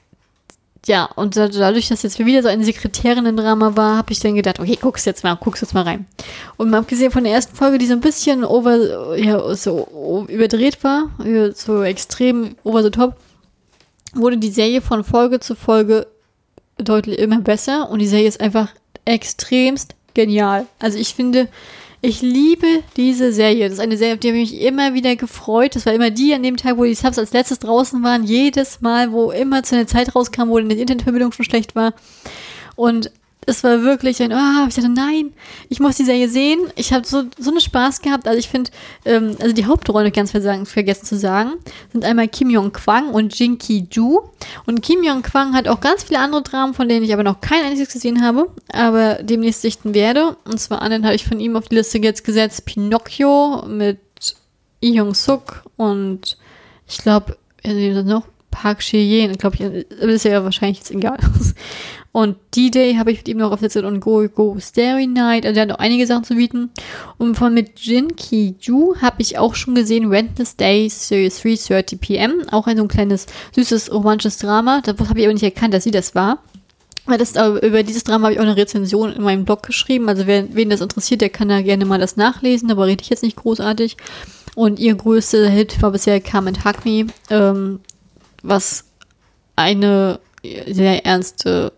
ja, und dadurch, dass jetzt wieder so ein Sekretärinnen-Drama war, habe ich dann gedacht, okay, guck's jetzt mal, guck's jetzt mal rein. Und mal abgesehen von der ersten Folge, die so ein bisschen over, ja, so überdreht war, so extrem over the top, wurde die Serie von Folge zu Folge deutlich immer besser und die Serie ist einfach extremst genial. Also ich finde, ich liebe diese Serie. Das ist eine Serie, auf die habe ich mich immer wieder gefreut. Das war immer die an dem Tag, wo die Subs als letztes draußen waren. Jedes Mal, wo immer zu einer Zeit rauskam, wo die Internetverbindung schon schlecht war. Und es war wirklich ein, ah, oh, ich dachte, nein, ich muss die Serie sehen. Ich habe so, so einen Spaß gehabt. Also ich finde, ähm, also die Hauptrollen, ganz vergessen zu sagen, sind einmal Kim Yong-kwang und Jin Ki-ju. Und Kim Yong-kwang hat auch ganz viele andere Dramen, von denen ich aber noch kein einziges gesehen habe, aber demnächst sichten werde. Und zwar anderen habe ich von ihm auf die Liste jetzt gesetzt, Pinocchio mit Lee Hyung-suk und ich glaube, noch Park Seo-yeon, glaube ich, das ist ja wahrscheinlich jetzt egal. Und D-Day habe ich mit ihm noch aufgesetzt und Go Go Starry Night. Also der hat noch einige Sachen zu bieten. Und von mit Jin Ki-ju habe ich auch schon gesehen Wednesday drei thirty p m. Auch ein so ein kleines, süßes, romantisches Drama. Da habe ich aber nicht erkannt, dass sie das war. Weil das, über dieses Drama habe ich auch eine Rezension in meinem Blog geschrieben. Also wer, wen das interessiert, der kann da gerne mal das nachlesen. Aber rede ich jetzt nicht großartig. Und ihr größter Hit war bisher Come and Hug Me. Ähm, was eine sehr ernste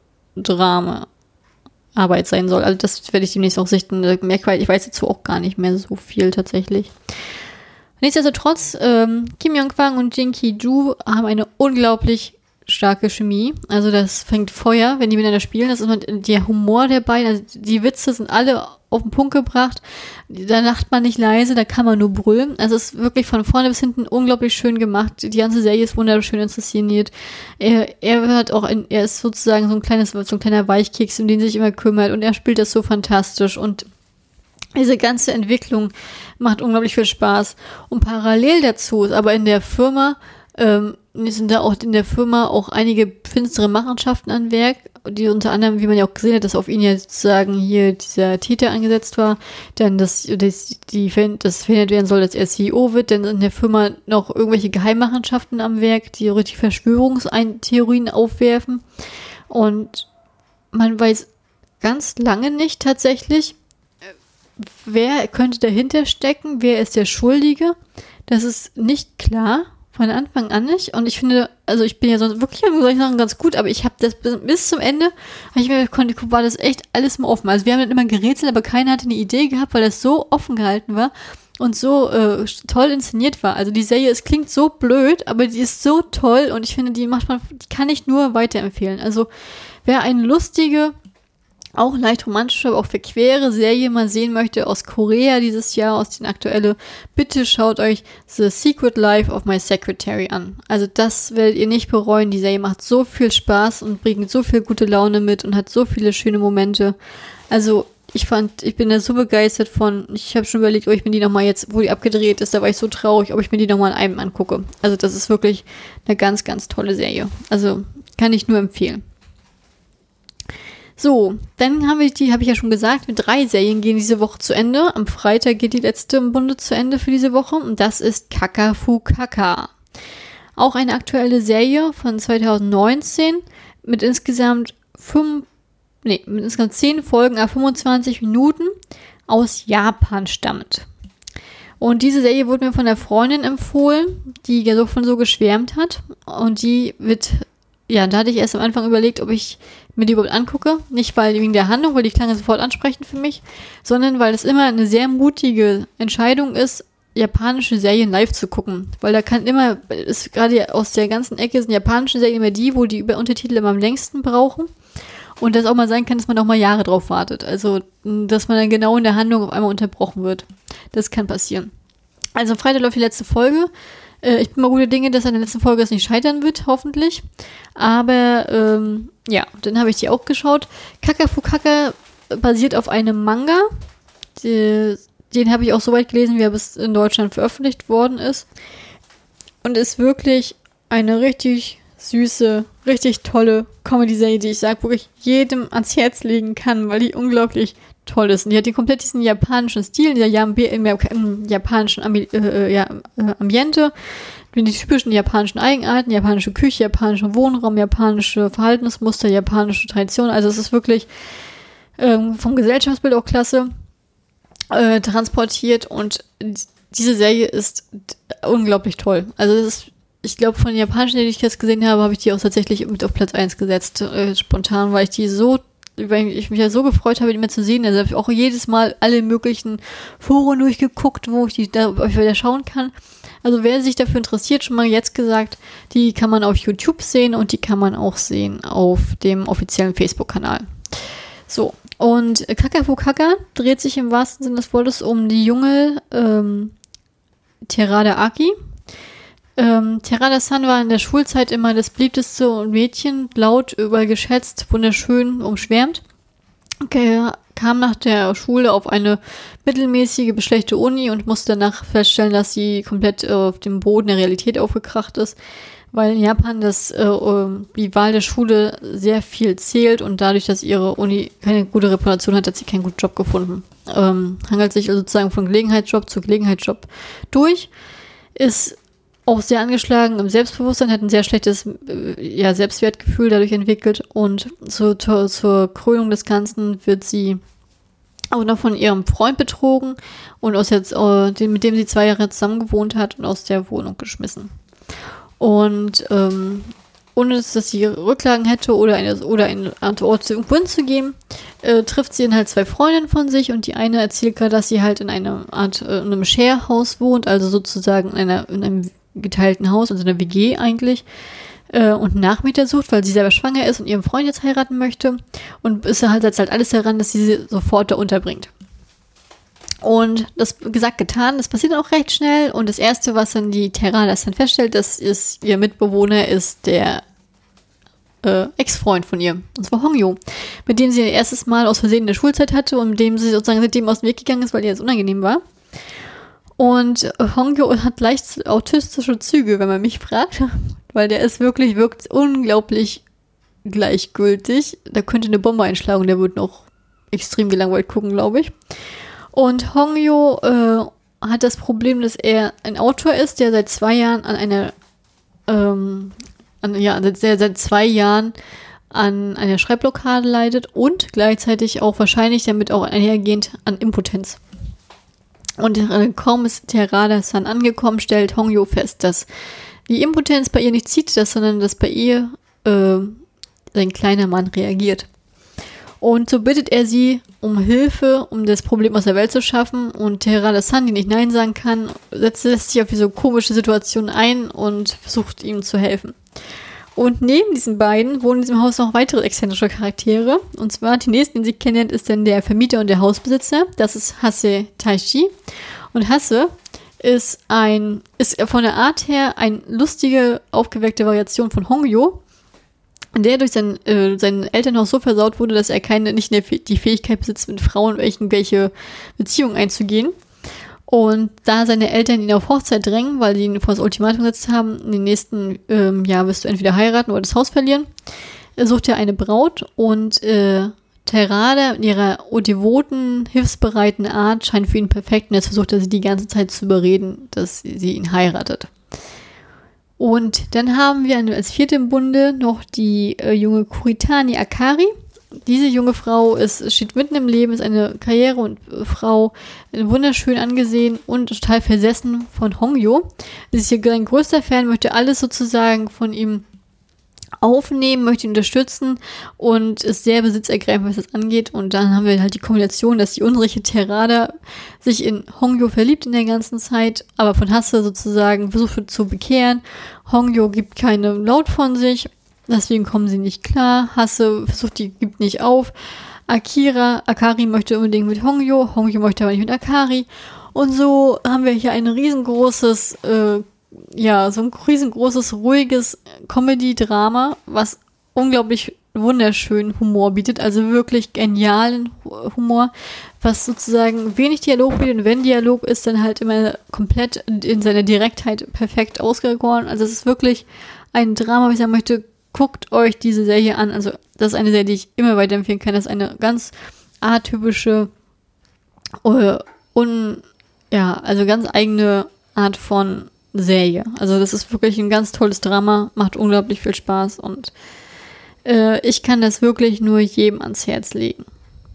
Drama-Arbeit sein soll. Also das werde ich demnächst auch sichten. Ich weiß dazu auch gar nicht mehr so viel tatsächlich. Nichtsdestotrotz, ähm, Kim Yong-kwang und Jin Ki-ju haben eine unglaublich starke Chemie. Also das fängt Feuer, wenn die miteinander spielen. Das ist der Humor der beiden. Also die Witze sind alle auf den Punkt gebracht. Da lacht man nicht leise, da kann man nur brüllen. Also es ist wirklich von vorne bis hinten unglaublich schön gemacht. Die ganze Serie ist wunderschön inszeniert. Er, er hat auch, ein, er ist sozusagen so ein kleines, so ein kleiner Weichkeks, um den sich immer kümmert und er spielt das so fantastisch und diese ganze Entwicklung macht unglaublich viel Spaß. Und parallel dazu ist aber in der Firma ähm, sind da auch in der Firma auch einige finstere Machenschaften an Werk, die unter anderem, wie man ja auch gesehen hat, dass auf ihn ja sozusagen hier dieser Täter angesetzt war, dann dass das, die, das verhindert werden soll, dass er C E O wird, denn in der Firma noch irgendwelche Geheimmachenschaften am Werk, die richtig Verschwörungstheorien aufwerfen und man weiß ganz lange nicht tatsächlich, wer könnte dahinter stecken, wer ist der Schuldige, das ist nicht klar. Von Anfang an nicht. Und ich finde, also ich bin ja sonst wirklich, soll ich sagen, ganz gut, aber ich habe das bis, bis zum Ende, ich mir konnte, war das echt alles mal offen. Also wir haben dann immer gerätselt, aber keiner hatte eine Idee gehabt, weil das so offen gehalten war und so äh, toll inszeniert war. Also die Serie, es klingt so blöd, aber die ist so toll und ich finde, die macht man, die kann ich nur weiterempfehlen. Also wer eine lustige, auch leicht romantische, aber auch verquere Serie mal sehen möchte aus Korea dieses Jahr, aus den aktuellen, bitte schaut euch The Secret Life of My Secretary an. Also das werdet ihr nicht bereuen. Die Serie macht so viel Spaß und bringt so viel gute Laune mit und hat so viele schöne Momente. Also ich fand, ich bin da so begeistert von, ich habe schon überlegt, ob ich mir die nochmal jetzt, wo die abgedreht ist, da war ich so traurig, ob ich mir die nochmal in einem angucke. Also das ist wirklich eine ganz, ganz tolle Serie. Also kann ich nur empfehlen. So, dann haben wir die, habe ich ja schon gesagt, mit drei Serien gehen diese Woche zu Ende. Am Freitag geht die letzte im Bunde zu Ende für diese Woche und das ist Kakafukaka. Auch eine aktuelle Serie von zwanzig neunzehn mit insgesamt fünf, nee, mit insgesamt zehn Folgen à fünfundzwanzig Minuten aus Japan stammt. Und diese Serie wurde mir von der Freundin empfohlen, die ja so von so geschwärmt hat und die wird, ja, da hatte ich erst am Anfang überlegt, ob ich mir die überhaupt angucke. Nicht weil wegen der Handlung, weil die klang sofort ansprechend für mich, sondern weil es immer eine sehr mutige Entscheidung ist, japanische Serien live zu gucken. Weil da kann immer, ist gerade aus der ganzen Ecke sind japanische Serien immer die, wo die Untertitel immer am längsten brauchen. Und das auch mal sein kann, dass man auch mal Jahre drauf wartet. Also, dass man dann genau in der Handlung auf einmal unterbrochen wird. Das kann passieren. Also Freitag läuft die letzte Folge. Äh, ich bin mal guter Dinge, dass an der letzten Folge es nicht scheitern wird, hoffentlich. Aber ähm, ja, dann habe ich die auch geschaut. Kakafukaka basiert auf einem Manga. Die, den habe ich auch so weit gelesen, wie er bis in Deutschland veröffentlicht worden ist. Und ist wirklich eine richtig süße, richtig tolle Comedy-Serie, die ich sage, wirklich jedem ans Herz legen kann, weil die unglaublich toll ist. Und die hat den komplett diesen japanischen Stil, dieser Jambi- im japanischen Ambi- äh, ja, äh, Ambiente, mit den typischen japanischen Eigenarten, japanische Küche, japanischer Wohnraum, japanische Verhaltensmuster, japanische Tradition. Also es ist wirklich ähm, vom Gesellschaftsbild auch klasse äh, transportiert und diese Serie ist unglaublich toll. Also es ist, ich glaube, von den japanischen, die ich jetzt gesehen habe, habe ich die auch tatsächlich mit auf Platz eins gesetzt, äh, spontan, weil ich die so, weil ich mich ja so gefreut habe, die mehr zu sehen. Also habe ich auch jedes Mal alle möglichen Foren durchgeguckt, wo ich die da ob ich wieder schauen kann. Also wer sich dafür interessiert, schon mal jetzt gesagt, die kann man auf YouTube sehen und die kann man auch sehen auf dem offiziellen Facebook-Kanal. So, und Kakafukaka dreht sich im wahrsten Sinne des Wortes um die junge ähm, Terada Aki. Ähm, Terada-san war in der Schulzeit immer das beliebteste Mädchen, laut, übergeschätzt, wunderschön, umschwärmt. Okay, kam nach der Schule auf eine mittelmäßige, beschlechte Uni und musste danach feststellen, dass sie komplett äh, auf dem Boden der Realität aufgekracht ist, weil in Japan das, äh, die Wahl der Schule sehr viel zählt und dadurch, dass ihre Uni keine gute Reputation hat, hat sie keinen guten Job gefunden. Ähm, hangelt sich also sozusagen von Gelegenheitsjob zu Gelegenheitsjob durch, ist auch sehr angeschlagen im Selbstbewusstsein, hat ein sehr schlechtes äh, ja, Selbstwertgefühl dadurch entwickelt und zu, zu, zur Krönung des Ganzen wird sie auch noch von ihrem Freund betrogen und aus jetzt, äh, den, mit dem sie zwei Jahre zusammen gewohnt hat und aus der Wohnung geschmissen. Und ähm, ohne dass sie Rücklagen hätte oder eine oder eine Art Ort irgendwo hinzugehen, äh, trifft sie dann halt zwei Freundinnen von sich und die eine erzählt gerade, dass sie halt in einer Art, äh, in einem Share-Haus wohnt, also sozusagen in, einer, in einem geteilten Haus, also einer W G eigentlich, äh, und einen Nachmieter sucht, weil sie selber schwanger ist und ihren Freund jetzt heiraten möchte und ist halt, setzt halt alles daran, dass sie sie sofort da unterbringt. Und das gesagt, getan, das passiert auch recht schnell und das Erste, was dann die Terada dann feststellt, das ist, ihr Mitbewohner ist der äh, Ex-Freund von ihr, und zwar Hongyo, mit dem sie ihr erstes Mal aus Versehen in der Schulzeit hatte und mit dem sie sozusagen seitdem aus dem Weg gegangen ist, weil ihr das unangenehm war. Und Hongyo hat leicht autistische Züge, wenn man mich fragt, weil der ist wirklich, wirkt unglaublich gleichgültig. Da könnte eine Bombe einschlagen und der wird noch extrem gelangweilt gucken, glaube ich. Und Hongyo äh, hat das Problem, dass er ein Autor ist, der seit zwei Jahren an einer, ähm, an, ja, der seit zwei Jahren an einer Schreibblockade leidet und gleichzeitig auch wahrscheinlich damit auch einhergehend an Impotenz. Und äh, kaum ist Terada-san angekommen, stellt Hongyo fest, dass die Impotenz bei ihr nicht zieht, dass, sondern dass bei ihr äh, sein kleiner Mann reagiert. Und so bittet er sie um Hilfe, um das Problem aus der Welt zu schaffen. Und Terada-san, die nicht Nein sagen kann, setzt, setzt sich auf diese komische Situation ein und versucht ihm zu helfen. Und neben diesen beiden wohnen in diesem Haus noch weitere exzentrische Charaktere. Und zwar, die nächsten, den sie kennenlernt, ist dann der Vermieter und der Hausbesitzer. Das ist Hase Taishi. Und Hase ist ein, ist von der Art her eine lustige, aufgeweckte Variation von Hongyo, der durch sein, äh, sein Elternhaus so versaut wurde, dass er keine, nicht mehr die Fähigkeit besitzt, mit Frauen irgendwelche Beziehungen einzugehen. Und da seine Eltern ihn auf Hochzeit drängen, weil sie ihn vor das Ultimatum gesetzt haben, in den nächsten ähm, Jahr wirst du entweder heiraten oder das Haus verlieren, sucht er eine Braut und äh, Terada in ihrer devoten, hilfsbereiten Art scheint für ihn perfekt und jetzt versucht er sie die ganze Zeit zu überreden, dass sie ihn heiratet. Und dann haben wir als vierte im Bunde noch die äh, junge Kuritani Akari. Diese junge Frau ist, steht mitten im Leben, ist eine Karriere- und äh, Frau, wunderschön angesehen und total versessen von Hongyo. Sie ist hier sein größter Fan, möchte alles sozusagen von ihm aufnehmen, möchte ihn unterstützen und ist sehr besitzergreifend, was das angeht. Und dann haben wir halt die Kombination, dass die unreiche Terada sich in Hongyo verliebt in der ganzen Zeit, aber von Hase sozusagen versucht zu bekehren. Hongyo gibt keine Laut von sich, deswegen kommen sie nicht klar. Hase versucht, die gibt nicht auf. Akira, Akari möchte unbedingt mit Hongyo, Hongyo möchte aber nicht mit Akari. Und so haben wir hier ein riesengroßes, äh, ja, so ein riesengroßes, ruhiges Comedy-Drama, was unglaublich wunderschönen Humor bietet, also wirklich genialen Humor, was sozusagen wenig Dialog bietet und wenn Dialog ist, dann halt immer komplett in seiner Direktheit perfekt ausgegoren. Also es ist wirklich ein Drama, wo ich sagen möchte, guckt euch diese Serie an. Also das ist eine Serie, die ich immer weiterempfehlen kann. Das ist eine ganz atypische, uh, un, ja, also ganz eigene Art von Serie. Also das ist wirklich ein ganz tolles Drama, macht unglaublich viel Spaß und äh, ich kann das wirklich nur jedem ans Herz legen.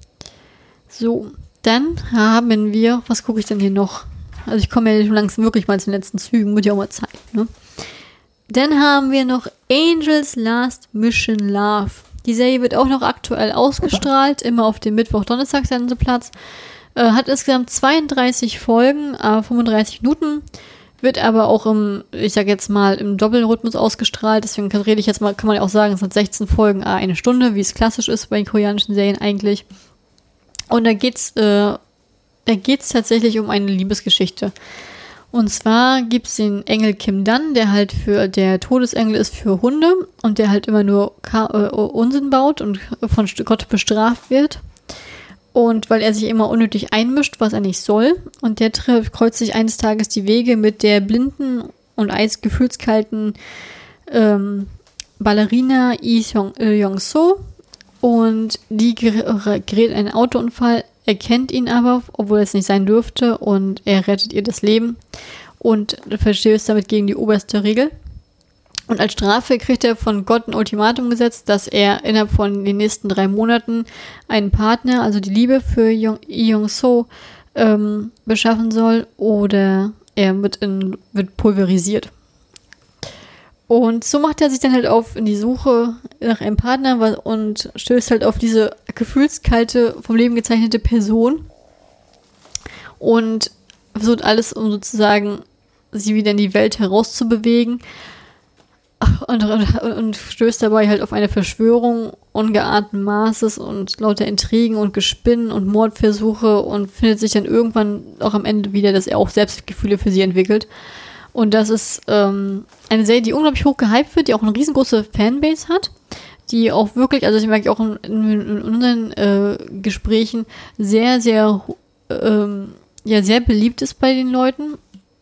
So, dann haben wir, was gucke ich denn hier noch? Also ich komme ja schon langsam wirklich mal zu den letzten Zügen, muss ja auch mal Zeit, ne? Dann haben wir noch Angel's Last Mission Love. Die Serie wird auch noch aktuell ausgestrahlt, immer auf dem Mittwoch, Donnerstag sein so Platz. Äh, hat insgesamt zweiunddreißig Folgen, äh, fünfunddreißig Minuten, wird aber auch im, ich sag jetzt mal, im Doppelrhythmus ausgestrahlt. Deswegen kann, rede ich jetzt mal, kann man ja auch sagen, es sind sechzehn Folgen, ah, eine Stunde, wie es klassisch ist bei den koreanischen Serien eigentlich. Und da geht's, äh, da geht's tatsächlich um eine Liebesgeschichte. Und zwar gibt's den Engel Kim Dan, der halt für der Todesengel ist für Hunde und der halt immer nur Ka- äh, Unsinn baut und von Gott bestraft wird. Und weil er sich immer unnötig einmischt, was er nicht soll. Und der trifft, kreuzt sich eines Tages die Wege mit der blinden und eisgefühlskalten ähm, Ballerina Lee Jong-so. Und die gerät in einen Autounfall, erkennt ihn aber, obwohl es nicht sein dürfte. Und er rettet ihr das Leben und verstößt damit gegen die oberste Regel. Und als Strafe kriegt er von Gott ein Ultimatum gesetzt, dass er innerhalb von den nächsten drei Monaten einen Partner, also die Liebe für Lee Jong-so, ähm, beschaffen soll oder er wird, in, wird pulverisiert. Und so macht er sich dann halt auf in die Suche nach einem Partner und stößt halt auf diese gefühlskalte, vom Leben gezeichnete Person und versucht alles, um sozusagen sie wieder in die Welt herauszubewegen. Und, und, und stößt dabei halt auf eine Verschwörung ungeahnten Maßes und lauter Intrigen und Gespinnen und Mordversuche und findet sich dann irgendwann auch am Ende wieder, dass er auch Selbstgefühle für sie entwickelt. Und das ist ähm, eine Serie, die unglaublich hoch gehypt wird, die auch eine riesengroße Fanbase hat, die auch wirklich, also ich merke auch in, in, in unseren äh, Gesprächen sehr, sehr, ähm, ja, sehr beliebt ist bei den Leuten.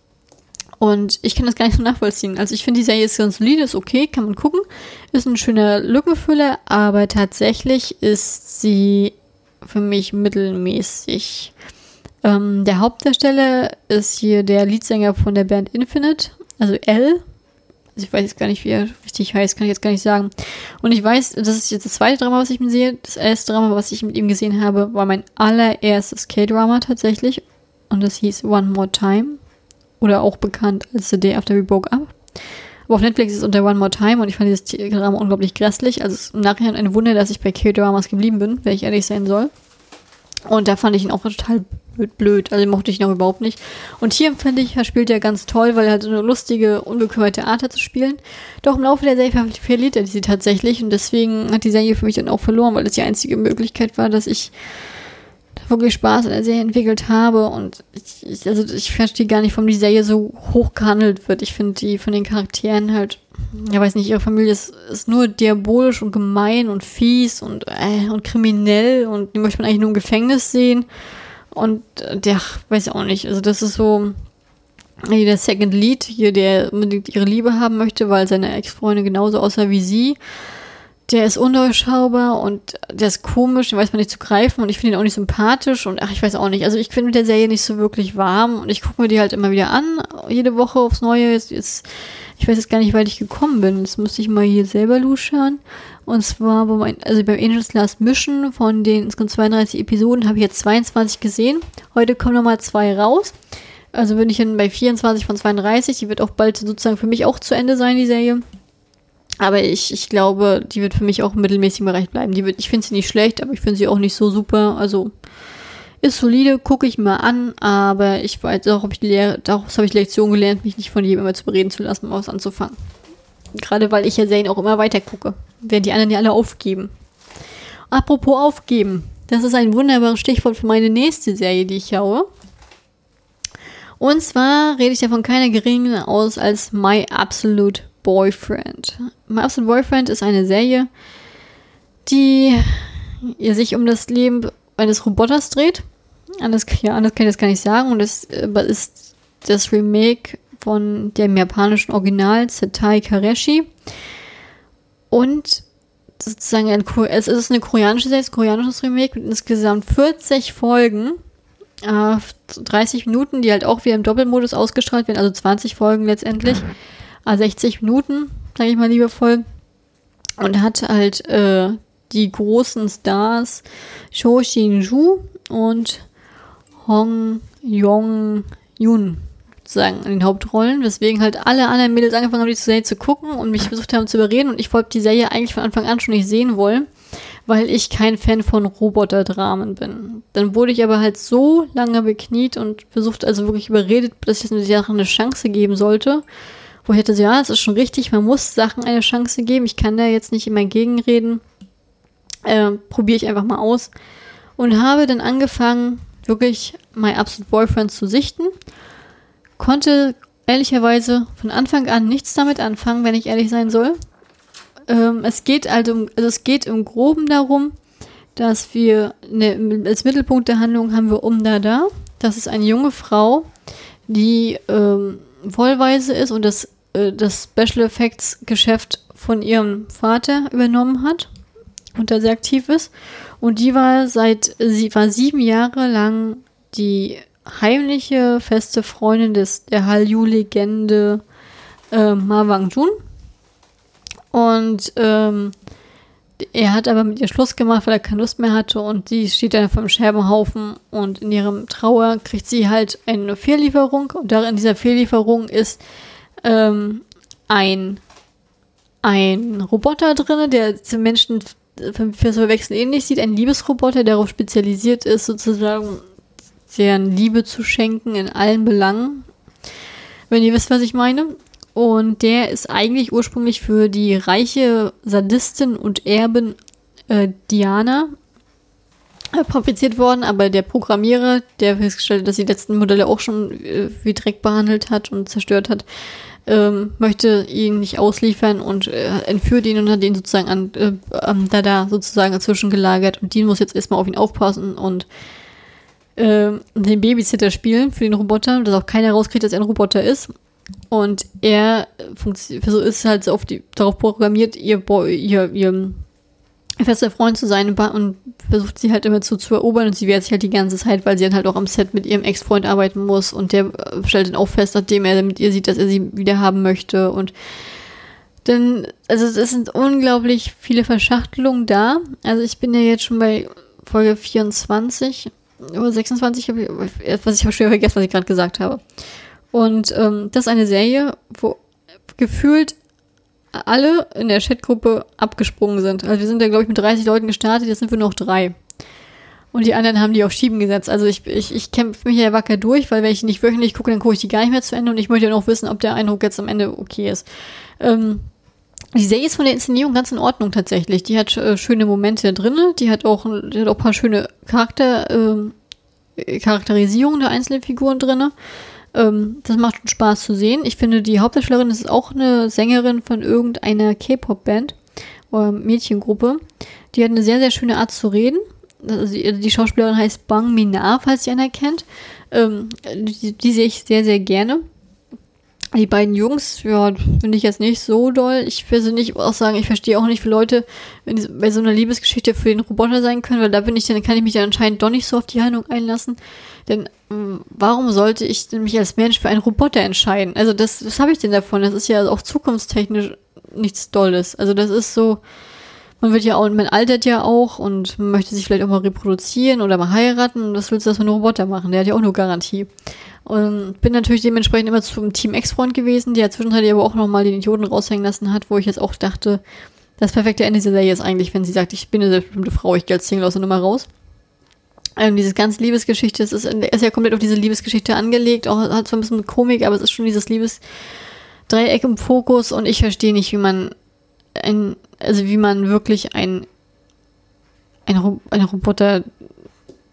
Und ich kann das gar nicht so nachvollziehen. Also ich finde, die Serie ist ganz solide, ist okay, kann man gucken. Ist ein schöner Lückenfüller, aber tatsächlich ist sie für mich mittelmäßig. Ähm, der Hauptdarsteller ist hier der Leadsänger von der Band Infinite, also L. Also ich weiß jetzt gar nicht, wie er richtig heißt, kann ich jetzt gar nicht sagen. Und ich weiß, das ist jetzt das zweite Drama, was ich mit ihm sehe. Das erste Drama, was ich mit ihm gesehen habe, war mein allererstes K-Drama tatsächlich. Und das hieß One More Time. Oder auch bekannt als The Day After We Broke Up. Aber auf Netflix ist es unter One More Time und ich fand dieses Drama unglaublich grässlich. Also es ist im Nachhinein ein Wunder, dass ich bei K-Dramas geblieben bin, wenn ich ehrlich sein soll. Und da fand ich ihn auch total blöd. Also mochte ich ihn auch überhaupt nicht. Und hier finde ich, er spielt er ganz toll, weil er halt so eine lustige, unbekümmerte Art hat zu spielen. Doch im Laufe der Serie verliert er sie tatsächlich und deswegen hat die Serie für mich dann auch verloren, weil das die einzige Möglichkeit war, dass ich wirklich Spaß in der Serie entwickelt habe und ich, ich, also ich verstehe gar nicht, warum die Serie so hoch gehandelt wird. Ich finde die von den Charakteren halt, ja weiß nicht, ihre Familie ist, ist nur diabolisch und gemein und fies und, äh, und kriminell und die möchte man eigentlich nur im Gefängnis sehen und äh, ja, weiß ich auch nicht, also das ist so hier der Second Lead, hier der unbedingt ihre Liebe haben möchte, weil seine Ex-Freundin genauso aussah wie sie. Der ist undurchschaubar und der ist komisch, den weiß man nicht zu greifen und ich finde ihn auch nicht sympathisch und ach, ich weiß auch nicht. Also ich bin mit der Serie nicht so wirklich warm und ich gucke mir die halt immer wieder an, jede Woche aufs Neue. Jetzt, jetzt, ich weiß jetzt gar nicht, weil ich gekommen bin. Jetzt müsste ich mal hier selber luschern. Und zwar bei mein, also beim Angel's Last Mission von den insgesamt zweiunddreißig Episoden habe ich jetzt zweiundzwanzig gesehen. Heute kommen nochmal zwei raus. Also bin ich dann bei vierundzwanzig von zweiunddreißig. Die wird auch bald sozusagen für mich auch zu Ende sein, die Serie. Aber ich, ich glaube, die wird für mich auch im mittelmäßigen Bereich bleiben. Die wird, ich finde sie nicht schlecht, aber ich finde sie auch nicht so super. Also ist solide, gucke ich mal an, aber ich weiß auch, ob ich die Lehre, daraus habe ich Lektion gelernt, mich nicht von jedem immer zu bereden zu lassen, um was anzufangen. Gerade weil ich ja Serien auch immer weiter gucke, während die anderen ja alle aufgeben. Apropos aufgeben, das ist ein wunderbares Stichwort für meine nächste Serie, die ich schaue. Und zwar rede ich davon keiner geringen aus als My Absolute Boyfriend. My Absolute Boyfriend ist eine Serie, die ja, sich um das Leben eines Roboters dreht. Anders, ja, anders kann ich das gar nicht sagen. Und es ist das Remake von dem japanischen Original Setai Kareshi. Und sozusagen ein, es ist eine koreanische Serie, ein koreanisches Remake mit insgesamt vierzig Folgen, äh, dreißig Minuten, die halt auch wieder im Doppelmodus ausgestrahlt werden, also zwanzig Folgen letztendlich, äh, sechzig Minuten, sage ich mal liebevoll, und hat halt äh, die großen Stars Cho Shin-ju und Hong Yong-yoon sozusagen in den Hauptrollen, weswegen halt alle anderen Mädels angefangen haben, die Serie zu gucken und mich versucht haben zu überreden, und ich wollte die Serie eigentlich von Anfang an schon nicht sehen wollen, weil ich kein Fan von Roboterdramen bin. Dann wurde ich aber halt so lange bekniet und versucht, also wirklich überredet, dass ich der Sache eine Chance geben sollte, wo ich hätte so, ja, das ist schon richtig, man muss Sachen eine Chance geben, ich kann da jetzt nicht immer gegenreden, äh, probiere ich einfach mal aus, und habe dann angefangen, wirklich My Absolute Boyfriend zu sichten. Konnte ehrlicherweise von Anfang an nichts damit anfangen, wenn ich ehrlich sein soll. Ähm, es geht also, also es geht im Groben darum, dass wir eine, als Mittelpunkt der Handlung haben wir Umdada. Das ist eine junge Frau, die ähm, vollweise ist und das, äh, das Special Effects Geschäft von ihrem Vater übernommen hat und da sehr aktiv ist. Und die war seit, sie war sieben Jahre lang die heimliche, feste Freundin des, der Hallyu-Legende äh, Ma Wang-jun. Und ähm, er hat aber mit ihr Schluss gemacht, weil er keine Lust mehr hatte, und sie steht dann vom Scherbenhaufen, und in ihrem Trauer kriegt sie halt eine Fehllieferung, und darin in dieser Fehllieferung ist ähm, ein, ein Roboter drin, der zum Menschen fürs Verwechseln ähnlich sieht, ein Liebesroboter, der darauf spezialisiert ist, sozusagen deren Liebe zu schenken in allen Belangen, wenn ihr wisst, was ich meine. Und der ist eigentlich ursprünglich für die reiche Sadistin und Erbin äh, Diana äh, fabriziert worden, aber der Programmierer, der festgestellt hat, dass die letzten Modelle auch schon äh, wie Dreck behandelt hat und zerstört hat, ähm, möchte ihn nicht ausliefern und äh, entführt ihn und hat ihn sozusagen an äh, an Dada sozusagen dazwischen gelagert, und die muss jetzt erstmal auf ihn aufpassen und den Babysitter spielen für den Roboter, dass auch keiner rauskriegt, dass er ein Roboter ist. Und er funktio- ist halt so auf die, darauf programmiert, ihr, Boy, ihr, ihr fester Freund zu sein, und versucht sie halt immer zu, zu erobern, und sie wehrt sich halt die ganze Zeit, weil sie dann halt auch am Set mit ihrem Ex-Freund arbeiten muss, und der stellt dann auch fest, nachdem er mit ihr sieht, dass er sie wieder haben möchte. Und dann, also es sind unglaublich viele Verschachtelungen da. Also ich bin ja jetzt schon bei Folge vierundzwanzig oder sechsundzwanzig, was ich aber schwer vergessen, was ich gerade gesagt habe. Und ähm, das ist eine Serie, wo gefühlt alle in der Chatgruppe abgesprungen sind. Also wir sind da, glaube ich, mit dreißig Leuten gestartet, jetzt sind wir noch drei. Und die anderen haben die auf Schieben gesetzt. Also ich, ich, ich kämpfe mich ja wacker durch, weil wenn ich nicht wöchentlich gucke, dann gucke ich die gar nicht mehr zu Ende, und ich möchte ja noch wissen, ob der Eindruck jetzt am Ende okay ist. Ähm, Die Serie ist von der Inszenierung ganz in Ordnung tatsächlich. Die hat äh, schöne Momente drin. Die hat auch, die hat auch ein paar schöne Charakter, äh, Charakterisierungen der einzelnen Figuren drin. Ähm, das macht schon Spaß zu sehen. Ich finde, die Hauptdarstellerin ist auch eine Sängerin von irgendeiner K-Pop-Band oder Mädchengruppe. Die hat eine sehr, sehr schöne Art zu reden. Also die, die Schauspielerin heißt Bang Min-ah, falls ihr einer kennt. Ähm, die, die sehe ich sehr, sehr gerne. Die beiden Jungs, ja, finde ich jetzt nicht so doll. Ich persönlich auch sagen, ich verstehe auch nicht, wie Leute wenn die bei so einer Liebesgeschichte für den Roboter sein können, weil da bin ich dann, kann ich mich dann anscheinend doch nicht so auf die Handlung einlassen. Denn ähm, warum sollte ich denn mich als Mensch für einen Roboter entscheiden? Also das, was habe ich denn davon? Das ist ja auch zukunftstechnisch nichts Dolles. Also das ist so, man wird ja auch, man altert ja auch und man möchte sich vielleicht auch mal reproduzieren oder mal heiraten, und was willst du das mit einem Roboter machen? Der hat ja auch nur Garantie. Und bin natürlich dementsprechend immer zum Team Ex-Freund gewesen, der zwischenzeitlich aber auch nochmal den Idioten raushängen lassen hat, wo ich jetzt auch dachte, das perfekte Ende dieser Serie ist eigentlich, wenn sie sagt, ich bin eine selbstbestimmte Frau, ich gehe als Single aus der Nummer raus. Ähm, diese ganze Liebesgeschichte, es ist, ist ja komplett auf diese Liebesgeschichte angelegt, auch hat zwar ein bisschen mit Komik, aber es ist schon dieses Liebesdreieck im Fokus, und ich verstehe nicht, wie man ein, also wie man wirklich ein, ein, ein Roboter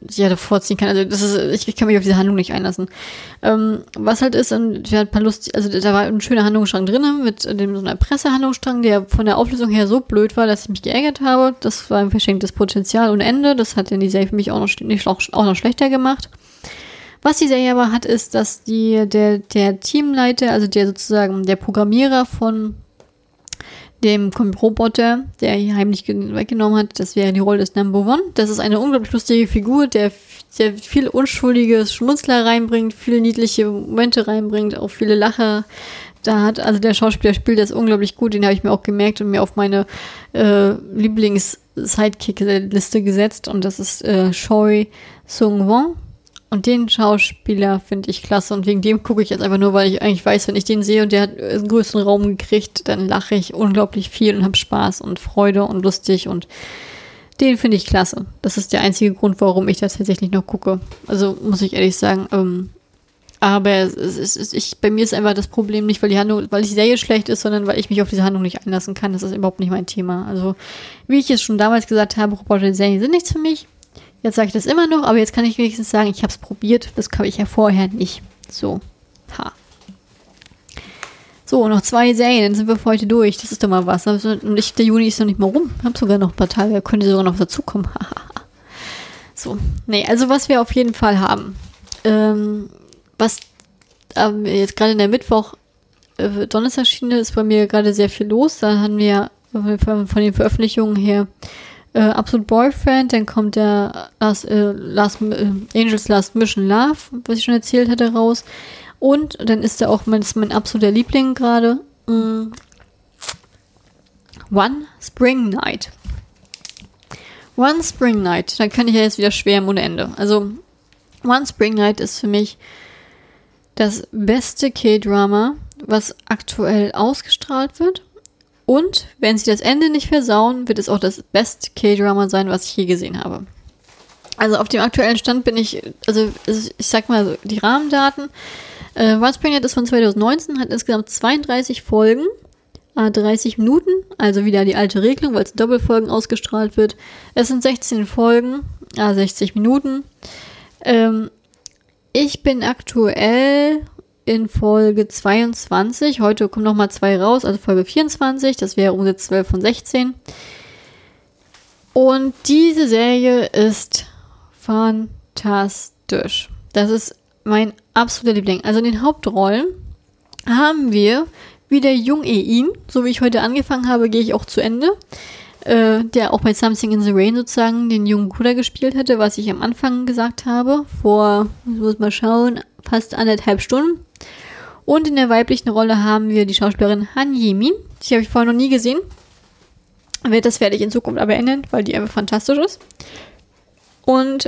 ja davor ziehen kann. Also das ist, ich, ich kann mich auf diese Handlung nicht einlassen. Ähm, was halt ist, und wir hatten ein paar Lust, also da war ein schöner Handlungsstrang drin mit dem so einer Pressehandlungsstrang, der von der Auflösung her so blöd war, dass ich mich geärgert habe. Das war ein verschenktes Potenzial ohne Ende. Das hat dann die Serie für mich auch noch, nicht, auch, auch noch schlechter gemacht. Was die Serie aber hat, ist, dass die, der, der Teamleiter, also der sozusagen der Programmierer von dem Roboter, der hier heimlich weggenommen hat, das wäre die Rolle des Number One. Das ist eine unglaublich lustige Figur, der, der viel unschuldiges Schmunzler reinbringt, viele niedliche Momente reinbringt, auch viele Lacher da hat. Also der Schauspieler spielt das unglaublich gut, den habe ich mir auch gemerkt und mir auf meine äh, Lieblings-Sidekick-Liste gesetzt und das ist äh, Choi Sung-won. Und den Schauspieler finde ich klasse und wegen dem gucke ich jetzt einfach nur, weil ich eigentlich weiß, wenn ich den sehe und der hat einen größeren Raum gekriegt, dann lache ich unglaublich viel und habe Spaß und Freude und lustig und den finde ich klasse. Das ist der einzige Grund, warum ich das tatsächlich noch gucke. Also muss ich ehrlich sagen, ähm, aber es ist, es ist, ich, bei mir ist einfach das Problem nicht, weil die Handlung, weil die Serie schlecht ist, sondern weil ich mich auf diese Handlung nicht einlassen kann. Das ist überhaupt nicht mein Thema. Also wie ich es schon damals gesagt habe, Roboter-Serien sind nichts für mich. Jetzt sage ich das immer noch, aber jetzt kann ich wenigstens sagen, ich habe es probiert. Das kann ich ja vorher nicht. So, ha. So, noch zwei Serien, dann sind wir für heute durch. Das ist doch mal was. Und ich, der Juni ist noch nicht mal rum. Ich habe sogar noch ein paar Tage, könnte sogar noch dazukommen. So, nee, also was wir auf jeden Fall haben. Ähm, was ähm, jetzt gerade in der Mittwoch, äh, Donnerstagsschiene ist bei mir gerade sehr viel los. Da haben wir äh, von den Veröffentlichungen her Äh, Absolute Boyfriend, dann kommt der Last, äh, Last, äh, Angels Last Mission Love, was ich schon erzählt hatte, raus. Und dann ist da auch mein, ist mein absoluter Liebling gerade mm, One Spring Night. One Spring Night, dann kann ich ja jetzt wieder schwärmen ohne Ende. Also One Spring Night ist für mich das beste K-Drama, was aktuell ausgestrahlt wird. Und wenn sie das Ende nicht versauen, wird es auch das beste K-Drama sein, was ich je gesehen habe. Also auf dem aktuellen Stand bin ich, also ich sag mal die Rahmendaten. Äh, One Spring Night ist von zwanzig neunzehn, hat insgesamt zweiunddreißig Folgen, äh, dreißig Minuten, also wieder die alte Regelung, weil es Doppelfolgen ausgestrahlt wird. Es sind sechzehn Folgen, äh, sechzig Minuten. Ähm, ich bin aktuell in Folge zweiundzwanzig. Heute kommen nochmal zwei raus, also Folge vierundzwanzig. Das wäre Umsatz zwölf von sechzehn. Und diese Serie ist fantastisch. Das ist mein absoluter Liebling. Also in den Hauptrollen haben wir wieder Jung E-in. So wie ich heute angefangen habe, gehe ich auch zu Ende. Äh, der auch bei Something in the Rain sozusagen den jungen Bruder gespielt hatte, was ich am Anfang gesagt habe. Vor, ich muss mal schauen, fast anderthalb Stunden. Und in der weiblichen Rolle haben wir die Schauspielerin Han Ye-min. Die habe ich vorher noch nie gesehen. Das werde ich in Zukunft aber ändern, weil die einfach fantastisch ist. Und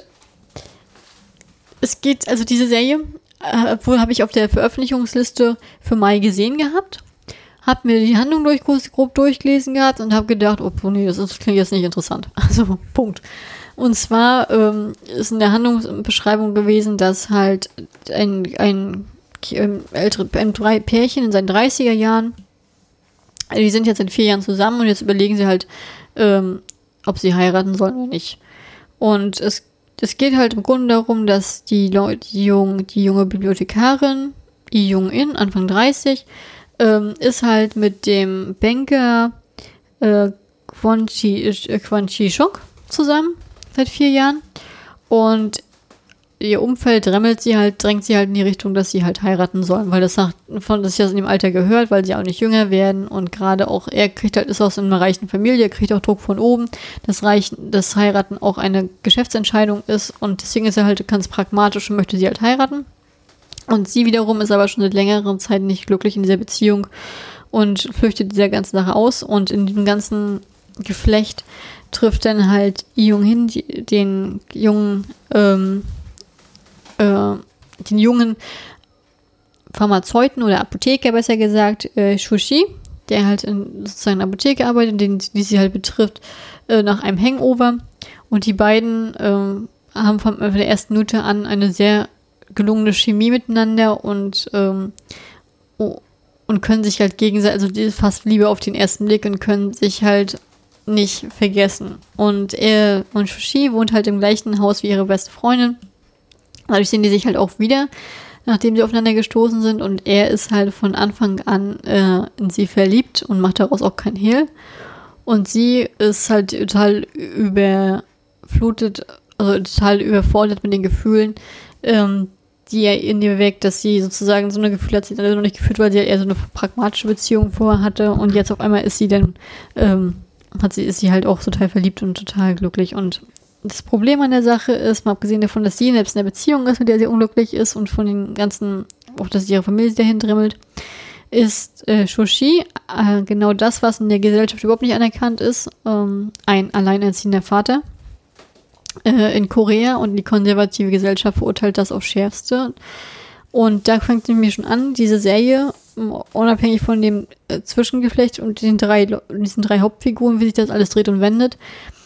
es geht, also diese Serie, äh, obwohl habe ich auf der Veröffentlichungsliste für Mai gesehen gehabt, habe mir die Handlung durch, grob durchgelesen gehabt und habe gedacht, oh nee, das, ist, das klingt jetzt nicht interessant. Also, Punkt. Und zwar ähm, ist in der Handlungsbeschreibung gewesen, dass halt ein, ein, ein, ältere, ein drei Pärchen in seinen dreißiger Jahren, die sind jetzt seit vier Jahren zusammen und jetzt überlegen sie halt, ähm, ob sie heiraten sollen oder nicht. Und es, es geht halt im Grunde darum, dass die, Leute, die, jung, die junge Bibliothekarin, die Jung-in, Anfang dreißig, ähm, ist halt mit dem Banker äh, Kwon Chi-shok zusammen seit vier Jahren und ihr Umfeld drängt sie halt, drängt sie halt in die Richtung, dass sie halt heiraten sollen, weil das nach, von das ja in dem Alter gehört, weil sie auch nicht jünger werden und gerade auch er kriegt halt, ist aus einer reichen Familie, kriegt auch Druck von oben, dass Reichen, dass Heiraten auch eine Geschäftsentscheidung ist und deswegen ist er halt ganz pragmatisch und möchte sie halt heiraten. Und sie wiederum ist aber schon seit längerer Zeit nicht glücklich in dieser Beziehung und flüchtet dieser ganzen Sache aus und in diesem ganzen Geflecht trifft dann halt Jung-hin den jungen ähm, äh, den jungen Pharmazeuten oder Apotheker, besser gesagt, äh, Shushi, der halt in sozusagen einer Apotheke arbeitet, den, die sie halt betrifft, äh, nach einem Hangover. Und die beiden äh, haben von, von der ersten Minute an eine sehr gelungene Chemie miteinander und ähm, oh, und können sich halt gegenseitig, also fast Liebe auf den ersten Blick und können sich halt nicht vergessen. Und er und Shushi wohnt halt im gleichen Haus wie ihre beste Freundin. Dadurch sehen die sich halt auch wieder, nachdem sie aufeinander gestoßen sind. Und er ist halt von Anfang an äh, in sie verliebt und macht daraus auch kein Hehl. Und sie ist halt total überflutet, also total überfordert mit den Gefühlen, ähm, die er in ihr weckt, dass sie sozusagen so eine Gefühle hat sie dann noch nicht gefühlt, weil sie halt eher so eine pragmatische Beziehung vorher hatte. Und jetzt auf einmal ist sie dann, ähm, hat sie, ist sie halt auch total verliebt und total glücklich. Und das Problem an der Sache ist, mal abgesehen davon, dass sie selbst in einer Beziehung ist, mit der sie unglücklich ist und von den ganzen, auch dass ihre Familie dahin drimmelt, ist äh, Shushi äh, genau das, was in der Gesellschaft überhaupt nicht anerkannt ist, ähm, ein alleinerziehender Vater äh, in Korea, und die konservative Gesellschaft verurteilt das aufs Schärfste. Und da fängt es nämlich schon an, diese Serie, unabhängig von dem äh, Zwischengeflecht und den drei, diesen drei Hauptfiguren, wie sich das alles dreht und wendet,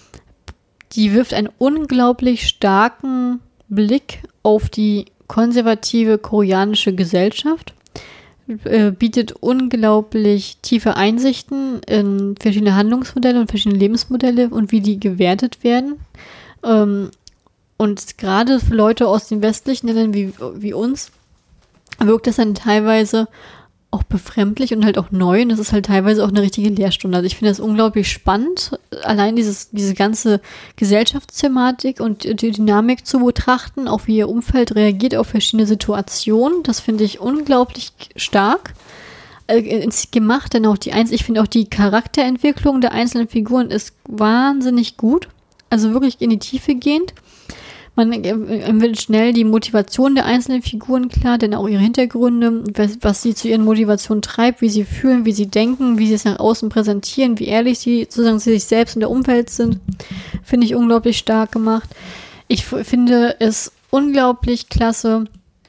die wirft einen unglaublich starken Blick auf die konservative koreanische Gesellschaft, äh, bietet unglaublich tiefe Einsichten in verschiedene Handlungsmodelle und verschiedene Lebensmodelle und wie die gewertet werden. Ähm, und gerade für Leute aus den westlichen Ländern wie, wie uns wirkt das dann teilweise auch befremdlich und halt auch neu, und das ist halt teilweise auch eine richtige Lehrstunde. Also ich finde das unglaublich spannend, allein dieses, diese ganze Gesellschaftsthematik und die Dynamik zu betrachten, auch wie ihr Umfeld reagiert auf verschiedene Situationen. Das finde ich unglaublich stark äh, gemacht, denn auch die Eins, ich finde auch die Charakterentwicklung der einzelnen Figuren ist wahnsinnig gut, also wirklich in die Tiefe gehend. Man äh, wird schnell die Motivation der einzelnen Figuren klar, denn auch ihre Hintergründe, was, was sie zu ihren Motivationen treibt, wie sie fühlen, wie sie denken, wie sie es nach außen präsentieren, wie ehrlich sie sozusagen zu sich selbst und der Umwelt sind, finde ich unglaublich stark gemacht. Ich f- finde es unglaublich klasse,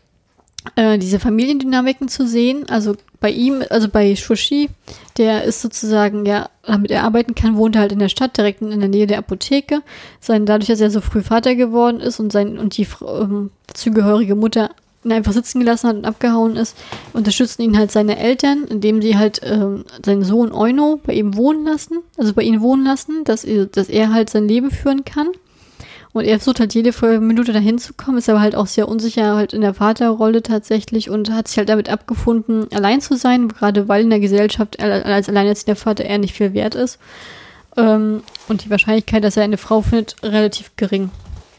äh, diese Familiendynamiken zu sehen. Also bei ihm, also bei Shushi, der ist sozusagen, ja, damit er arbeiten kann, wohnt er halt in der Stadt, direkt in der Nähe der Apotheke. Sein, dadurch, dass er so früh Vater geworden ist und sein und die ähm, zugehörige Mutter ihn einfach sitzen gelassen hat und abgehauen ist, unterstützen ihn halt seine Eltern, indem sie halt ähm, seinen Sohn Euno bei ihm wohnen lassen, also bei ihnen wohnen lassen, dass er, dass er halt sein Leben führen kann. Und er versucht halt jede Minute dahin zu kommen, ist aber halt auch sehr unsicher halt in der Vaterrolle tatsächlich und hat sich halt damit abgefunden, allein zu sein, gerade weil in der Gesellschaft als alleinerziehender Vater eher nicht viel wert ist. Ähm, und die Wahrscheinlichkeit, dass er eine Frau findet, relativ gering.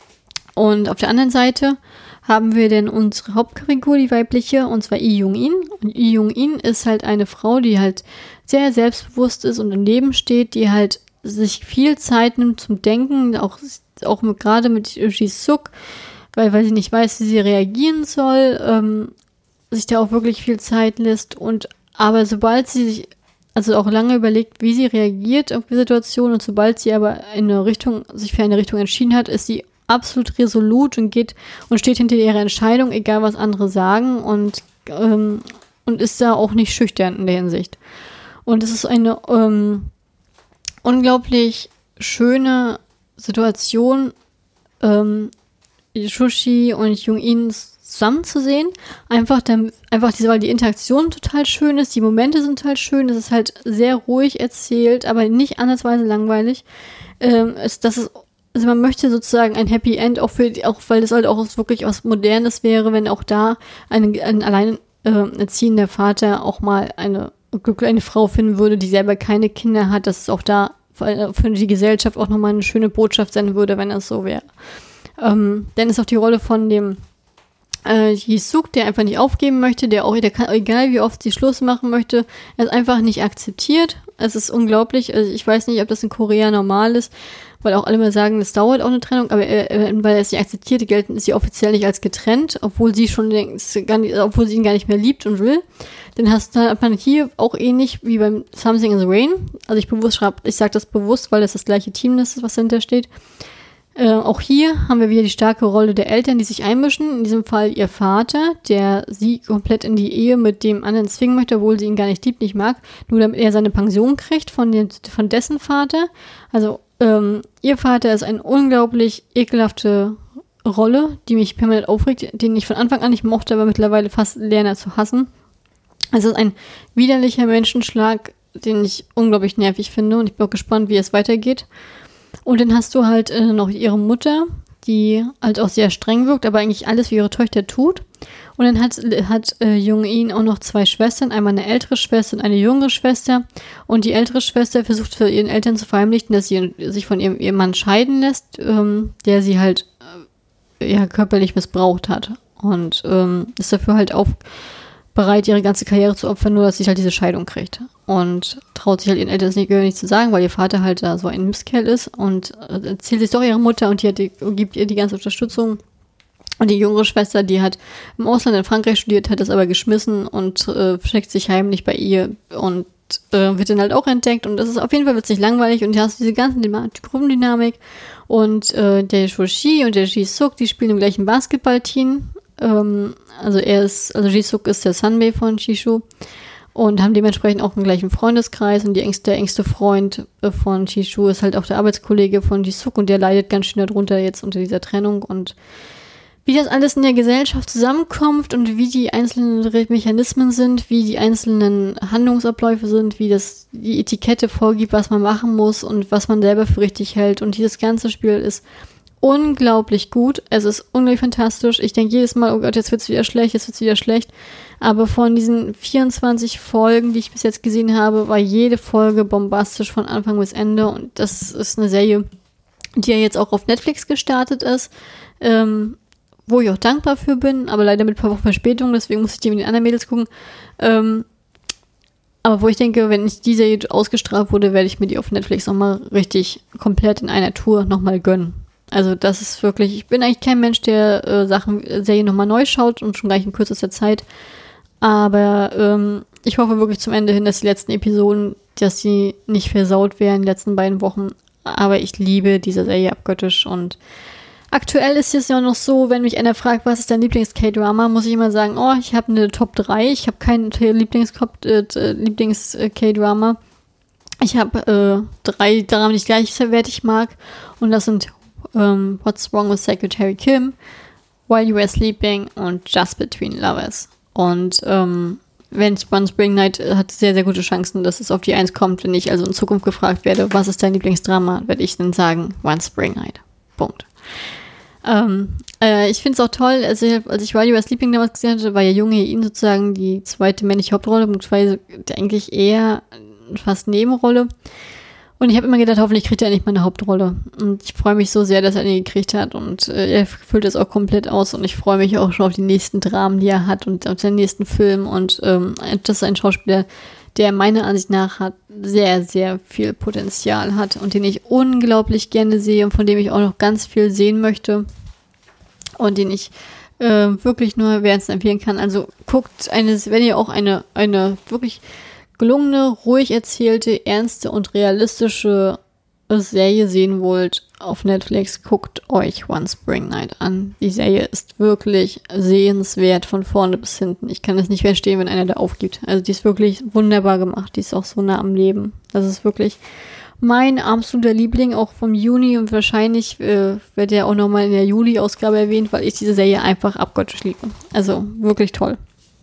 Und auf der anderen Seite haben wir denn unsere Hauptfigur, die weibliche, und zwar Lee Jung-in. Und Lee Jung-in ist halt eine Frau, die halt sehr selbstbewusst ist und im Leben steht, die halt sich viel Zeit nimmt zum Denken, auch auch mit, gerade mit Ji-suk, weil, weil sie nicht weiß, wie sie reagieren soll, ähm, sich da auch wirklich viel Zeit lässt. Und aber sobald sie sich, also auch lange überlegt, wie sie reagiert auf die Situation, und sobald sie aber in eine Richtung, sich für eine Richtung entschieden hat, ist sie absolut resolut und geht und steht hinter ihrer Entscheidung, egal was andere sagen, und, ähm, und ist da auch nicht schüchtern in der Hinsicht. Und es ist eine ähm, unglaublich schöne Situation, ähm, Shushi und Jung-in zusammen zu sehen. Einfach, damit, einfach diese, weil die Interaktion total schön ist, die Momente sind total schön, es ist halt sehr ruhig erzählt, aber nicht ansatzweise langweilig. Ähm, es, das ist, also man möchte sozusagen ein Happy End, auch für, auch weil das halt auch wirklich was Modernes wäre, wenn auch da ein, ein allein äh, erziehender Vater auch mal eine, eine Frau finden würde, die selber keine Kinder hat, dass es auch da für die Gesellschaft auch nochmal eine schöne Botschaft sein würde, wenn das so wäre. Ähm, dann ist auch die Rolle von dem äh, Ji-suk, der einfach nicht aufgeben möchte, der auch, der kann, egal wie oft sie Schluss machen möchte, er ist einfach nicht akzeptiert. Es ist unglaublich, also ich weiß nicht, ob das in Korea normal ist, weil auch alle mal sagen, das dauert auch eine Trennung, aber er, weil er es nicht akzeptiert, gelten ist sie offiziell nicht als getrennt, obwohl sie schon gar nicht, obwohl sie ihn gar nicht mehr liebt und will. Dann hast, hat man hier auch ähnlich wie beim Something in the Rain, also ich bewusst schreibe, ich sage das bewusst, weil das das gleiche Team ist, was dahinter steht. Äh, auch hier haben wir wieder die starke Rolle der Eltern, die sich einmischen. In diesem Fall ihr Vater, der sie komplett in die Ehe mit dem anderen zwingen möchte, obwohl sie ihn gar nicht liebt, nicht mag, nur damit er seine Pension kriegt von, den, von dessen Vater. Also ähm, ihr Vater ist eine unglaublich ekelhafte Rolle, die mich permanent aufregt, den ich von Anfang an nicht mochte, aber mittlerweile fast lerne zu hassen. Es ist ein widerlicher Menschenschlag, den ich unglaublich nervig finde und ich bin auch gespannt, wie es weitergeht. Und dann hast du halt äh, noch ihre Mutter, die halt auch sehr streng wirkt, aber eigentlich alles für ihre Töchter tut. Und dann hat, hat äh, Jung-in auch noch zwei Schwestern, einmal eine ältere Schwester und eine jüngere Schwester. Und die ältere Schwester versucht für ihren Eltern zu verheimlichen, dass sie sich von ihrem, ihrem Mann scheiden lässt, ähm, der sie halt äh, ja, körperlich missbraucht hat. Und ähm, ist dafür halt auch bereit, ihre ganze Karriere zu opfern, nur dass sie halt diese Scheidung kriegt. Und traut sich halt ihren Eltern das nicht, nicht zu sagen, weil ihr Vater halt da so ein Mistkerl ist und äh, erzählt es doch ihrer Mutter und die, hat die gibt ihr die ganze Unterstützung. Und die jüngere Schwester, die hat im Ausland in Frankreich studiert, hat das aber geschmissen und äh, versteckt sich heimlich bei ihr und äh, wird dann halt auch entdeckt. Und das ist auf jeden Fall wird's nicht langweilig und du hast diese ganze Gruppendynamik. Und äh, der Shoshi und der Ji-Suk, die spielen im gleichen Basketballteam. Ähm, also er ist, also Ji-Suk ist der Sunbae von Jisoo und haben dementsprechend auch einen gleichen Freundeskreis. Und die engste, der engste Freund äh, von Jisoo ist halt auch der Arbeitskollege von Ji-Suk und der leidet ganz schön darunter jetzt unter dieser Trennung und wie das alles in der Gesellschaft zusammenkommt und wie die einzelnen Mechanismen sind, wie die einzelnen Handlungsabläufe sind, wie das die Etikette vorgibt, was man machen muss und was man selber für richtig hält. Und dieses ganze Spiel ist unglaublich gut. Es ist unglaublich fantastisch. Ich denke jedes Mal, oh Gott, jetzt wird's wieder schlecht, jetzt wird's wieder schlecht. Aber von diesen vierundzwanzig Folgen, die ich bis jetzt gesehen habe, war jede Folge bombastisch von Anfang bis Ende. Und das ist eine Serie, die ja jetzt auch auf Netflix gestartet ist. Ähm, wo ich auch dankbar für bin, aber leider mit ein paar Wochen Verspätung, deswegen muss ich die mit den anderen Mädels gucken. Ähm, aber wo ich denke, wenn ich die Serie ausgestrahlt wurde, werde ich mir die auf Netflix nochmal richtig komplett in einer Tour nochmal gönnen. Also das ist wirklich, ich bin eigentlich kein Mensch, der äh, Sachen, Serien nochmal neu schaut und schon gleich in kürzester Zeit. Aber ähm, ich hoffe wirklich zum Ende hin, dass die letzten Episoden, dass die nicht versaut werden, die letzten beiden Wochen. Aber ich liebe diese Serie abgöttisch und aktuell ist es ja noch so, wenn mich einer fragt, was ist dein Lieblings-K-Drama, muss ich immer sagen, oh, ich habe eine Top drei. Ich habe kein Lieblings-K-Drama. Ich habe äh, drei Dramen, die ich gleichwertig mag. Und das sind ähm, What's Wrong with Secretary Kim, While You Were Sleeping und Just Between Lovers. Und ähm, wenn One Spring Night hat sehr, sehr gute Chancen, dass es auf die Eins kommt. Wenn ich also in Zukunft gefragt werde, was ist dein Lieblingsdrama, werde ich dann sagen, One Spring Night. Punkt. Ähm, äh, ich finde es auch toll, also als ich While You Were Sleeping damals gesehen hatte, war ja Jung Hae-in sozusagen die zweite männliche Hauptrolle, beziehungsweise eigentlich eher fast Nebenrolle. Und ich habe immer gedacht, hoffentlich kriegt er endlich mal eine Hauptrolle. Und ich freue mich so sehr, dass er eine gekriegt hat und äh, er füllt das auch komplett aus und ich freue mich auch schon auf die nächsten Dramen, die er hat und auf den nächsten Film und ähm, das ist ein Schauspieler, der meiner Ansicht nach hat sehr, sehr viel Potenzial hat und den ich unglaublich gerne sehe und von dem ich auch noch ganz viel sehen möchte und den ich äh, wirklich nur wärmstens empfehlen kann. Also guckt, eine, wenn ihr auch eine, eine wirklich gelungene, ruhig erzählte, ernste und realistische Serie sehen wollt auf Netflix, guckt euch One Spring Night an. Die Serie ist wirklich sehenswert von vorne bis hinten. Ich kann es nicht verstehen, wenn einer da aufgibt. Also die ist wirklich wunderbar gemacht. Die ist auch so nah am Leben. Das ist wirklich mein absoluter Liebling, auch vom Juni und wahrscheinlich äh, wird er auch nochmal in der Juli-Ausgabe erwähnt, weil ich diese Serie einfach abgöttisch liebe. Also wirklich toll.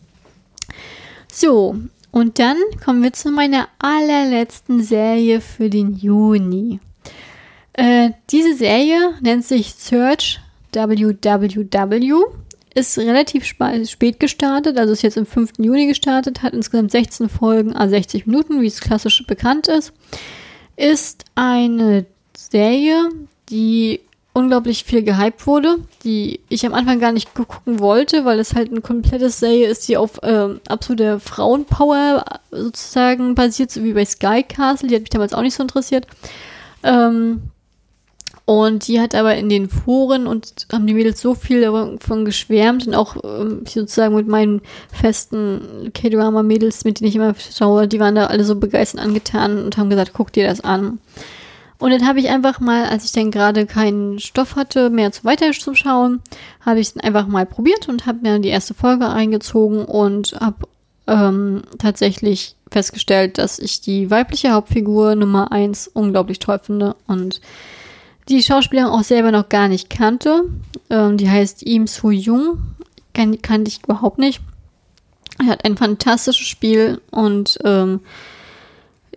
So, und dann kommen wir zu meiner allerletzten Serie für den Juni. Äh, diese Serie nennt sich Search W W W, ist relativ sp- spät gestartet, also ist jetzt am fünften Juni gestartet, hat insgesamt sechzehn Folgen, à sechzig Minuten, wie es klassisch bekannt ist. Ist eine Serie, die unglaublich viel gehypt wurde, die ich am Anfang gar nicht gucken wollte, weil es halt eine komplette Serie ist, die auf ähm, absoluter Frauenpower sozusagen basiert, so wie bei Sky Castle. Die hat mich damals auch nicht so interessiert. Ähm, und die hat aber in den Foren und haben die Mädels so viel davon geschwärmt und auch ähm, sozusagen mit meinen festen K-Drama-Mädels, mit denen ich immer schaue, die waren da alle so begeistert angetan und haben gesagt, guck dir das an. Und dann habe ich einfach mal, als ich dann gerade keinen Stoff hatte, mehr zu weiter zu schauen, habe ich es einfach mal probiert und habe mir die erste Folge eingezogen und habe ähm, tatsächlich festgestellt, dass ich die weibliche Hauptfigur Nummer eins unglaublich toll finde und die Schauspielerin auch selber noch gar nicht kannte. Ähm, die heißt Im Soo-Jung, kan- kannte ich überhaupt nicht. Er hat ein fantastisches Spiel und ähm,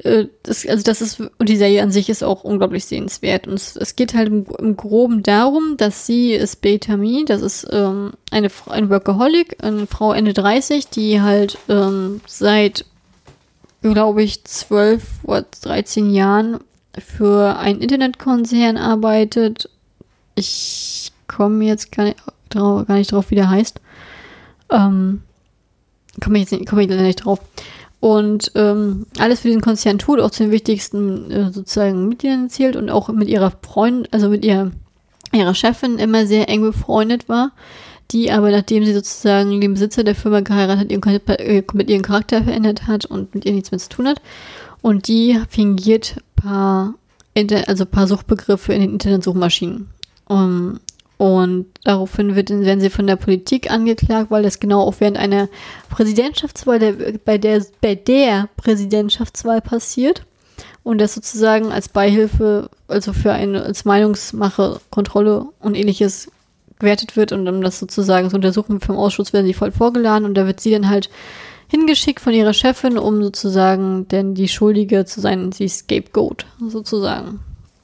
äh, das, also das ist, und die Serie an sich ist auch unglaublich sehenswert. Und es, es geht halt im, im Groben darum, dass sie ist Bethany, das ist ähm, eine, ein Workaholic, eine Frau Ende dreißig, die halt ähm, seit, glaube ich, zwölf oder dreizehn Jahren für einen Internetkonzern arbeitet. Ich komme jetzt gar nicht, trau, gar nicht drauf, wie der heißt. Ähm, komme ich jetzt nicht, komme ich leider nicht drauf. Und ähm, alles für diesen Konzern tut, auch zu den wichtigsten äh, sozusagen Mitgliedern zählt und auch mit ihrer Freundin, also mit ihr, ihrer Chefin immer sehr eng befreundet war, die aber, nachdem sie sozusagen den Besitzer der Firma geheiratet hat, ihren, mit ihren Charakter verändert hat und mit ihr nichts mehr zu tun hat. Und die fingiert paar, Inter- also paar Suchbegriffe in den Internetsuchmaschinen. Um, und daraufhin wird, werden sie von der Politik angeklagt, weil das genau auch während einer Präsidentschaftswahl, der, bei, der, bei der Präsidentschaftswahl passiert. Und das sozusagen als Beihilfe, also für eine als Meinungsmache, Kontrolle und ähnliches gewertet wird. Und um das sozusagen zu untersuchen vom Ausschuss, werden sie voll vorgeladen. Und da wird sie dann halt hingeschickt von ihrer Chefin, um sozusagen denn die Schuldige zu sein, sie Scapegoat sozusagen.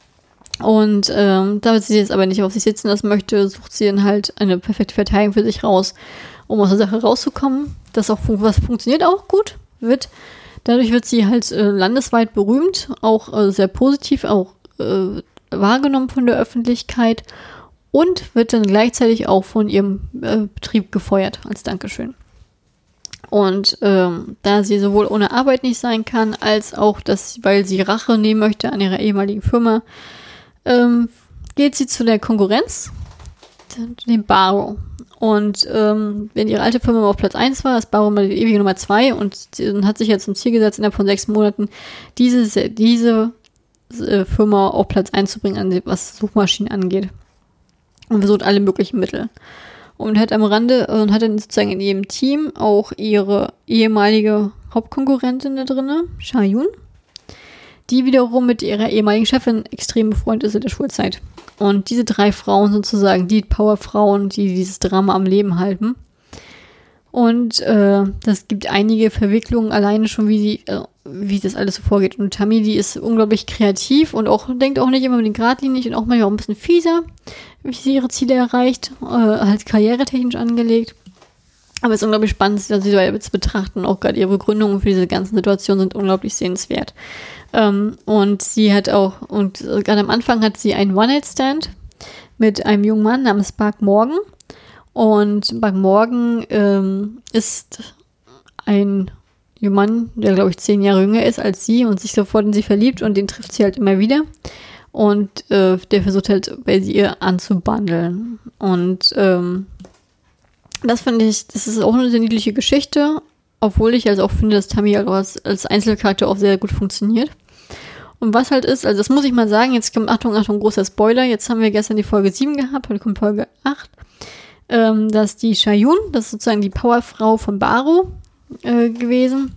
Und ähm, damit sie jetzt aber nicht auf sich sitzen lassen möchte, sucht sie dann halt eine perfekte Verteidigung für sich raus, um aus der Sache rauszukommen. Das auch fun- was funktioniert auch gut, wird dadurch wird sie halt äh, landesweit berühmt, auch äh, sehr positiv, auch äh, wahrgenommen von der Öffentlichkeit und wird dann gleichzeitig auch von ihrem äh, Betrieb gefeuert als Dankeschön. Und ähm, da sie sowohl ohne Arbeit nicht sein kann, als auch, dass, weil sie Rache nehmen möchte an ihrer ehemaligen Firma, ähm, geht sie zu der Konkurrenz, dem Barrow. Und ähm, wenn ihre alte Firma auf Platz eins war, ist Barrow mal die ewige Nummer zwei und sie hat sich jetzt zum Ziel gesetzt, innerhalb von sechs Monaten diese, diese äh, Firma auf Platz eins zu bringen, was Suchmaschinen angeht. Und versucht alle möglichen Mittel. Und hat am Rande und hat dann sozusagen in ihrem Team auch ihre ehemalige Hauptkonkurrentin da drin, Sha-Yun, die wiederum mit ihrer ehemaligen Chefin extrem befreundet ist in der Schulzeit. Und diese drei Frauen sozusagen die Powerfrauen, die dieses Drama am Leben halten. Und äh, das gibt einige Verwicklungen alleine schon, wie sie, äh, wie das alles so vorgeht. Und Tammy, die ist unglaublich kreativ und auch denkt auch nicht immer mit den geradlinig und auch manchmal auch ein bisschen fieser, wie sie ihre Ziele erreicht, äh, halt karrieretechnisch angelegt. Aber es ist unglaublich spannend, sie weiter zu betrachten. Auch gerade ihre Begründungen für diese ganzen Situationen sind unglaublich sehenswert. Ähm, und sie hat auch, und äh, gerade am Anfang hat sie einen One-Night-Stand mit einem jungen Mann namens Buck Morgan. Und Buck Morgan ähm, ist ein junger Mann, der, glaube ich, zehn Jahre jünger ist als sie und sich sofort in sie verliebt und den trifft sie halt immer wieder. Und äh, der versucht halt bei ihr anzubandeln. Und ähm, das finde ich, das ist auch eine sehr niedliche Geschichte, obwohl ich also auch finde, dass Tammy als, als Einzelcharakter auch sehr gut funktioniert. Und was halt ist, also das muss ich mal sagen, jetzt kommt, Achtung, Achtung, großer Spoiler, jetzt haben wir gestern die Folge sieben gehabt, heute kommt Folge acht, ähm, dass die Sha-Yun, das ist sozusagen die Powerfrau von Barrow äh, gewesen,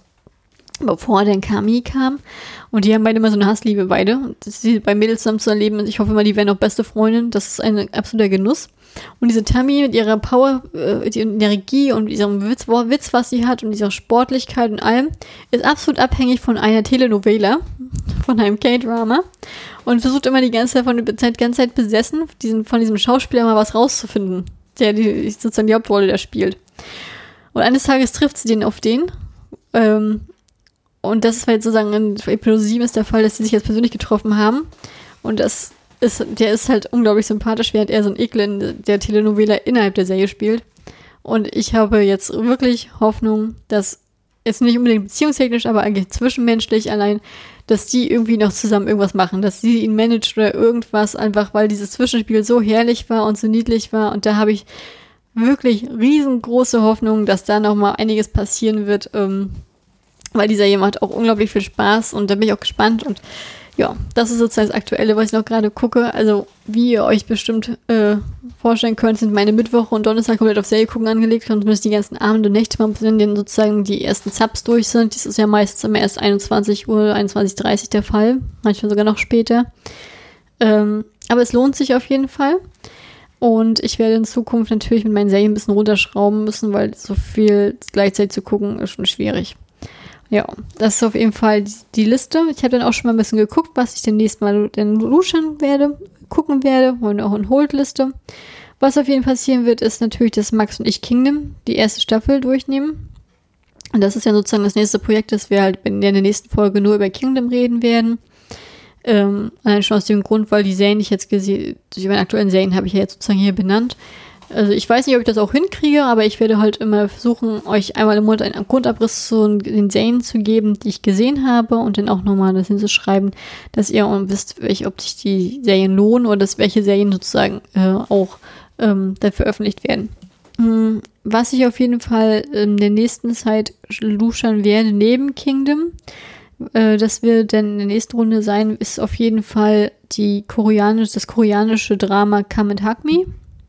bevor dann Kami kam. Und die haben beide immer so eine Hassliebe, beide. Und das ist bei Mädels zusammen zu erleben, und ich hoffe mal, die werden auch beste Freundinnen. Das ist ein absoluter Genuss. Und diese Tammy mit ihrer Power, äh, mit ihrer Energie und diesem Witz, Witz, was sie hat und dieser Sportlichkeit und allem, ist absolut abhängig von einer Telenovela, von einem K-Drama. Und versucht immer die ganze Zeit, von der Zeit, ganze Zeit besessen, diesen, von diesem Schauspieler mal was rauszufinden, der die, sozusagen die Hauptrolle da spielt. Und eines Tages trifft sie den auf den, ähm, und das ist halt sozusagen in Episode sieben ist der Fall, dass sie sich jetzt persönlich getroffen haben. Und das ist, der ist halt unglaublich sympathisch, während er so ein Ekel in der Telenovela innerhalb der Serie spielt. Und ich habe jetzt wirklich Hoffnung, dass jetzt nicht unbedingt beziehungstechnisch, aber eigentlich zwischenmenschlich allein, dass die irgendwie noch zusammen irgendwas machen, dass sie ihn managt oder irgendwas, einfach weil dieses Zwischenspiel so herrlich war und so niedlich war. Und da habe ich wirklich riesengroße Hoffnung, dass da noch mal einiges passieren wird, ähm, weil dieser Serie macht auch unglaublich viel Spaß und da bin ich auch gespannt. Und ja, das ist sozusagen das Aktuelle, was ich noch gerade gucke. Also wie ihr euch bestimmt äh, vorstellen könnt, sind meine Mittwoche und Donnerstag komplett auf Serie gucken angelegt und zumindest die ganzen Abende und Nächte, wenn dann sozusagen die ersten Subs durch sind. Das ist ja meistens immer erst einundzwanzig Uhr, einundzwanzig Uhr dreißig der Fall, manchmal sogar noch später. Ähm, aber es lohnt sich auf jeden Fall. Und ich werde in Zukunft natürlich mit meinen Serien ein bisschen runterschrauben müssen, weil so viel gleichzeitig zu gucken ist schon schwierig. Ja, das ist auf jeden Fall die, die Liste. Ich habe dann auch schon mal ein bisschen geguckt, was ich demnächst mal dann luschern werde, gucken werde und auch in Hold-Liste. Was auf jeden Fall passieren wird, ist natürlich, dass Max und ich Kingdom, die erste Staffel, durchnehmen. Und das ist ja sozusagen das nächste Projekt, dass wir halt in der nächsten Folge nur über Kingdom reden werden. Ähm, allein schon aus dem Grund, weil die Serien, die ich jetzt gesehen, die meine aktuellen Serien habe ich ja jetzt sozusagen hier benannt. Also ich weiß nicht, ob ich das auch hinkriege, aber ich werde halt immer versuchen, euch einmal im Monat einen Grundabriss zu den Serien zu geben, die ich gesehen habe und dann auch nochmal das hinzuschreiben, dass ihr wisst, welche, ob sich die Serien lohnen oder dass welche Serien sozusagen äh, auch ähm, dann veröffentlicht werden. Mhm. Was ich auf jeden Fall in der nächsten Zeit luschern werde, neben Kingdom, äh, das wird dann in der nächsten Runde sein, ist auf jeden Fall die koreanisch, das koreanische Drama Come and Hug Me.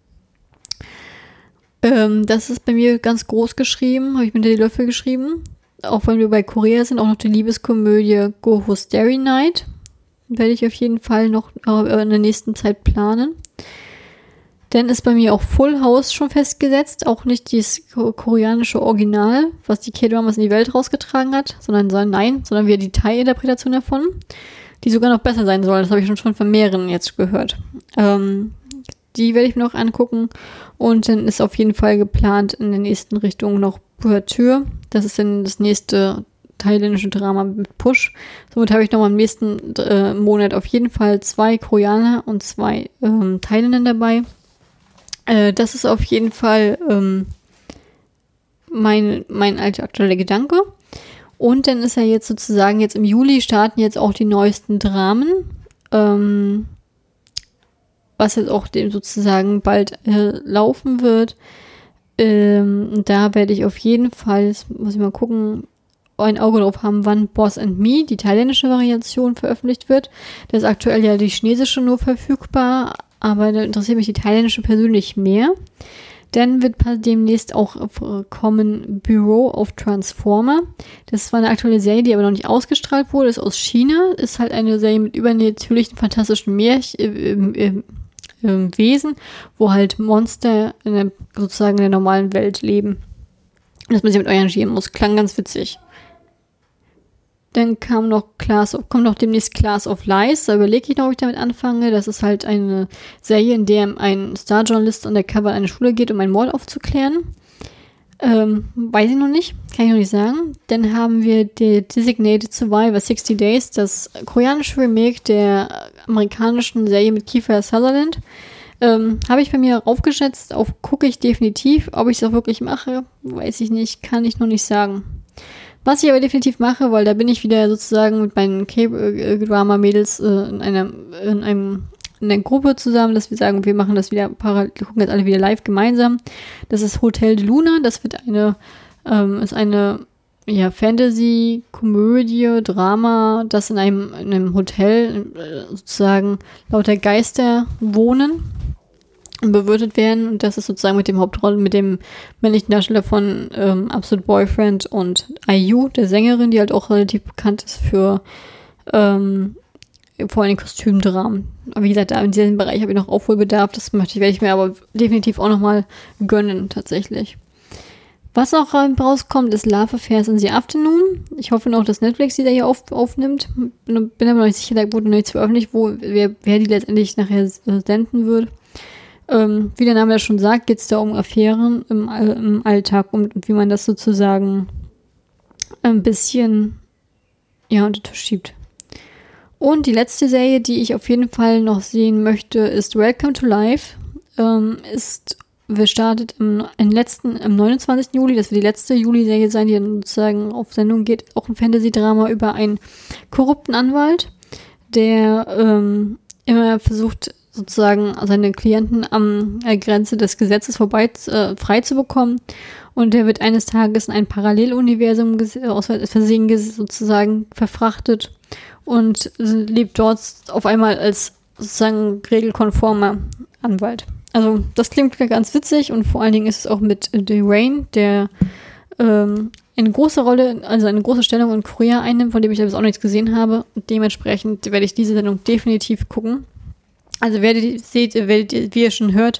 Ähm, das ist bei mir ganz groß geschrieben, habe ich mit der Löffel geschrieben. Auch wenn wir bei Korea sind, auch noch die Liebeskomödie Go Who Starry Night. Werde ich auf jeden Fall noch äh, in der nächsten Zeit planen. Dann ist bei mir auch Full House schon festgesetzt, auch nicht das koreanische Original, was die K-Dramas in die Welt rausgetragen hat, sondern, sondern nein, sondern wieder die Thai-Interpretation davon, die sogar noch besser sein soll. Das habe ich schon, schon von mehreren jetzt gehört. Ähm, die werde ich mir noch angucken. Und dann ist auf jeden Fall geplant in der nächsten Richtung noch Ouverture. Das ist dann das nächste thailändische Drama mit Push. Somit habe ich noch mal im nächsten äh, Monat auf jeden Fall zwei Koreaner und zwei ähm, Thailänder dabei. Äh, das ist auf jeden Fall ähm, mein, mein aktueller Gedanke. Und dann ist ja jetzt sozusagen, jetzt im Juli starten jetzt auch die neuesten Dramen. Ähm, was jetzt auch dem sozusagen bald äh, laufen wird. Ähm, da werde ich auf jeden Fall, jetzt muss ich mal gucken, ein Auge drauf haben, wann Boss and Me, die thailändische Variation, veröffentlicht wird. Da ist aktuell ja die chinesische nur verfügbar, aber da interessiert mich die thailändische persönlich mehr. Dann wird demnächst auch kommen Bureau of Transformer. Das war eine aktuelle Serie, die aber noch nicht ausgestrahlt wurde. Ist aus China. Ist halt eine Serie mit übernatürlichen, fantastischen Märchen, äh, äh, äh, Wesen, wo halt Monster in der, sozusagen in der normalen Welt leben. Dass man sich mit engagieren muss. Klang ganz witzig. Dann kam noch Class of, kommt noch demnächst Class of Lies. Da überlege ich noch, ob ich damit anfange. Das ist halt eine Serie, in der ein Star-Journalist undercover an eine Schule geht, um einen Mord aufzuklären. Ähm, weiß ich noch nicht. Kann ich noch nicht sagen. Dann haben wir die Designated Survivor sixty Days, das koreanische Remake der amerikanischen Serie mit Kiefer Sutherland. Ähm, habe ich bei mir raufgeschätzt. Auf gucke ich definitiv. Ob ich es auch wirklich mache, weiß ich nicht. Kann ich noch nicht sagen. Was ich aber definitiv mache, weil da bin ich wieder sozusagen mit meinen K-Drama-Mädels äh, in einer in einem in einer Gruppe zusammen, dass wir sagen, wir machen das wieder parallel, wir gucken jetzt alle wieder live gemeinsam. Das ist Hotel de Luna, das wird eine ähm, ist eine ja, Fantasy-Komödie, Drama, das in einem, in einem Hotel äh, sozusagen lauter Geister wohnen und bewirtet werden. Und das ist sozusagen mit dem Hauptrolle, mit dem männlichen Darsteller von ähm, Absolute Boyfriend und I U, der Sängerin, die halt auch relativ bekannt ist für ähm, vor allem Kostümdramen. Aber wie gesagt, da in diesem Bereich habe ich noch Aufholbedarf. Das möchte ich, werde ich mir aber definitiv auch nochmal gönnen, tatsächlich. Was auch rauskommt, ist Love Affairs in the Afternoon. Ich hoffe noch, dass Netflix die da hier auf, aufnimmt. Bin, bin aber noch nicht sicher, da wurde noch nichts veröffentlicht, wo, wer, wer die letztendlich nachher senden wird. Ähm, wie der Name ja schon sagt, geht es da um Affären im, im Alltag und, und wie man das sozusagen ein bisschen ja, unter den Tisch schiebt. Und die letzte Serie, die ich auf jeden Fall noch sehen möchte, ist Welcome to Life. Ähm, ist, wir startet im, im letzten, am neunundzwanzigsten Juli, das wird die letzte Juli-Serie sein, die dann sozusagen auf Sendung geht, auch ein Fantasy-Drama über einen korrupten Anwalt, der ähm, immer versucht, sozusagen seine Klienten an der Grenze des Gesetzes vorbei äh, frei zu bekommen. Und der wird eines Tages in ein Paralleluniversum aus Versehen sozusagen verfrachtet und lebt dort auf einmal als sozusagen regelkonformer Anwalt. Also das klingt ganz witzig und vor allen Dingen ist es auch mit Dwayne, der ähm, eine große Rolle, also eine große Stellung in Korea einnimmt, von dem ich aber auch nichts gesehen habe. Und dementsprechend werde ich diese Sendung definitiv gucken. Also werdet ihr, seht, werdet ihr, wie ihr schon hört,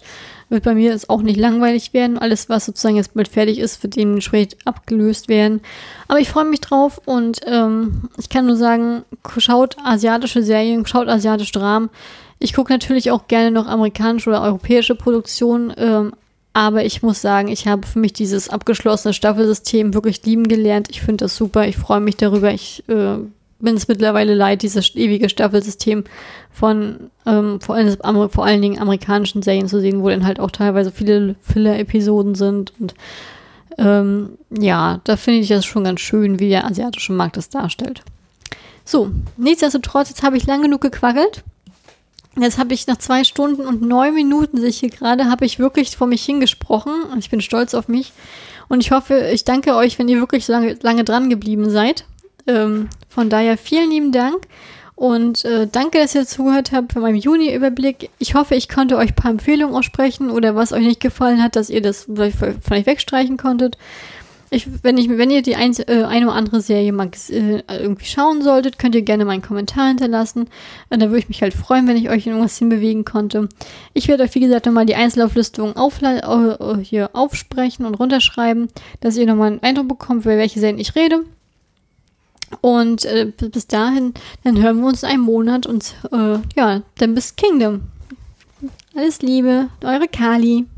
wird bei mir jetzt auch nicht langweilig werden. Alles, was sozusagen jetzt bald fertig ist, wird dementsprechend abgelöst werden. Aber ich freue mich drauf und ähm, ich kann nur sagen, schaut asiatische Serien, schaut asiatische Dramen. Ich gucke natürlich auch gerne noch amerikanische oder europäische Produktionen, ähm, aber ich muss sagen, ich habe für mich dieses abgeschlossene Staffelsystem wirklich lieben gelernt. Ich finde das super, ich freue mich darüber. Ich äh, bin es mittlerweile leid, dieses ewige Staffelsystem von ähm, vor, allem, vor allen Dingen amerikanischen Serien zu sehen, wo dann halt auch teilweise viele Filler-Episoden sind. Und ähm, ja, da finde ich das schon ganz schön, wie der asiatische Markt das darstellt. So, nichtsdestotrotz, jetzt habe ich lang genug gequackelt. Jetzt habe ich nach zwei Stunden und neun Minuten, sehe ich hier gerade, habe ich wirklich vor mich hingesprochen. Ich bin stolz auf mich. Und ich hoffe, ich danke euch, wenn ihr wirklich so lange, lange dran geblieben seid. Ähm, von daher vielen lieben Dank. Und äh, danke, dass ihr zugehört habt für meinen Juni-Überblick. Ich hoffe, ich konnte euch ein paar Empfehlungen aussprechen oder was euch nicht gefallen hat, dass ihr das vielleicht, vielleicht wegstreichen konntet. Ich, wenn, ich, wenn ihr die ein, äh, eine oder andere Serie mal äh, irgendwie schauen solltet, könnt ihr gerne meinen Kommentar hinterlassen. Und da würde ich mich halt freuen, wenn ich euch in irgendwas hinbewegen konnte. Ich werde euch, wie gesagt, nochmal die Einzelauflistung aufla- äh, hier aufsprechen und runterschreiben, dass ihr nochmal einen Eindruck bekommt, über welche Serien ich rede. Und äh, bis dahin, dann hören wir uns in einem Monat und äh, ja, dann bis Kingdom. Alles Liebe, eure Kali.